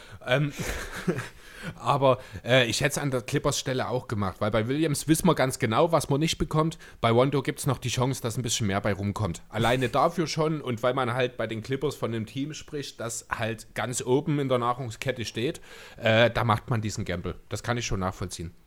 Aber ich hätte es an der Clippers Stelle auch gemacht, weil bei Williams wissen wir ganz genau, was man nicht bekommt. Bei Rondo gibt es noch die Chance, dass ein bisschen mehr bei rumkommt. Alleine dafür schon und weil man halt bei den Clippers von einem Team spricht, das halt ganz oben in der Nahrungskette steht, da macht man diesen Gamble. Das kann ich schon nachvollziehen.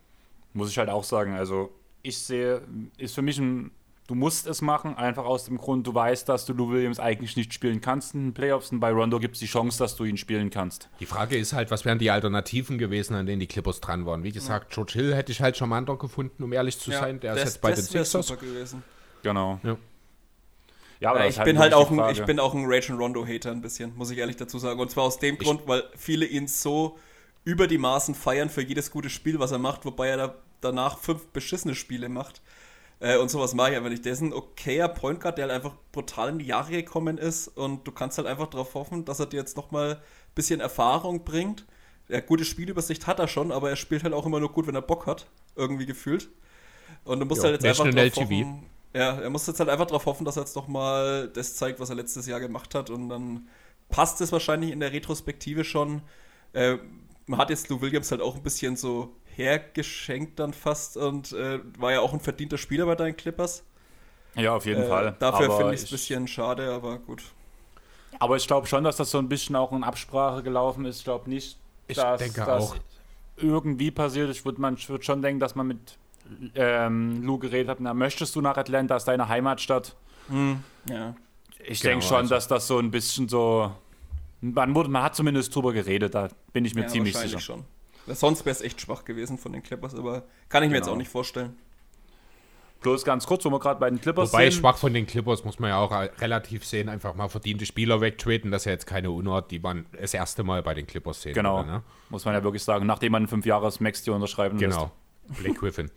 Muss ich halt auch sagen. Also ich sehe, ist für mich du musst es machen, einfach aus dem Grund, du weißt, dass du Lou Williams eigentlich nicht spielen kannst in den Playoffs, und bei Rondo gibt es die Chance, dass du ihn spielen kannst. Die Frage ist halt, was wären die Alternativen gewesen, an denen die Clippers dran waren? Wie gesagt, George Hill hätte ich halt charmanter gefunden, um ehrlich zu sein. Der ist jetzt bei den Sixers. Super gewesen. Genau. Ja, aber ich bin halt auch ein Rajon Rondo-Hater ein bisschen, muss ich ehrlich dazu sagen. Und zwar aus dem Grund, weil viele ihn so über die Maßen feiern für jedes gute Spiel, was er macht, wobei er danach 5 beschissene Spiele macht. Und sowas mache ich einfach nicht. Der ist ein okayer Point Guard, der halt einfach brutal in die Jahre gekommen ist, und du kannst halt einfach darauf hoffen, dass er dir jetzt nochmal ein bisschen Erfahrung bringt. Ja, gute Spielübersicht hat er schon, aber er spielt halt auch immer nur gut, wenn er Bock hat, irgendwie gefühlt. Und du musst halt jetzt einfach drauf hoffen. Ja, er muss jetzt halt einfach darauf hoffen, dass er jetzt nochmal das zeigt, was er letztes Jahr gemacht hat, und dann passt es wahrscheinlich in der Retrospektive schon. Man hat jetzt Lou Williams halt auch ein bisschen so hergeschenkt dann fast, und war ja auch ein verdienter Spieler bei deinen Clippers. Ja, auf jeden Fall. Dafür finde ich es ein bisschen schade, aber gut. Aber ich glaube schon, dass das so ein bisschen auch in Absprache gelaufen ist. Ich glaube nicht, dass das irgendwie passiert. Ich würde schon denken, dass man mit Lou geredet hat, na, möchtest du nach Atlanta, ist deine Heimatstadt? Ja. Ich denke schon, dass das so ein bisschen so, man hat zumindest drüber geredet, da bin ich mir ziemlich sicher. Schon. Sonst wäre es echt schwach gewesen von den Clippers, aber kann ich mir jetzt auch nicht vorstellen. Bloß ganz kurz, wo wir gerade bei den Clippers sind. Schwach von den Clippers muss man ja auch relativ sehen, einfach mal verdiente Spieler wegtraden, das ist ja jetzt keine Unart, die man das erste Mal bei den Clippers sehen. Genau, oder, ne? Muss man ja wirklich sagen, nachdem man 5 Jahre Max hier unterschreiben lässt. Genau, Blake Griffin.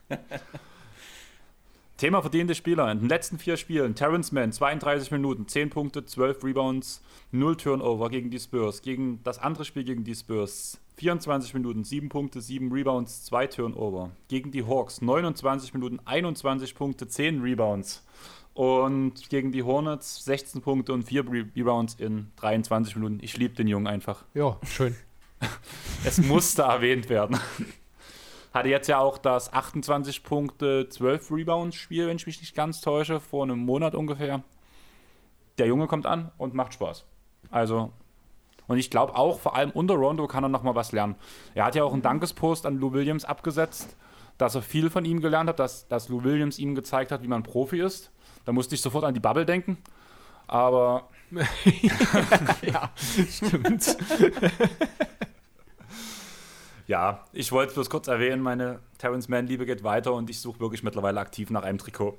Thema verdiente Spieler. In den letzten 4 Spielen, Terrence Mann, 32 Minuten, 10 Punkte, 12 Rebounds, 0 Turnover gegen die Spurs. Gegen das andere Spiel gegen die Spurs, 24 Minuten, 7 Punkte, 7 Rebounds, 2 Turnover. Gegen die Hawks, 29 Minuten, 21 Punkte, 10 Rebounds. Und gegen die Hornets, 16 Punkte und 4 Rebounds in 23 Minuten. Ich liebe den Jungen einfach. Ja, schön. Es musste erwähnt werden. Hatte jetzt ja auch das 28 Punkte, 12 Rebounds-Spiel, wenn ich mich nicht ganz täusche, vor einem Monat ungefähr. Der Junge kommt an und macht Spaß. Also, und ich glaube auch, vor allem unter Rondo kann er nochmal was lernen. Er hat ja auch einen Dankespost an Lou Williams abgesetzt, dass er viel von ihm gelernt hat, dass Lou Williams ihm gezeigt hat, wie man Profi ist. Da musste ich sofort an die Bubble denken. Aber ja, stimmt. Ja, ich wollte es bloß kurz erwähnen, meine Terrence Mann-Liebe geht weiter und ich suche wirklich mittlerweile aktiv nach einem Trikot.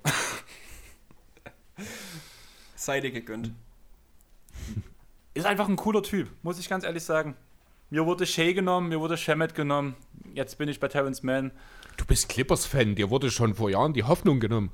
Sei dir gegönnt. Ist einfach ein cooler Typ, muss ich ganz ehrlich sagen. Mir wurde Shea genommen, mir wurde Shamet genommen, jetzt bin ich bei Terrence Mann. Du bist Clippers-Fan, dir wurde schon vor Jahren die Hoffnung genommen.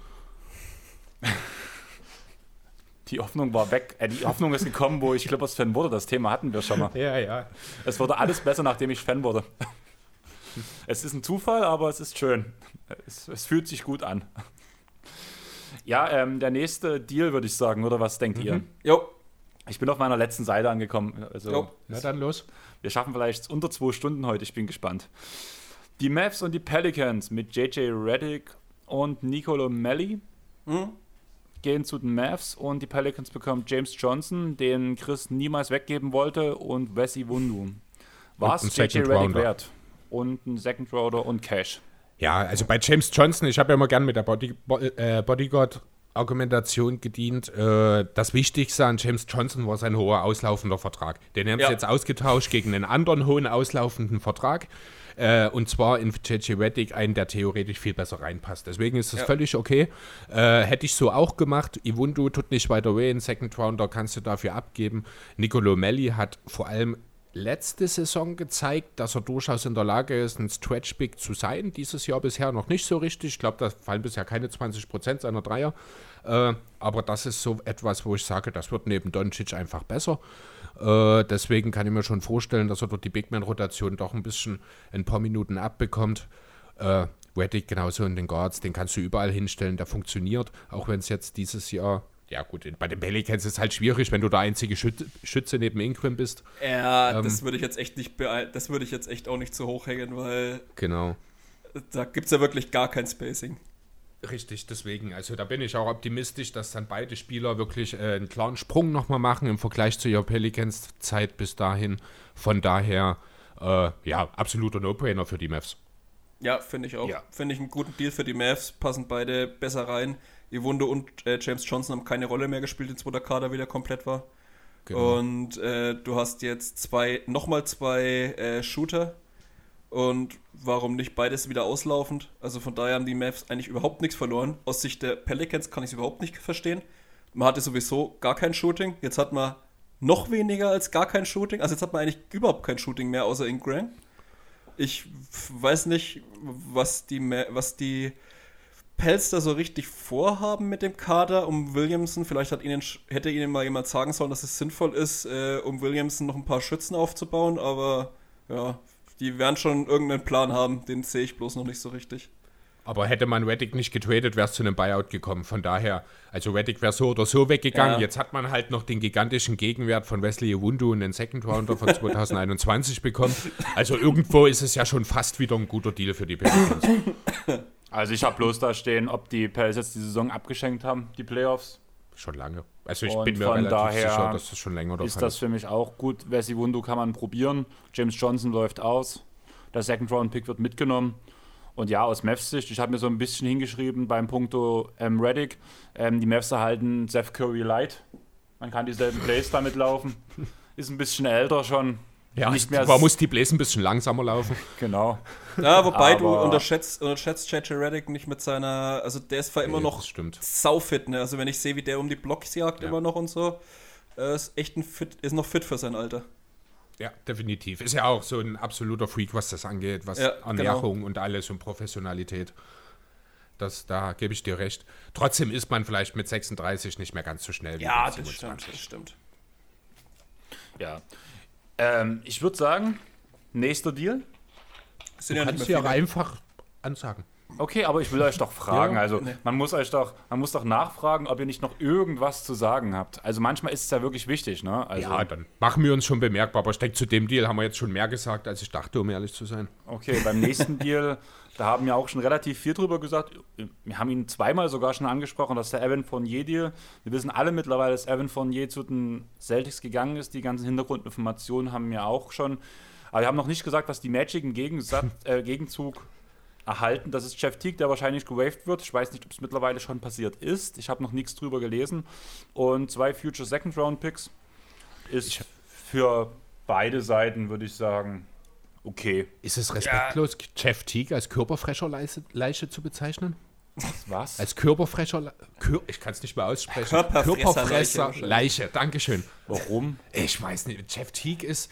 Die Hoffnung war weg. Die Hoffnung ist gekommen, wo ich Clippers-Fan wurde. Das Thema hatten wir schon mal. Ja. Es wurde alles besser, nachdem ich Fan wurde. Es ist ein Zufall, aber es ist schön. Es fühlt sich gut an. Ja, der nächste Deal, würde ich sagen, oder was denkt ihr? Jo. Ich bin auf meiner letzten Seite angekommen. Also, na dann los. Wir schaffen vielleicht unter 2 Stunden heute. Ich bin gespannt. Die Mavs und die Pelicans mit JJ Redick und Nicolo Melli gehen zu den Mavs, und die Pelicans bekommen James Johnson, den Chris niemals weggeben wollte, und Wes Iwundu. Was JJ Redick wert? Und ein Second Rounder und Cash. Ja, also bei James Johnson, ich habe ja immer gern mit der Bodyguard-Argumentation gedient. Das Wichtigste an James Johnson war sein hoher auslaufender Vertrag. Den haben sie jetzt ausgetauscht gegen einen anderen hohen auslaufenden Vertrag. Und zwar in JJ Redick einen, der theoretisch viel besser reinpasst. Deswegen ist das völlig okay. Hätte ich so auch gemacht. Iwundu tut nicht weiter weh. Einen Second Rounder kannst du dafür abgeben. Nicolo Melli hat vor allem letzte Saison gezeigt, dass er durchaus in der Lage ist, ein Stretch-Big zu sein. Dieses Jahr bisher noch nicht so richtig. Ich glaube, da fallen bisher keine 20% seiner Dreier. Aber das ist so etwas, wo ich sage, das wird neben Doncic einfach besser. Deswegen kann ich mir schon vorstellen, dass er dort die Big-Man-Rotation doch ein paar Minuten abbekommt. Redick genauso in den Guards, den kannst du überall hinstellen, der funktioniert. Auch wenn es jetzt dieses Jahr... Ja gut, bei den Pelicans ist es halt schwierig, wenn du der einzige Schütze neben Ingram bist. Ja, das würde ich jetzt echt nicht das würde ich jetzt echt auch nicht zu hoch hängen, weil genau. Da gibt es ja wirklich gar kein Spacing. Richtig, deswegen. Also da bin ich auch optimistisch, dass dann beide Spieler wirklich einen klaren Sprung nochmal machen im Vergleich zu ihrer Pelicans-Zeit bis dahin. Von daher, absoluter No-Brainer für die Mavs. Ja, finde ich auch. Ja. Finde ich einen guten Deal für die Mavs. Passen beide besser rein. Iwundo und James Johnson haben keine Rolle mehr gespielt, jetzt wo der Kader wieder komplett war. Genau. Und du hast jetzt nochmal zwei Shooter. Und warum nicht beides wieder auslaufend? Also von daher haben die Mavs eigentlich überhaupt nichts verloren. Aus Sicht der Pelicans kann ich es überhaupt nicht verstehen. Man hatte sowieso gar kein Shooting. Jetzt hat man noch weniger als gar kein Shooting. Also jetzt hat man eigentlich überhaupt kein Shooting mehr, außer Ingram. Ich weiß nicht, was die Pels da so richtig vorhaben mit dem Kader um Williamson. Vielleicht hätte ihnen mal jemand sagen sollen, dass es sinnvoll ist, um Williamson noch ein paar Schützen aufzubauen. Aber ja, die werden schon irgendeinen Plan haben. Den sehe ich bloß noch nicht so richtig. Aber hätte man Redick nicht getradet, wäre es zu einem Buyout gekommen. Von daher, also Redick wäre so oder so weggegangen. Ja. Jetzt hat man halt noch den gigantischen Gegenwert von Wesley Iwundu und den Second Rounder von 2021 bekommen. Also irgendwo ist es ja schon fast wieder ein guter Deal für die Pelicans. Also ich habe bloß da stehen, ob die Pels jetzt die Saison abgeschenkt haben, die Playoffs. Schon lange. Also ich Und bin mir von relativ daher sicher, dass das schon länger der Ist Fall das für mich auch gut. Wesley Iwundu kann man probieren. James Johnson läuft aus. Der Second-Round-Pick wird mitgenommen. Und ja, aus Mavs Sicht, ich habe mir so ein bisschen hingeschrieben beim Punkto Redick, die Mavs erhalten Seth Curry Light. Man kann dieselben Plays damit laufen. Ist ein bisschen älter schon. Ja, nicht mehr man muss die Plays ein bisschen langsamer laufen. Genau. Ja, wobei du Aber- unterschätzt JJ Redick nicht mit seiner, also der ist zwar immer Nee, noch das stimmt. saufit, ne? Also wenn ich sehe, wie der um die Blocks jagt Ja. immer noch und so, ist echt ist noch fit für sein Alter. Ja, definitiv. Ist ja auch so ein absoluter Freak, was das angeht, was Ja, Ernährung und alles und Professionalität. Da gebe ich dir recht. Trotzdem ist man vielleicht mit 36 nicht mehr ganz so schnell wie mit 27. stimmt. Ja. Ich würde sagen, nächster Deal. Es sind Du ja kannst nicht ja mehr viele. einfach ansagen. Okay, aber ich will euch doch fragen. Ja, Also nee. man muss doch nachfragen, ob ihr nicht noch irgendwas zu sagen habt. Also manchmal ist es ja wirklich wichtig, ne? Also, Ja, dann machen wir uns schon bemerkbar. Aber ich denke, zu dem Deal haben wir jetzt schon mehr gesagt, als ich dachte, um ehrlich zu sein. Okay, beim nächsten Deal, da haben wir auch schon relativ viel drüber gesagt. Wir haben ihn zweimal sogar schon angesprochen, das ist der Evan Fournier-Deal. Wir wissen alle mittlerweile, dass Evan Fournier zu den Celtics gegangen ist. Die ganzen Hintergrundinformationen haben wir auch schon. Aber wir haben noch nicht gesagt, was die Magic im Gegenzug erhalten. Das ist Jeff Teague, der wahrscheinlich gewaved wird. Ich weiß nicht, ob es mittlerweile schon passiert ist. Ich habe noch nichts drüber gelesen. Und 2 Future Second Round Picks ist für beide Seiten, würde ich sagen, okay. Ist es respektlos, Jeff Teague als Körperfrescher-Leiche zu bezeichnen? Was? Als Körperfrescher... Ich kann es nicht mehr aussprechen. Körperfresser-Leiche. Leiche, Dankeschön. Warum? Ich weiß nicht, Jeff Teague ist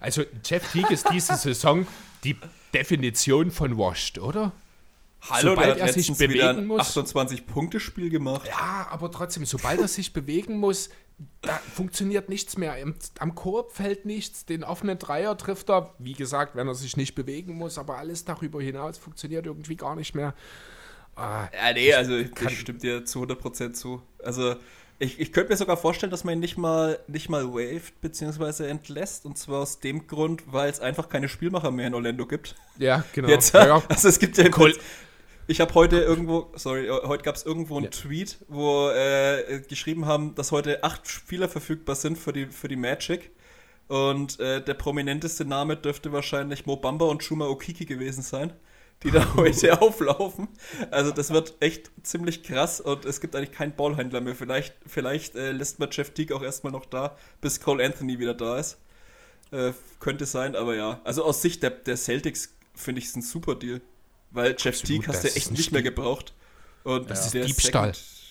diese Saison die Definition von washed, oder? Hallo, Sobald der hat er sich letztens wieder bewegen ein muss. 28-Punkte-Spiel gemacht. Ja, aber trotzdem, sobald er sich bewegen muss, da funktioniert nichts mehr. Am Korb fällt nichts, den offenen Dreier trifft er, wie gesagt, wenn er sich nicht bewegen muss, aber alles darüber hinaus funktioniert irgendwie gar nicht mehr. Ja, nee, also das stimmt dir zu 100% zu. Also ich könnte mir sogar vorstellen, dass man ihn nicht mal waved bzw. entlässt. Und zwar aus dem Grund, weil es einfach keine Spielmacher mehr in Orlando gibt. Ja, genau. Jetzt, Ja, ja. also es gibt ja ich habe heute gab es irgendwo einen Tweet, wo geschrieben haben, dass heute 8 Spieler verfügbar sind für die Magic. Und der prominenteste Name dürfte wahrscheinlich Mo Bamba und Chuma Okeke gewesen sein, die da heute auflaufen. Also das wird echt ziemlich krass und es gibt eigentlich keinen Ballhändler mehr. Vielleicht lässt man Jeff Teague auch erstmal noch da, bis Cole Anthony wieder da ist. Könnte sein, aber ja. Also aus Sicht der Celtics finde ich es ein super Deal. Weil Jeff Absolut, Teague hast du das echt ist nicht mehr gebraucht. Und Das ist der Diebstahl.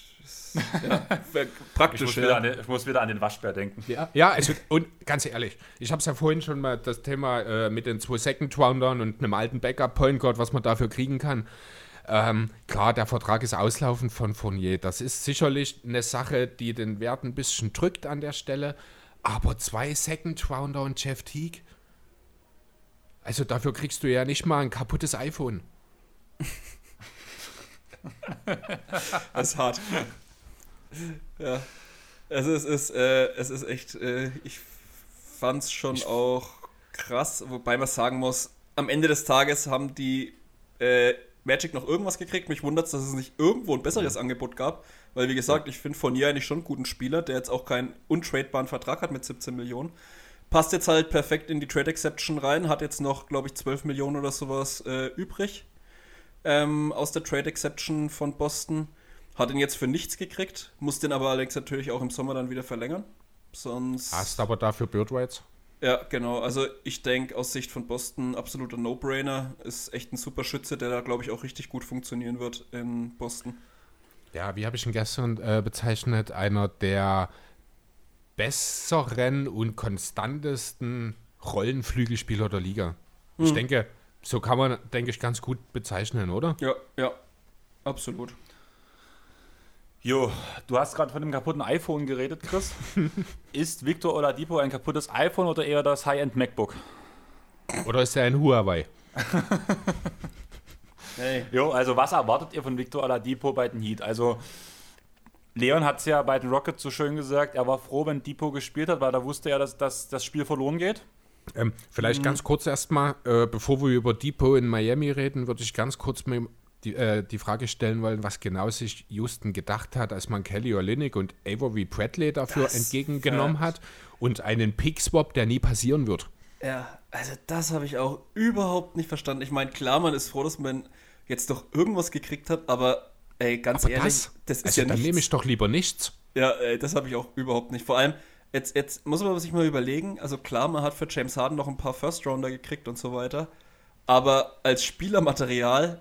Praktisch, Ich muss wieder an den Waschbär denken. Ja, also, und ganz ehrlich, ich habe es ja vorhin schon mal das Thema mit den 2 Second-Roundern und einem alten Backup-Point Guard, was man dafür kriegen kann. Klar, der Vertrag ist auslaufend von Fournier. Das ist sicherlich eine Sache, die den Wert ein bisschen drückt an der Stelle. Aber 2 Second-Rounder und Jeff Teague, also dafür kriegst du ja nicht mal ein kaputtes iPhone. Das ist hart. Ja. Also es ist echt, ich fand's schon auch krass, wobei man sagen muss, am Ende des Tages haben die Magic noch irgendwas gekriegt. Mich wundert's, dass es nicht irgendwo ein besseres Angebot gab, weil wie gesagt, ich finde Fournier eigentlich schon einen guten Spieler, der jetzt auch keinen untradebaren Vertrag hat mit 17 Millionen. Passt jetzt halt perfekt in die Trade Exception rein, hat jetzt noch, glaube ich, 12 Millionen oder sowas übrig. aus der Trade Exception von Boston. Hat ihn jetzt für nichts gekriegt, muss den aber allerdings natürlich auch im Sommer dann wieder verlängern. Sonst. Hast aber dafür Bird Rights? Ja, genau. Also ich denke aus Sicht von Boston absoluter No-Brainer. Ist echt ein super Schütze, der da, glaube ich, auch richtig gut funktionieren wird in Boston. Ja, wie habe ich ihn gestern bezeichnet? Einer der besseren und konstantesten Rollenflügelspieler der Liga. Ich denke, so kann man, denke ich, ganz gut bezeichnen, oder? Ja, absolut. Jo, du hast gerade von dem kaputten iPhone geredet, Chris. Ist Victor Oladipo ein kaputtes iPhone oder eher das High-End MacBook? Oder ist er ein Huawei? Hey. Jo, also was erwartet ihr von Victor Oladipo bei den Heat? Also Leon hat es ja bei den Rockets so schön gesagt, er war froh, wenn Dipo gespielt hat, weil da wusste er, dass das Spiel verloren geht. Vielleicht ganz kurz erstmal, bevor wir über Depot in Miami reden, würde ich ganz kurz mir die Frage stellen wollen, was genau sich Houston gedacht hat, als man Kelly Olynyk und Avery Bradley dafür entgegengenommen hat und einen Pick-Swap, der nie passieren wird. Ja, also das habe ich auch überhaupt nicht verstanden. Ich meine, klar, man ist froh, dass man jetzt doch irgendwas gekriegt hat, aber ey, ganz Aber ehrlich, das ist also ja dann nichts. nehme ich doch lieber nichts. Ja, das habe ich auch überhaupt nicht. Vor allem, jetzt muss man sich mal überlegen, also klar, man hat für James Harden noch ein paar First-Rounder gekriegt und so weiter, aber als Spielermaterial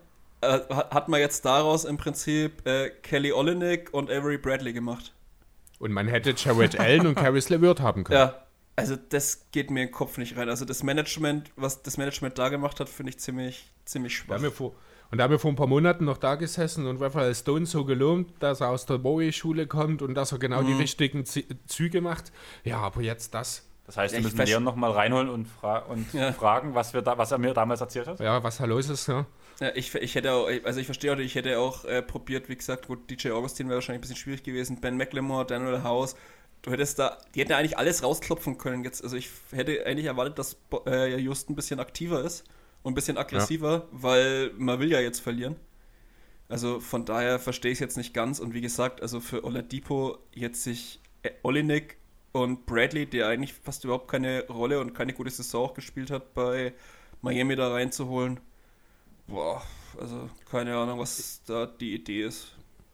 hat man jetzt daraus im Prinzip Kelly Olynyk und Avery Bradley gemacht. Und man hätte Jarrett Allen und Caris LeVert haben können. Ja, also das geht mir in den Kopf nicht rein. Also das Management, was das Management da gemacht hat, finde ich ziemlich schwach. Da haben wir vor ein paar Monaten noch da gesessen und Raphael Stone so gelobt, dass er aus der Bowie-Schule kommt und dass er genau die richtigen Züge macht. Ja, aber jetzt das. Das heißt, wir müssen Leon nochmal reinholen und fragen, was er mir damals erzählt hat. Ja, was da los ist, ja. Ja, ich hätte auch, also ich verstehe auch, ich hätte auch probiert, wie gesagt, gut, DJ Augustin wäre wahrscheinlich ein bisschen schwierig gewesen, Ben McLemore, Daniel House, die hätten ja eigentlich alles rausklopfen können jetzt. Also ich hätte eigentlich erwartet, dass Houston ein bisschen aktiver ist und ein bisschen aggressiver, weil man will ja jetzt verlieren. Also von daher verstehe ich es jetzt nicht ganz. Und wie gesagt, also für Oladipo jetzt sich Olynyk und Bradley, der eigentlich fast überhaupt keine Rolle und keine gute Saison auch gespielt hat, bei Miami da reinzuholen. Boah, also keine Ahnung, was da die Idee ist.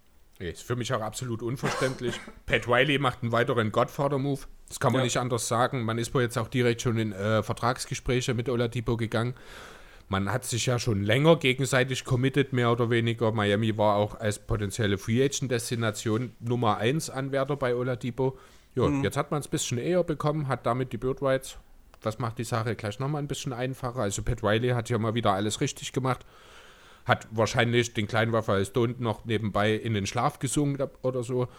Ist für mich auch absolut unverständlich. Pat Riley macht einen weiteren Godfather-Move. Das kann man nicht anders sagen. Man ist wohl jetzt auch direkt schon in Vertragsgespräche mit Oladipo gegangen. Man hat sich ja schon länger gegenseitig committed, mehr oder weniger. Miami war auch als potenzielle Free-Agent-Destination Nummer 1 Anwärter bei Oladipo. Ja, jetzt hat man es ein bisschen eher bekommen, hat damit die Bird Rights. Das macht die Sache gleich nochmal ein bisschen einfacher. Also Pat Riley hat ja mal wieder alles richtig gemacht. Hat wahrscheinlich den kleinen Raphael Stone noch nebenbei in den Schlaf gesungen oder so.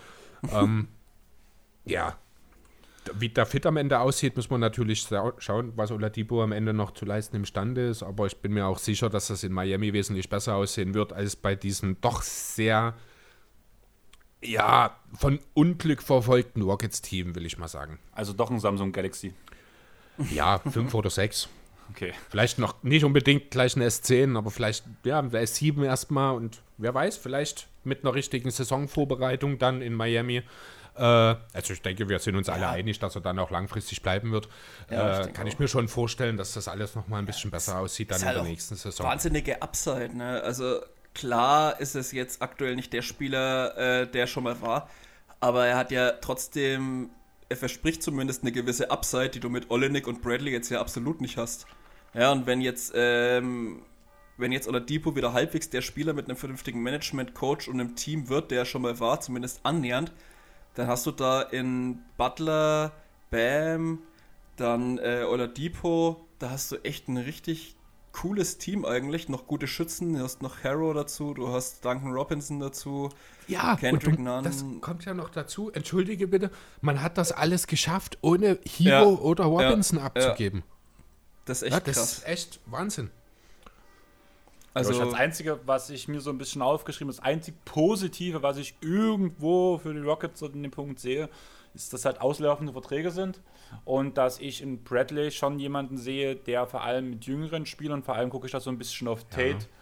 Ja, wie der Fit am Ende aussieht, muss man natürlich schauen, was Oladipo am Ende noch zu leisten imstande ist. Aber ich bin mir auch sicher, dass das in Miami wesentlich besser aussehen wird, als bei diesem doch sehr, ja, von Unglück verfolgten Rockets-Team, will ich mal sagen. Also doch ein Samsung Galaxy. Ja, 5 oder 6. Okay. Vielleicht noch nicht unbedingt gleich ein S10, aber vielleicht ja, ein S7 erstmal und wer weiß, vielleicht mit einer richtigen Saisonvorbereitung dann in Miami. Also ich denke, wir sind uns alle einig, dass er dann auch langfristig bleiben wird. Kann ich mir schon vorstellen, dass das alles nochmal ein bisschen besser aussieht dann in der nächsten Saison. Wahnsinnige Upside, ne? Also klar ist es jetzt aktuell nicht der Spieler, der schon mal war, aber er hat ja trotzdem, er verspricht zumindest eine gewisse Upside, die du mit Olynyk und Bradley jetzt ja absolut nicht hast. Ja, und wenn jetzt Oladipo wieder halbwegs der Spieler mit einem vernünftigen Management, Coach und einem Team wird, der schon mal war, zumindest annähernd, dann hast du da in Butler, Bam, dann Oladipo, da hast du echt ein richtig cooles Team eigentlich, noch gute Schützen, du hast noch Harrow dazu, du hast Duncan Robinson dazu, ja, Kendrick Nunn. Das kommt ja noch dazu, entschuldige bitte, man hat das alles geschafft, ohne Hero oder Robinson abzugeben. Das ist echt krass. Das ist echt Wahnsinn. Also das Einzige, was ich mir so ein bisschen aufgeschrieben habe, das einzig Positive, was ich irgendwo für die Rockets in dem Punkt sehe, ist, dass halt auslaufende Verträge sind und dass ich in Bradley schon jemanden sehe, der vor allem mit jüngeren Spielern, vor allem gucke ich da so ein bisschen auf Tate,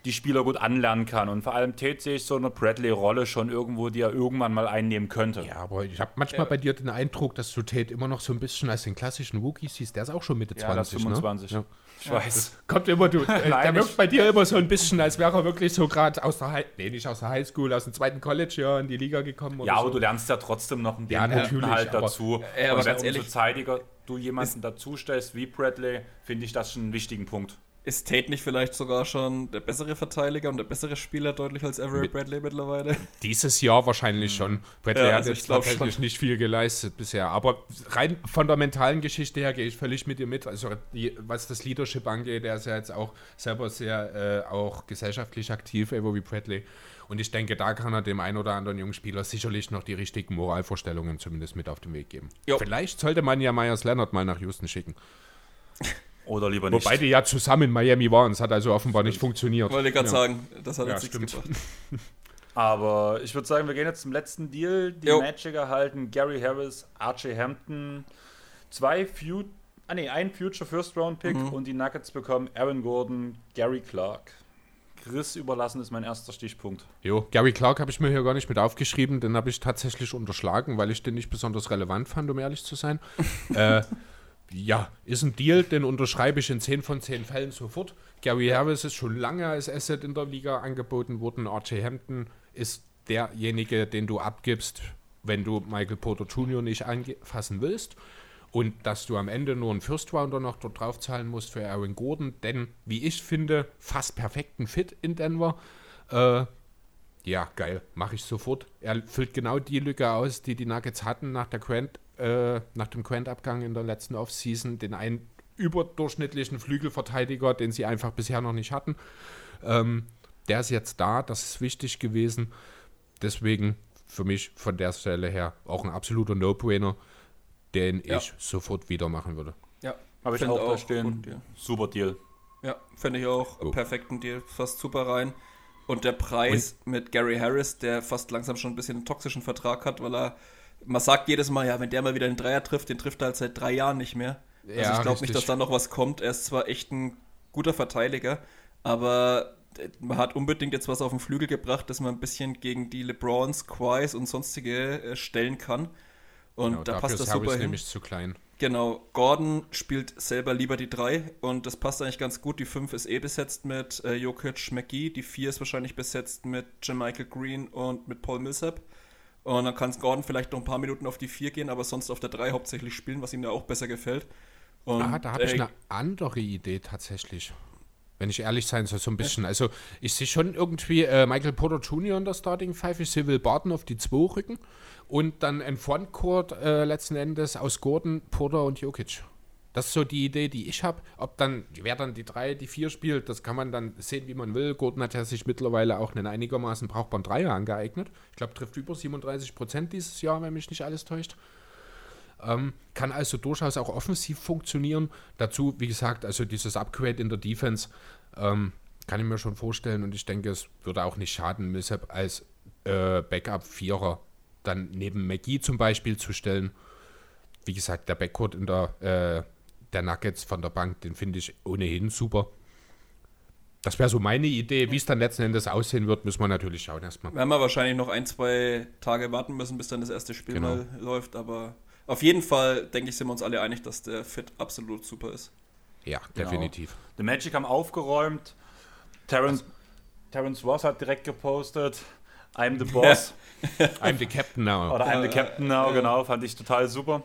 die Spieler gut anlernen kann. Und vor allem Tate sehe ich so eine Bradley-Rolle schon irgendwo, die er irgendwann mal einnehmen könnte. Ja, aber ich habe manchmal bei dir den Eindruck, dass du Tate immer noch so ein bisschen als den klassischen Rookie siehst. Der ist auch schon Mitte 20, das 25. Ne? Ja. Ich weiß. Kommt immer, der wirkt bei dir immer so ein bisschen, als wäre er wirklich so gerade aus der nicht aus der Highschool, aus dem zweiten College in die Liga gekommen. Ja, aber so. du lernst ja trotzdem noch einen natürlich, halt aber, dazu. aber Und wenn ganz umso ehrlich, zeitiger du jemanden dazustellst wie Bradley, finde ich das schon einen wichtigen Punkt. Ist Tate nicht vielleicht sogar schon der bessere Verteidiger und der bessere Spieler deutlich als Avery Bradley mittlerweile? Dieses Jahr wahrscheinlich schon. Bradley hat also jetzt tatsächlich nicht viel geleistet bisher. Aber rein von der mentalen Geschichte her gehe ich völlig mit dir mit. Also was das Leadership angeht, der ist ja jetzt auch selber sehr auch gesellschaftlich aktiv, Avery Bradley. Und ich denke, da kann er dem einen oder anderen jungen Spieler sicherlich noch die richtigen Moralvorstellungen zumindest mit auf den Weg geben. Jo. Vielleicht sollte man ja Myers Leonard mal nach Houston schicken. Oder lieber nicht. Wobei die ja zusammen in Miami waren. Es hat also offenbar nicht funktioniert. Wollte ich gerade sagen, das hat jetzt stimmt. nichts gebracht. Aber ich würde sagen, wir gehen jetzt zum letzten Deal. Die Magic erhalten Gary Harris, R.J. Hampton, ein Future First Round Pick und die Nuggets bekommen Aaron Gordon, Gary Clark. Chris überlassen ist mein erster Stichpunkt. Jo, Gary Clark habe ich mir hier gar nicht mit aufgeschrieben, den habe ich tatsächlich unterschlagen, weil ich den nicht besonders relevant fand, um ehrlich zu sein. Ja, ist ein Deal, den unterschreibe ich in 10 von 10 Fällen sofort. Gary Harris ist schon lange als Asset in der Liga angeboten worden. R.J. Hampton ist derjenige, den du abgibst, wenn du Michael Porter Jr. nicht anfassen willst. Und dass du am Ende nur einen First-Rounder noch dort drauf zahlen musst für Aaron Gordon, denn, wie ich finde, fast perfekten Fit in Denver. Ja, geil, mache ich sofort. Er füllt genau die Lücke aus, die Nuggets hatten nach dem Grant-Abgang in der letzten Offseason, den einen überdurchschnittlichen Flügelverteidiger, den sie einfach bisher noch nicht hatten. Der ist jetzt da, das ist wichtig gewesen. Deswegen für mich von der Stelle her auch ein absoluter No-Brainer, den ich sofort wieder machen würde. Ja, habe ich auch da stehen. Super Deal. Ja, finde ich auch. Perfekten Deal, fast super rein. Und der Preis mit Gary Harris, der fast langsam schon ein bisschen einen toxischen Vertrag hat, weil man sagt jedes Mal, ja, wenn der mal wieder den Dreier trifft, den trifft er halt seit 3 Jahren nicht mehr. Also ich glaube nicht, dass da noch was kommt. Er ist zwar echt ein guter Verteidiger, aber man hat unbedingt jetzt was auf den Flügel gebracht, dass man ein bisschen gegen die LeBrons, Kawhis und sonstige stellen kann. Und genau, da passt das super hin. Nämlich zu klein. Genau, Gordon spielt selber lieber die 3 und das passt eigentlich ganz gut. Die 5 ist besetzt mit Jokic, McGee, die 4 ist wahrscheinlich besetzt mit JaMychal Green und mit Paul Millsap. Und dann kann Gordon vielleicht noch ein paar Minuten auf die 4 gehen, aber sonst auf der 3 hauptsächlich spielen, was ihm ja auch besser gefällt. Und, da habe ich eine andere Idee tatsächlich. Wenn ich ehrlich sein soll, so ein bisschen. Also ich sehe schon irgendwie Michael Porter Jr. in der Starting 5, ich sehe Will Barton auf die 2 rücken und dann ein Frontcourt letzten Endes aus Gordon, Porter und Jokic. Das ist so die Idee, die ich habe. Wer dann die 3, die 4 spielt, das kann man dann sehen, wie man will. Gordon hat ja sich mittlerweile auch einen einigermaßen brauchbaren Dreier angeeignet. Ich glaube, trifft über 37% dieses Jahr, wenn mich nicht alles täuscht. Kann also durchaus auch offensiv funktionieren. Dazu, wie gesagt, also dieses Upgrade in der Defense kann ich mir schon vorstellen und ich denke, es würde auch nicht schaden, Millsap als Backup-Vierer dann neben McGee zum Beispiel zu stellen. Wie gesagt, der Backcourt in der Nuggets von der Bank, den finde ich ohnehin super. Das wäre so meine Idee. Wie es dann letzten Endes aussehen wird, müssen wir natürlich schauen erstmal. Werden wir wahrscheinlich noch 1-2 Tage warten müssen, bis dann das erste Spiel mal läuft, aber auf jeden Fall, denke ich, sind wir uns alle einig, dass der Fit absolut super ist. Ja, definitiv. Die Magic haben aufgeräumt. Terrence Ross hat direkt gepostet, I'm the boss. I'm the captain now. Oder I'm the captain now, genau, fand ich total super.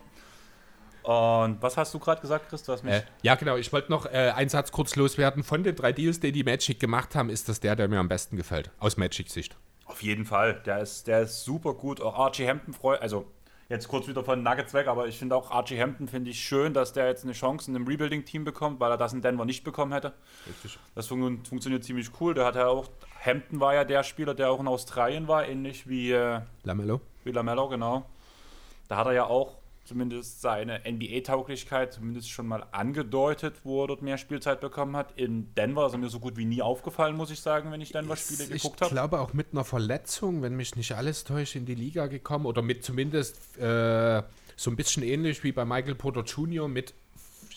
Und was hast du gerade gesagt, Chris? Du hast mich ja, genau, ich wollte noch einen Satz kurz loswerden. Von den 3 Deals, die Magic gemacht haben, ist das der mir am besten gefällt, aus Magic-Sicht. Auf jeden Fall, der ist super gut. Auch R.J. Hampton jetzt kurz wieder von Nuggets weg, aber ich finde auch R.J. Hampton finde ich schön, dass der jetzt eine Chance in einem Rebuilding-Team bekommt, weil er das in Denver nicht bekommen hätte. Richtig. Das funktioniert ziemlich cool. Hampton war ja der Spieler, der auch in Australien war, ähnlich wie LaMelo. Wie LaMelo, genau. Da hat er ja auch zumindest seine NBA-Tauglichkeit zumindest schon mal angedeutet, wo er dort mehr Spielzeit bekommen hat. In Denver ist er mir so gut wie nie aufgefallen, muss ich sagen, wenn ich Denver-Spiele geguckt habe. Ich glaube auch mit einer Verletzung, wenn mich nicht alles täuscht, in die Liga gekommen oder mit zumindest so ein bisschen ähnlich wie bei Michael Porter Jr. mit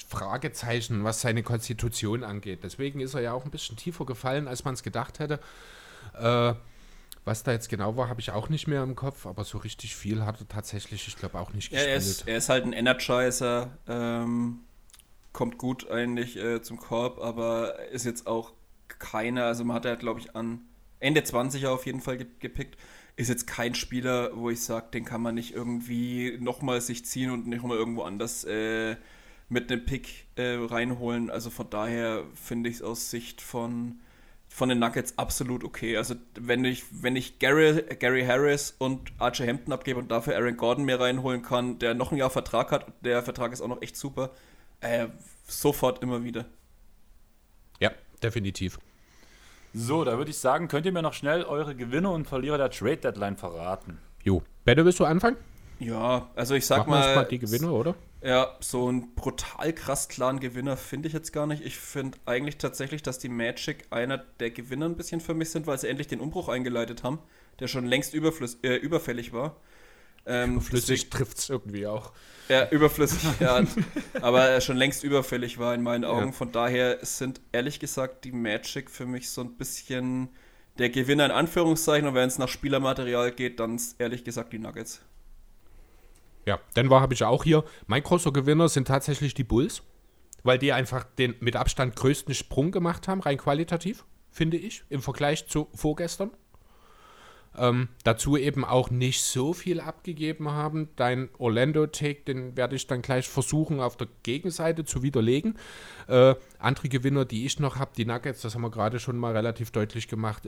Fragezeichen, was seine Konstitution angeht. Deswegen ist er ja auch ein bisschen tiefer gefallen, als man es gedacht hätte. Was da jetzt genau war, habe ich auch nicht mehr im Kopf, aber so richtig viel hat er tatsächlich, ich glaube, auch nicht gespielt. Er ist halt ein Energizer, kommt gut eigentlich zum Korb, aber ist jetzt auch keiner, also man hat ja, glaube ich, an Ende 20 auf jeden Fall gepickt, ist jetzt kein Spieler, wo ich sage, den kann man nicht irgendwie nochmal sich ziehen und nicht mal irgendwo anders mit einem Pick reinholen. Also von daher finde ich es aus Sicht von den Nuggets absolut okay. Also wenn ich Gary Harris und RJ Hampton abgebe und dafür Aaron Gordon mehr reinholen kann, der noch ein Jahr Vertrag hat, der Vertrag ist auch noch echt super, sofort immer wieder. Ja, definitiv. So, da würde ich sagen, könnt ihr mir noch schnell eure Gewinner und Verlierer der Trade-Deadline verraten? Jo, Bette, willst du anfangen? Ja, also ich sag Machen wir mal die Gewinner, oder? Ja, so einen brutal krass klaren Gewinner finde ich jetzt gar nicht. Ich finde eigentlich tatsächlich, dass die Magic einer der Gewinner ein bisschen für mich sind, weil sie endlich den Umbruch eingeleitet haben, der schon längst überfällig war. Überflüssig trifft es irgendwie auch. Ja, überflüssig, ja. Aber schon längst überfällig war in meinen Augen. Ja. Von daher sind ehrlich gesagt die Magic für mich so ein bisschen der Gewinner in Anführungszeichen. Und wenn es nach Spielermaterial geht, dann ehrlich gesagt die Nuggets. Ja, Denver habe ich auch hier. Mein großer Gewinner sind tatsächlich die Bulls, weil die einfach den mit Abstand größten Sprung gemacht haben, rein qualitativ, finde ich, im Vergleich zu vorgestern. Dazu eben auch nicht so viel abgegeben haben. Dein Orlando-Take, den werde ich dann gleich versuchen auf der Gegenseite zu widerlegen. Andere Gewinner, die ich noch habe, die Nuggets, das haben wir gerade schon mal relativ deutlich gemacht.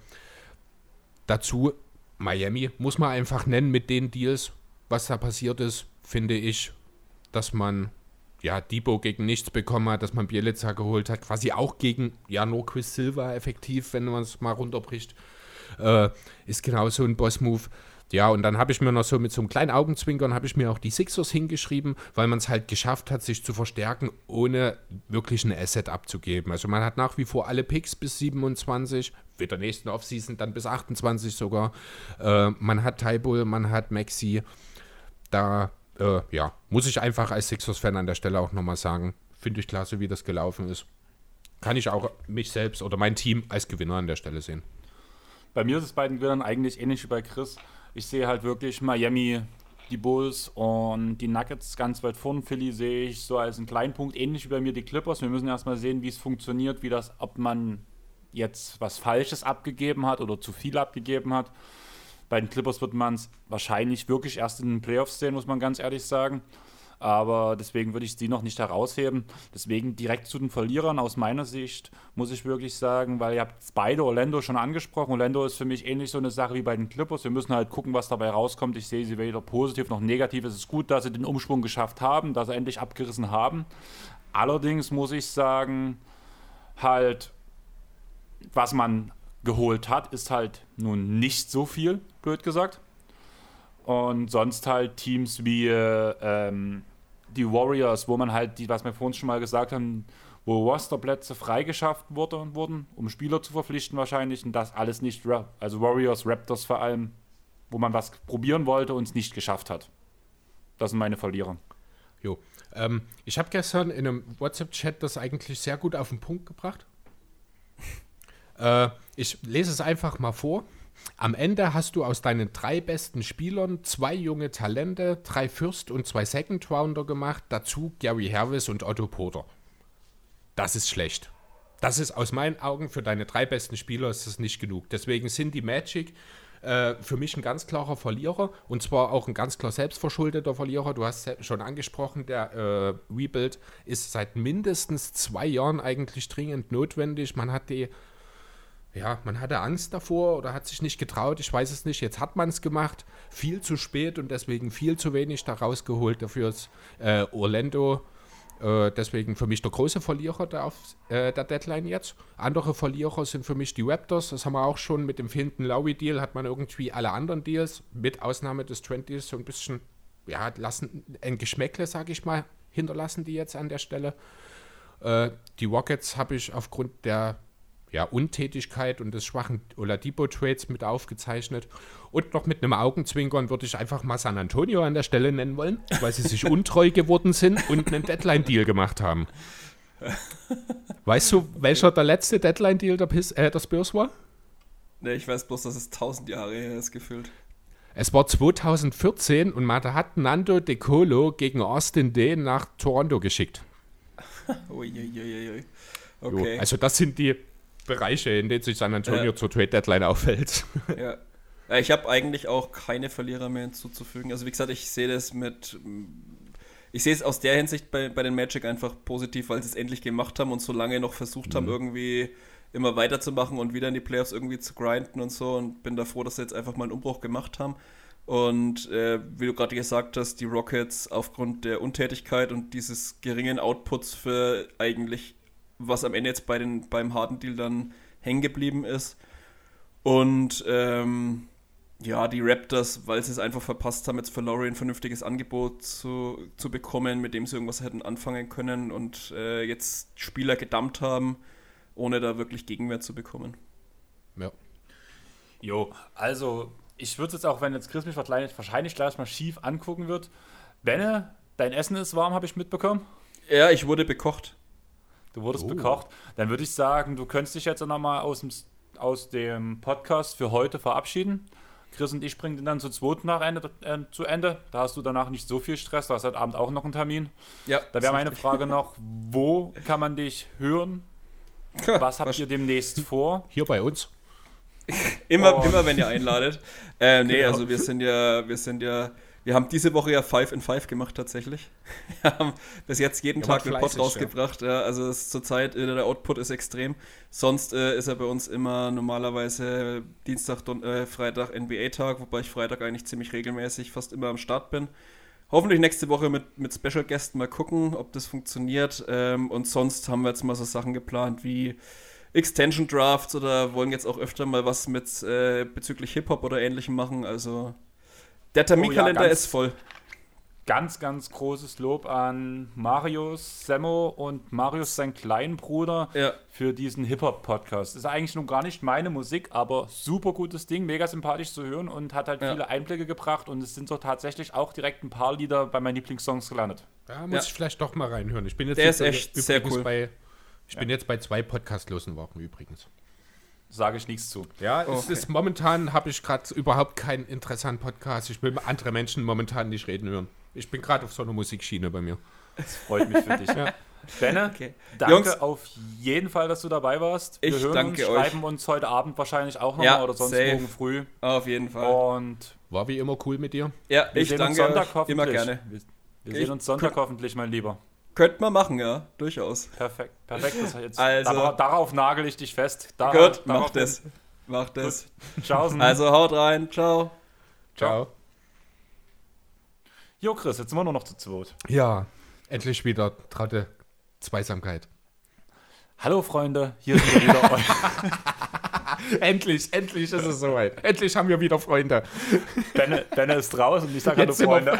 Dazu Miami, muss man einfach nennen mit den Deals, was da passiert ist, finde ich, dass man Debo gegen nichts bekommen hat, dass man Bjelica geholt hat, quasi auch gegen nur Chris Silva effektiv, wenn man es mal runterbricht. Ist genau so ein Boss-Move. Ja, und dann habe ich mir noch so mit so einem kleinen Augenzwinkern habe ich mir auch die Sixers hingeschrieben, weil man es halt geschafft hat, sich zu verstärken, ohne wirklich ein Asset abzugeben. Also man hat nach wie vor alle Picks bis 27, mit der nächsten Offseason dann bis 28 sogar. Man hat Thybulle, man hat Maxey. Da, muss ich einfach als Sixers-Fan an der Stelle auch nochmal sagen, finde ich klasse, wie das gelaufen ist. Kann ich auch mich selbst oder mein Team als Gewinner an der Stelle sehen. Bei mir ist es bei den Gewinnern eigentlich ähnlich wie bei Chris. Ich sehe halt wirklich Miami, die Bulls und die Nuggets ganz weit vorn. Philly sehe ich so als einen kleinen Punkt, ähnlich wie bei mir die Clippers. Wir müssen erstmal sehen, wie es funktioniert, ob man jetzt was Falsches abgegeben hat oder zu viel abgegeben hat. Bei den Clippers wird man es wahrscheinlich wirklich erst in den Playoffs sehen, muss man ganz ehrlich sagen. Aber deswegen würde ich sie noch nicht herausheben. Deswegen direkt zu den Verlierern aus meiner Sicht muss ich wirklich sagen, weil ihr habt beide Orlando schon angesprochen. Orlando ist für mich ähnlich so eine Sache wie bei den Clippers. Wir müssen halt gucken, was dabei rauskommt. Ich sehe sie weder positiv noch negativ. Es ist gut, dass sie den Umschwung geschafft haben, dass sie endlich abgerissen haben. Allerdings muss ich sagen, halt, was man geholt hat, ist halt nun nicht so viel, blöd gesagt. Und sonst halt Teams wie die Warriors, wo man halt, was wir vorhin schon mal gesagt haben, wo Rosterplätze freigeschafft wurden, um Spieler zu verpflichten wahrscheinlich, und das alles nicht, also Warriors, Raptors vor allem, wo man was probieren wollte und es nicht geschafft hat. Das sind meine Verlierer. Jo. Ich habe gestern in einem WhatsApp-Chat das eigentlich sehr gut auf den Punkt gebracht. Ich lese es einfach mal vor. Am Ende hast du aus deinen 3 besten Spielern 2 junge Talente, 3 First- und 2 Second-Rounder gemacht, dazu Gary Harris und Otto Porter. Das ist schlecht. Das ist aus meinen Augen für deine 3 besten Spieler ist das nicht genug. Deswegen sind die Magic für mich ein ganz klarer Verlierer und zwar auch ein ganz klar selbstverschuldeter Verlierer. Du hast es schon angesprochen, der Rebuild ist seit mindestens 2 Jahren eigentlich dringend notwendig. Man hatte Angst davor oder hat sich nicht getraut, ich weiß es nicht. Jetzt hat man es gemacht, viel zu spät und deswegen viel zu wenig da rausgeholt. Dafür ist Orlando deswegen für mich der große Verlierer der Deadline jetzt. Andere Verlierer sind für mich die Raptors. Das haben wir auch schon mit dem fehlenden Lowry-Deal, hat man irgendwie alle anderen Deals, mit Ausnahme des Trent-Deals, so ein bisschen, ein Geschmäckle, sage ich mal, hinterlassen die jetzt an der Stelle. Die Rockets habe ich aufgrund der Untätigkeit und des schwachen Oladipo-Trades mit aufgezeichnet. Und noch mit einem Augenzwinkern würde ich einfach mal San Antonio an der Stelle nennen wollen, weil sie sich untreu geworden sind und einen Deadline-Deal gemacht haben. Weißt du, welcher der letzte Deadline-Deal der Spurs war? Ne, ich weiß bloß, dass es 1000 Jahre her ist, gefühlt. Es war 2014 und man hat Nando De Colo gegen Austin Daye nach Toronto geschickt. Uiuiuiui. Jo, Okay. also das sind die Bereiche, in denen sich San Antonio zur Trade-Deadline aufhält. Ja. Ich habe eigentlich auch keine Verlierer mehr hinzuzufügen. Also wie gesagt, ich sehe es aus der Hinsicht bei den Magic einfach positiv, weil sie es endlich gemacht haben und so lange noch versucht haben, irgendwie immer weiterzumachen und wieder in die Playoffs irgendwie zu grinden und so, und bin da froh, dass sie jetzt einfach mal einen Umbruch gemacht haben. Und wie du gerade gesagt hast, die Rockets aufgrund der Untätigkeit und dieses geringen Outputs für eigentlich, was am Ende jetzt beim Harden-Deal dann hängen geblieben ist. Und die Raptors, weil sie es einfach verpasst haben, jetzt für Lowry ein vernünftiges Angebot zu bekommen, mit dem sie irgendwas hätten anfangen können und jetzt Spieler gedumpt haben, ohne da wirklich Gegenwert zu bekommen. Ja. Jo, also ich würde jetzt auch, wenn jetzt Chris mich wahrscheinlich gleich mal schief angucken wird. Benne, dein Essen ist warm, habe ich mitbekommen. Ja, ich wurde bekocht. Du wurdest bekocht. Dann würde ich sagen, du könntest dich jetzt nochmal aus dem Podcast für heute verabschieden. Chris und ich bringen den dann zu Ende. Da hast du danach nicht so viel Stress. Du hast heute Abend auch noch einen Termin. Ja, Da wäre meine Frage noch, wo kann man dich hören? Was habt ihr demnächst vor? Hier bei uns. Immer, wenn ihr einladet. Also wir haben diese Woche ja 5 in 5 gemacht tatsächlich. Wir haben bis jetzt jeden Tag einen Pod rausgebracht. Ja. Also zurzeit, der Output ist extrem. Sonst ist er bei uns immer normalerweise Dienstag, Freitag NBA-Tag, wobei ich Freitag eigentlich ziemlich regelmäßig fast immer am Start bin. Hoffentlich nächste Woche mit Special Guests mal gucken, ob das funktioniert. Und sonst haben wir jetzt mal so Sachen geplant wie Extension Drafts oder wollen jetzt auch öfter mal was mit bezüglich Hip-Hop oder Ähnlichem machen. Also der Terminkalender ist voll. Ganz, ganz großes Lob an Marius Semmo und Marius, sein kleinen Bruder, für diesen Hip-Hop-Podcast. Ist eigentlich nun gar nicht meine Musik, aber super gutes Ding, mega sympathisch zu hören und hat halt viele Einblicke gebracht, und es sind so tatsächlich auch direkt ein paar Lieder bei meinen Lieblingssongs gelandet. Da muss ich vielleicht doch mal reinhören. Ich bin jetzt der ist echt sehr cool. Ich bin jetzt bei 2 podcastlosen Wochen übrigens. Sage ich nichts zu. Ja, es ist momentan, habe ich gerade überhaupt kein Interesse an Podcasts. Ich will andere Menschen momentan nicht reden hören. Ich bin gerade auf so einer Musikschiene bei mir. Das freut mich für dich. Benne, danke Jungs, auf jeden Fall, dass du dabei warst. Wir schreiben uns heute Abend wahrscheinlich auch nochmal oder sonst morgen früh. Auf jeden Fall. Und war wie immer cool mit dir. Ja, ich danke euch immer gerne. Wir sehen uns Sonntag hoffentlich, mein Lieber. Könnte man machen, ja, durchaus. Perfekt. Das jetzt, also, darauf nagel ich dich fest. Gut, mach das. Ciao. Also haut rein, ciao. Jo, Chris, jetzt sind wir nur noch zu zweit. Ja, endlich wieder traute Zweisamkeit. Hallo Freunde, hier sind wir wieder. Endlich ist es soweit. Endlich haben wir wieder Freunde. Benne ist draußen und ich sage hallo Freunde.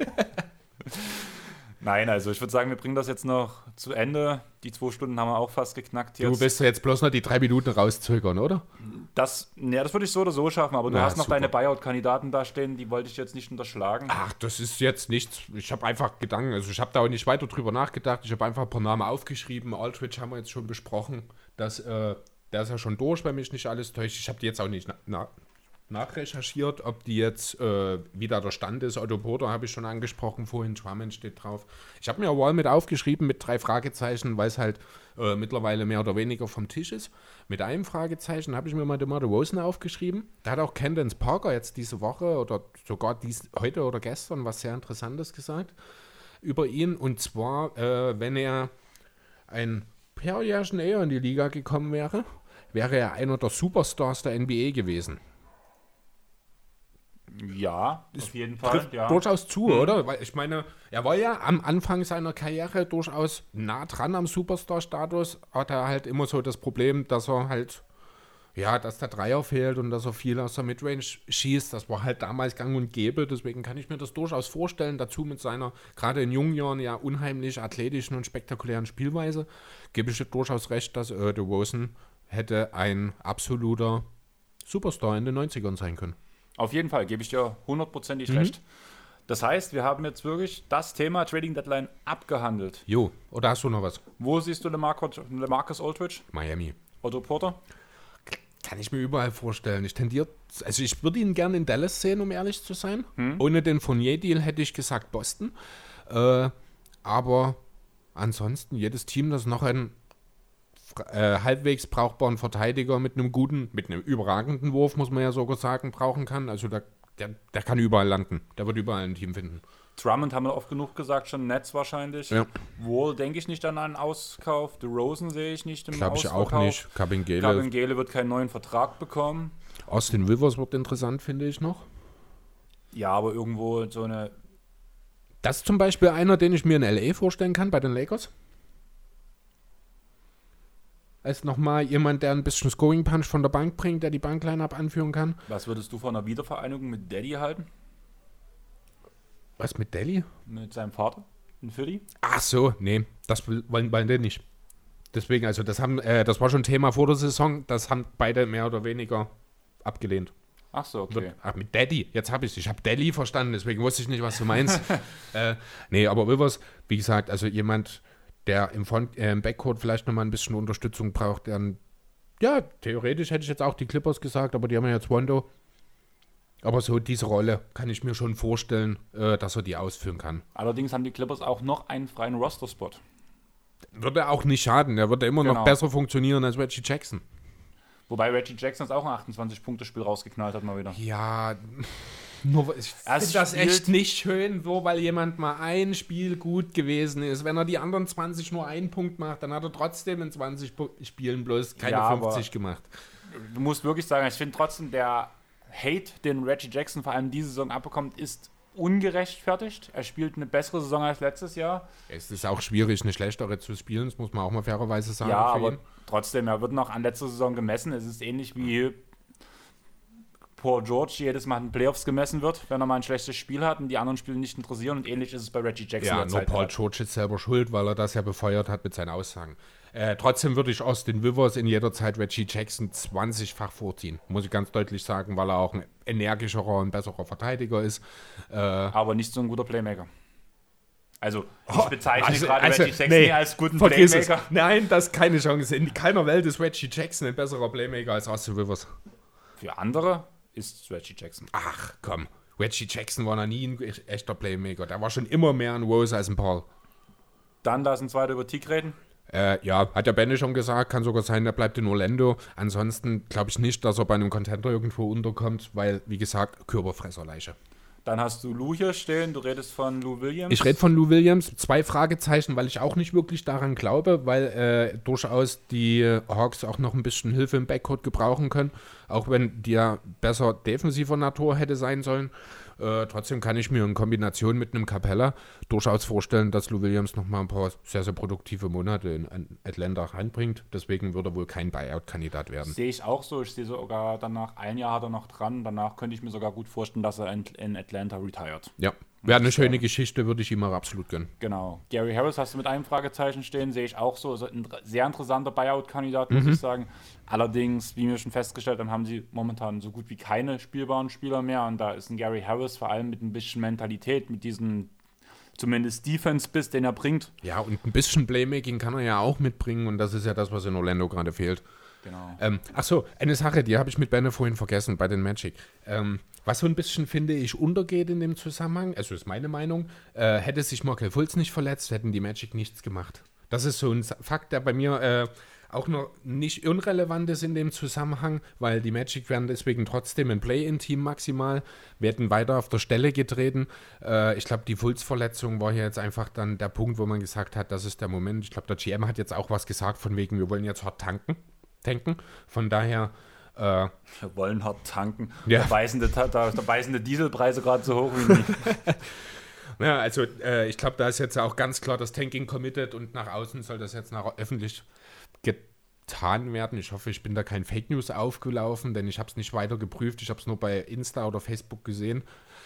Nein, also ich würde sagen, wir bringen das jetzt noch zu Ende. Die 2 Stunden haben wir auch fast geknackt jetzt. Du willst jetzt bloß noch die 3 Minuten rauszögern, oder? Das würde ich so oder so schaffen, aber du hast noch deine Buyout-Kandidaten da stehen, die wollte ich jetzt nicht unterschlagen. Ach, das ist jetzt nichts. Ich habe einfach Gedanken, also ich habe da auch nicht weiter drüber nachgedacht. Ich habe einfach ein paar Namen aufgeschrieben. Aldridge haben wir jetzt schon besprochen. Der ist ja schon durch, wenn mich nicht alles täuscht. Ich habe die jetzt auch nicht nachrecherchiert, ob die jetzt wieder der Stand ist. Otto Porter habe ich schon angesprochen vorhin, Drummond steht drauf. Ich habe mir Wall mit aufgeschrieben mit 3 Fragezeichen, weil es halt mittlerweile mehr oder weniger vom Tisch ist. Mit einem Fragezeichen habe ich mir mal DeMar DeRozan aufgeschrieben. Da hat auch Candace Parker jetzt diese Woche oder sogar heute oder gestern was sehr Interessantes gesagt über ihn. Und zwar, wenn er ein paar Jahre eher in die Liga gekommen wäre, wäre er einer der Superstars der NBA gewesen. Ja, auf jeden Fall. Ja. Durchaus zu, oder? Weil ich meine, er war ja am Anfang seiner Karriere durchaus nah dran am Superstar-Status. Hat er halt immer so das Problem, dass er halt, dass der Dreier fehlt und dass er viel aus der Midrange schießt. Das war halt damals gang und gäbe. Deswegen kann ich mir das durchaus vorstellen. Dazu mit seiner, gerade in jungen Jahren, ja unheimlich athletischen und spektakulären Spielweise, gebe ich dir durchaus recht, dass DeRozan hätte ein absoluter Superstar in den 90ern sein können. Auf jeden Fall, gebe ich dir hundertprozentig recht. Das heißt, wir haben jetzt wirklich das Thema Trading Deadline abgehandelt. Jo, oder hast du noch was? Wo siehst du LaMarcus Aldridge? Miami. Otto Porter? Kann ich mir überall vorstellen. Ich würde ihn gerne in Dallas sehen, um ehrlich zu sein. Ohne den Fournier-Deal hätte ich gesagt Boston. Aber ansonsten, jedes Team, das noch einen halbwegs brauchbaren Verteidiger mit einem überragenden Wurf, muss man ja sogar sagen, brauchen kann. Also der kann überall landen. Der wird überall ein Team finden. Drummond haben wir oft genug gesagt, schon Nets wahrscheinlich. Ja. Wohl denke ich nicht an einen Auskauf. DeRozan sehe ich nicht im Glaube ich Ausverkauf. auch nicht. Kabengele wird keinen neuen Vertrag bekommen. Austin Rivers wird interessant, finde ich noch. Ja, aber irgendwo so eine... Das ist zum Beispiel einer, den ich mir in L.A. vorstellen kann, bei den Lakers. Als nochmal jemand, der ein bisschen Scoring-Punch von der Bank bringt, der die Bankline-Up anführen kann. Was würdest du von einer Wiedervereinigung mit Daddy halten? Was mit Delhi? Mit seinem Vater in Philly? Ach so, nee, das wollen beide nicht. Deswegen, also das war schon Thema vor der Saison, das haben beide mehr oder weniger abgelehnt. Ach so, okay. Mit Daddy, jetzt habe ich habe Delhi verstanden, deswegen wusste ich nicht, was du meinst. Nee, aber Rivers, wie gesagt, also jemand, der im Backcourt vielleicht nochmal ein bisschen Unterstützung braucht, dann, ja, theoretisch hätte ich jetzt auch die Clippers gesagt, aber die haben ja jetzt Rondo. Aber so diese Rolle kann ich mir schon vorstellen, dass er die ausführen kann. Allerdings haben die Clippers auch noch einen freien Roster-Spot. Würde auch nicht schaden. Er würde immer noch besser funktionieren als Reggie Jackson. Wobei Reggie Jackson jetzt auch ein 28-Punkte-Spiel rausgeknallt hat mal wieder. Ja, nur ich finde das echt nicht schön, nur weil jemand mal ein Spiel gut gewesen ist. Wenn er die anderen 20 nur einen Punkt macht, dann hat er trotzdem in 20 Spielen bloß keine 50 gemacht. Du musst wirklich sagen, ich finde trotzdem, der Hate, den Reggie Jackson vor allem diese Saison abbekommt, ist ungerechtfertigt. Er spielt eine bessere Saison als letztes Jahr. Es ist auch schwierig, eine schlechtere zu spielen, das muss man auch mal fairerweise sagen. Ja, aber trotzdem, er wird noch an letzter Saison gemessen. Es ist ähnlich wie Paul George jedes Mal in den Playoffs gemessen wird, wenn er mal ein schlechtes Spiel hat und die anderen Spiele nicht interessieren. Und ähnlich ist es bei Reggie Jackson. Ja, nur Paul George ist selber schuld, weil er das ja befeuert hat mit seinen Aussagen. Trotzdem würde ich Austin Rivers in jeder Zeit Reggie Jackson 20-fach vorziehen. Muss ich ganz deutlich sagen, weil er auch ein energischerer und besserer Verteidiger ist. Aber nicht so ein guter Playmaker. Also, ich bezeichne gerade Reggie Jackson als guten Playmaker. Es. Nein, das ist keine Chance. In keiner Welt ist Reggie Jackson ein besserer Playmaker als Austin Rivers. Für andere ist Reggie Jackson. Ach, komm. Reggie Jackson war noch nie ein echter Playmaker. Der war schon immer mehr ein Rose als ein Paul. Dann lass uns weiter über Tick reden. Ja, hat der Benny schon gesagt, kann sogar sein, der bleibt in Orlando. Ansonsten glaube ich nicht, dass er bei einem Contender irgendwo unterkommt, weil, wie gesagt, Körperfresserleiche. Dann hast du Lou hier stehen, du redest von Lou Williams. Ich rede von Lou Williams, 2 Fragezeichen, weil ich auch nicht wirklich daran glaube, weil durchaus die Hawks auch noch ein bisschen Hilfe im Backcourt gebrauchen können, auch wenn die ja besser defensiver Natur hätte sein sollen. Trotzdem kann ich mir in Kombination mit einem Capella durchaus vorstellen, dass Lou Williams noch mal ein paar sehr, sehr produktive Monate in Atlanta reinbringt. Deswegen würde er wohl kein Buyout-Kandidat werden. Sehe ich auch so. Ich sehe sogar danach, ein Jahr hat er noch dran. Danach könnte ich mir sogar gut vorstellen, dass er in Atlanta retired. Ja, wäre eine schöne Geschichte, würde ich ihm auch absolut gönnen. Genau. Gary Harris hast du mit einem Fragezeichen stehen, sehe ich auch so. Also ein sehr interessanter Buyout-Kandidat, muss ich sagen. Allerdings, wie wir schon festgestellt haben, haben sie momentan so gut wie keine spielbaren Spieler mehr. Und da ist ein Gary Harris vor allem mit ein bisschen Mentalität, mit diesem zumindest Defense-Biss, den er bringt. Ja, und ein bisschen Playmaking kann er ja auch mitbringen. Und das ist ja das, was in Orlando gerade fehlt. Genau. Achso, eine Sache, die habe ich mit Benne vorhin vergessen, bei den Magic. Was so ein bisschen, finde ich, untergeht in dem Zusammenhang, also ist meine Meinung, hätte sich Markelle Fultz nicht verletzt, hätten die Magic nichts gemacht. Das ist so ein Fakt, der bei mir auch noch nicht irrelevant ist in dem Zusammenhang, weil die Magic werden deswegen trotzdem ein Play-in-Team maximal, werden weiter auf der Stelle getreten. Ich glaube, die Fultz-Verletzung war hier jetzt einfach dann der Punkt, wo man gesagt hat, das ist der Moment. Ich glaube, der GM hat jetzt auch was gesagt von wegen, wir wollen jetzt hart tanken. Von daher wir wollen hart tanken. Ja. Da beißen die Dieselpreise gerade so hoch wie nie. Ja, also ich glaube, da ist jetzt auch ganz klar das Tanking committed und nach außen soll das jetzt öffentlich getan werden. Ich hoffe, ich bin da kein Fake News aufgelaufen, denn ich habe es nicht weiter geprüft. Ich habe es nur bei Insta oder Facebook gesehen.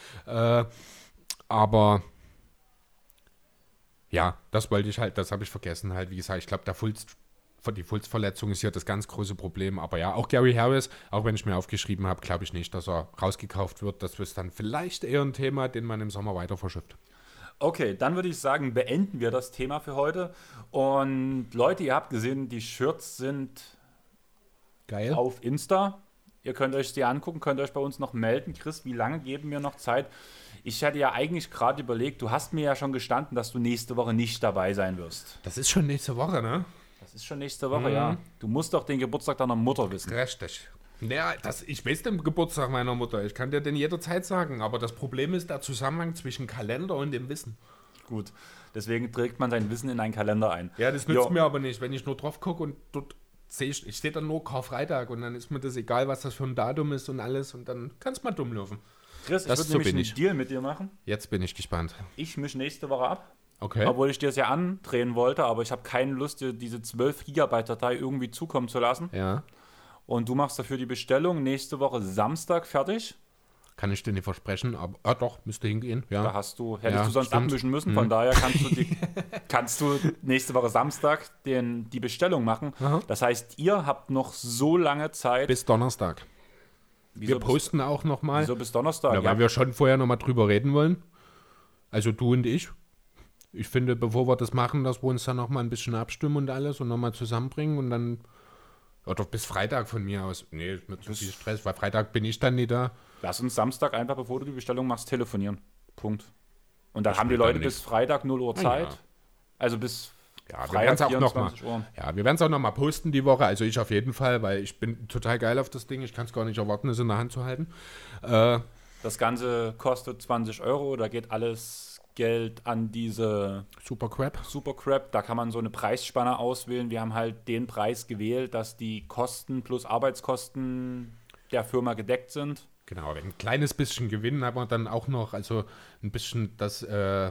Aber ja, das wollte ich halt, das habe ich vergessen halt. Wie gesagt, ich glaube, der Fultz Die Fußverletzung ist hier das ganz große Problem. Aber ja, auch Gary Harris, auch wenn ich mir aufgeschrieben habe, glaube ich nicht, dass er rausgekauft wird. Das ist dann vielleicht eher ein Thema, den man im Sommer weiter verschifft. Okay, dann würde ich sagen, beenden wir das Thema für heute. Und Leute, ihr habt gesehen, die Shirts sind Geil. auf Insta. Ihr könnt euch die angucken, könnt euch bei uns noch melden. Chris, wie lange geben wir noch Zeit? Ich hatte ja eigentlich gerade überlegt, du hast mir ja schon gestanden, dass du nächste Woche nicht dabei sein wirst. Das ist schon nächste Woche, ne? Das ist schon nächste Woche, ja. Du musst doch den Geburtstag deiner Mutter wissen. Richtig. Naja, ich weiß den Geburtstag meiner Mutter. Ich kann dir den jederzeit sagen. Aber das Problem ist der Zusammenhang zwischen Kalender und dem Wissen. Gut, deswegen trägt man sein Wissen in einen Kalender ein. Ja, das nützt mir aber nicht, wenn ich nur drauf gucke und dort sehe ich sehe dann nur Karfreitag und dann ist mir das egal, was das für ein Datum ist und alles und dann kann es mal dumm laufen. Chris, ich würde nämlich einen Deal mit dir machen. Jetzt bin ich gespannt. Ich mische nächste Woche ab. Okay. Obwohl ich dir das ja andrehen wollte, aber ich habe keine Lust, dir diese 12 GB Datei irgendwie zukommen zu lassen. Ja. Und du machst dafür die Bestellung nächste Woche Samstag fertig. Kann ich dir nicht versprechen, aber doch, müsste hingehen. Ja. Da hättest du sonst abmischen müssen, von daher kannst du nächste Woche Samstag die Bestellung machen. Aha. Das heißt, ihr habt noch so lange Zeit. Bis Donnerstag. Wir posten auch nochmal. Wieso bis Donnerstag? Ja, weil wir schon vorher nochmal drüber reden wollen. Also du und ich. Ich finde, bevor wir das machen, dass wir uns dann nochmal ein bisschen abstimmen und alles und nochmal zusammenbringen und dann. Oder bis Freitag von mir aus. Nee, mit zu viel Stress, weil Freitag bin ich dann nicht da. Lass uns Samstag einfach, bevor du die Bestellung machst, telefonieren. Punkt. Und dann haben die Leute bis Freitag 0 Uhr Zeit. Ja. Also bis Freitag 24 Uhr. Ja, wir werden es auch nochmal posten die Woche. Also ich auf jeden Fall, weil ich bin total geil auf das Ding. Ich kann es gar nicht erwarten, es in der Hand zu halten. Das Ganze kostet 20 €. Da geht alles Geld an diese Supercrap. Da kann man so eine Preisspanne auswählen. Wir haben halt den Preis gewählt, dass die Kosten plus Arbeitskosten der Firma gedeckt sind. Genau, ein kleines bisschen Gewinn haben wir dann auch noch, also ein bisschen, dass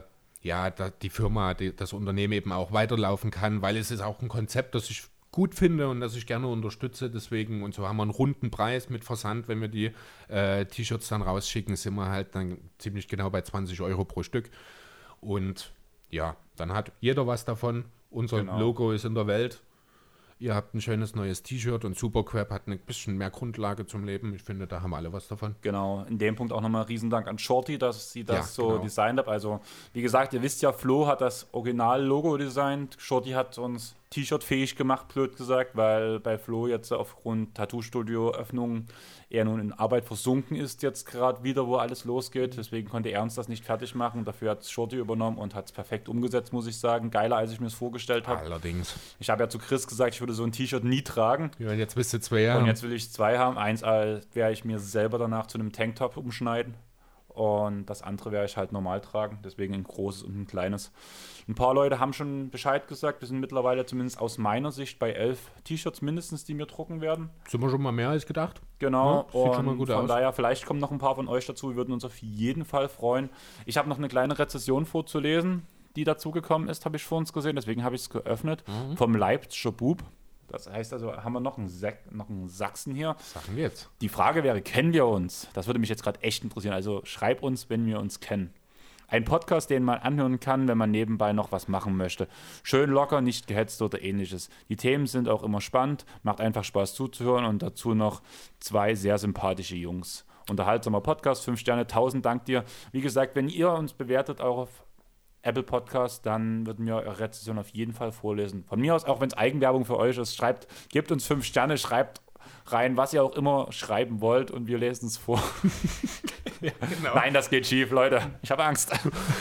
die Firma, das Unternehmen eben auch weiterlaufen kann, weil es ist auch ein Konzept, das ich gut finde und das ich gerne unterstütze. Deswegen, und so haben wir einen runden Preis mit Versand. Wenn wir die T-Shirts dann rausschicken, sind wir halt dann ziemlich genau bei 20 € pro Stück. Und ja, dann hat jeder was davon. Unser Logo ist in der Welt. Ihr habt ein schönes neues T-Shirt und Supercrap hat ein bisschen mehr Grundlage zum Leben. Ich finde, da haben alle was davon. Genau, in dem Punkt auch nochmal Riesendank an Shorty, dass sie das designt hat. Also, wie gesagt, ihr wisst ja, Flo hat das Original-Logo designt. Shorty hat uns T-Shirt fähig gemacht, blöd gesagt, weil bei Flo jetzt aufgrund Tattoo-Studio-Öffnung er nun in Arbeit versunken ist, jetzt gerade wieder, wo alles losgeht. Deswegen konnte er uns das nicht fertig machen. Dafür hat es Shorty übernommen und hat es perfekt umgesetzt, muss ich sagen. Geiler, als ich mir es vorgestellt habe. Allerdings. Ich habe ja zu Chris gesagt, ich würde so ein T-Shirt nie tragen. Ja, jetzt bist du 2 haben. Und jetzt will ich 2 haben. Eins werde ich mir selber danach zu einem Tanktop umschneiden. Und das andere werde ich halt normal tragen. Deswegen ein großes und ein kleines. Ein paar Leute haben schon Bescheid gesagt. Wir sind mittlerweile zumindest aus meiner Sicht bei 11 T-Shirts mindestens, die wir drucken werden. Sind wir schon mal mehr als gedacht? Genau. Ja, sieht schon mal gut aus. Von daher, vielleicht kommen noch ein paar von euch dazu. Wir würden uns auf jeden Fall freuen. Ich habe noch eine kleine Rezession vorzulesen, die dazugekommen ist, habe ich vor uns gesehen. Deswegen habe ich es geöffnet. Vom Leipziger Bub. Das heißt also, haben wir noch einen Sachsen hier. Sachen jetzt. Die Frage wäre, kennen wir uns? Das würde mich jetzt gerade echt interessieren. Also schreib uns, wenn wir uns kennen. Ein Podcast, den man anhören kann, wenn man nebenbei noch was machen möchte. Schön locker, nicht gehetzt oder ähnliches. Die Themen sind auch immer spannend, macht einfach Spaß zuzuhören und dazu noch 2 sehr sympathische Jungs. Unterhaltsamer Podcast, 5 Sterne, 1000 Dank dir. Wie gesagt, wenn ihr uns bewertet, auch auf Apple Podcast, dann würden wir eure Rezension auf jeden Fall vorlesen. Von mir aus, auch wenn es Eigenwerbung für euch ist, gebt uns 5 Sterne, schreibt rein, was ihr auch immer schreiben wollt und wir lesen es vor. Ja, genau. Nein, das geht schief, Leute. Ich habe Angst.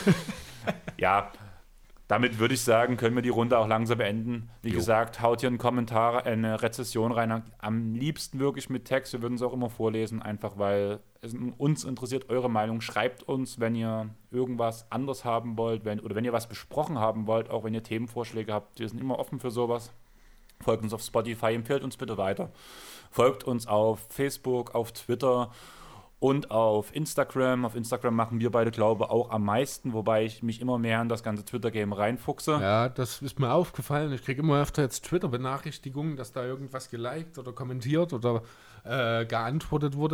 Ja, damit würde ich sagen, können wir die Runde auch langsam beenden. Wie gesagt, haut hier einen Kommentar, eine Rezession rein. Am liebsten wirklich mit Text. Wir würden es auch immer vorlesen, einfach weil uns interessiert eure Meinung. Schreibt uns, wenn ihr irgendwas anders haben wollt oder wenn ihr was besprochen haben wollt, auch wenn ihr Themenvorschläge habt. Wir sind immer offen für sowas. Folgt uns auf Spotify, empfehlt uns bitte weiter. Folgt uns auf Facebook, auf Twitter und auf Instagram. Auf Instagram machen wir beide, glaube ich, auch am meisten, wobei ich mich immer mehr in das ganze Twitter-Game reinfuchse. Ja, das ist mir aufgefallen. Ich kriege immer öfter jetzt Twitter-Benachrichtigungen, dass da irgendwas geliked oder kommentiert oder geantwortet wurde.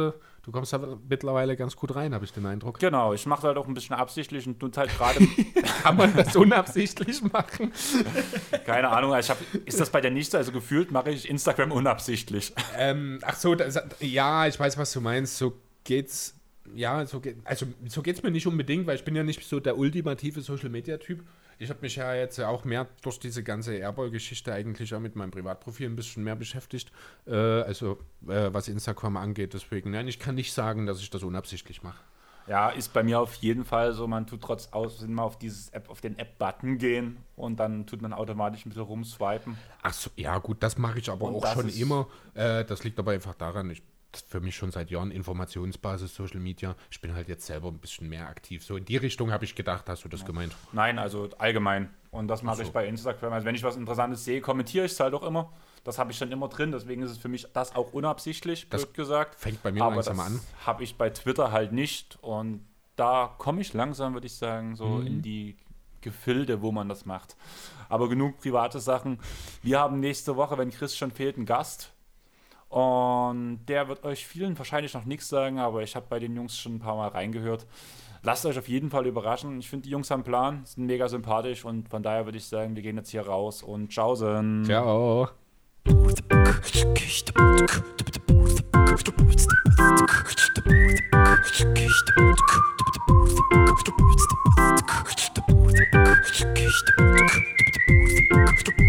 Du kommst da mittlerweile ganz gut rein, habe ich den Eindruck. Genau, ich mache halt auch ein bisschen absichtlich und tut halt gerade. Kann man das unabsichtlich machen? Keine Ahnung, ist das bei dir nicht so? Also gefühlt mache ich Instagram unabsichtlich. Ach so, ja, ich weiß, was du meinst. So geht's. Ja, so geht's mir nicht unbedingt, weil ich bin ja nicht so der ultimative Social-Media-Typ. Ich habe mich ja jetzt auch mehr durch diese ganze Airball-Geschichte eigentlich auch mit meinem Privatprofil ein bisschen mehr beschäftigt, was Instagram angeht. Deswegen, nein, ich kann nicht sagen, dass ich das unabsichtlich mache. Ja, ist bei mir auf jeden Fall so, man tut trotz Aussehen mal auf den App-Button gehen und dann tut man automatisch ein bisschen rumswipen. Ach so, ja gut, das mache ich aber Und auch schon immer. Das liegt aber einfach daran, für mich schon seit Jahren Informationsbasis, Social Media. Ich bin halt jetzt selber ein bisschen mehr aktiv. So in die Richtung habe ich gedacht, hast du das gemeint? Nein, also allgemein. Und das mache ich bei Instagram. Also wenn ich was Interessantes sehe, kommentiere ich es halt auch immer. Das habe ich dann immer drin. Deswegen ist es für mich das auch unabsichtlich, blöd gesagt. Fängt bei mir aber langsam an. Das habe ich bei Twitter halt nicht. Und da komme ich langsam, würde ich sagen, so in die Gefilde, wo man das macht. Aber genug private Sachen. Wir haben nächste Woche, wenn Chris schon fehlt, einen Gast. Und der wird euch vielen wahrscheinlich noch nichts sagen, aber ich habe bei den Jungs schon ein paar Mal reingehört. Lasst euch auf jeden Fall überraschen. Ich finde, die Jungs haben einen Plan, sind mega sympathisch und von daher würde ich sagen, wir gehen jetzt hier raus und tschaußen. Ciao. Ciao.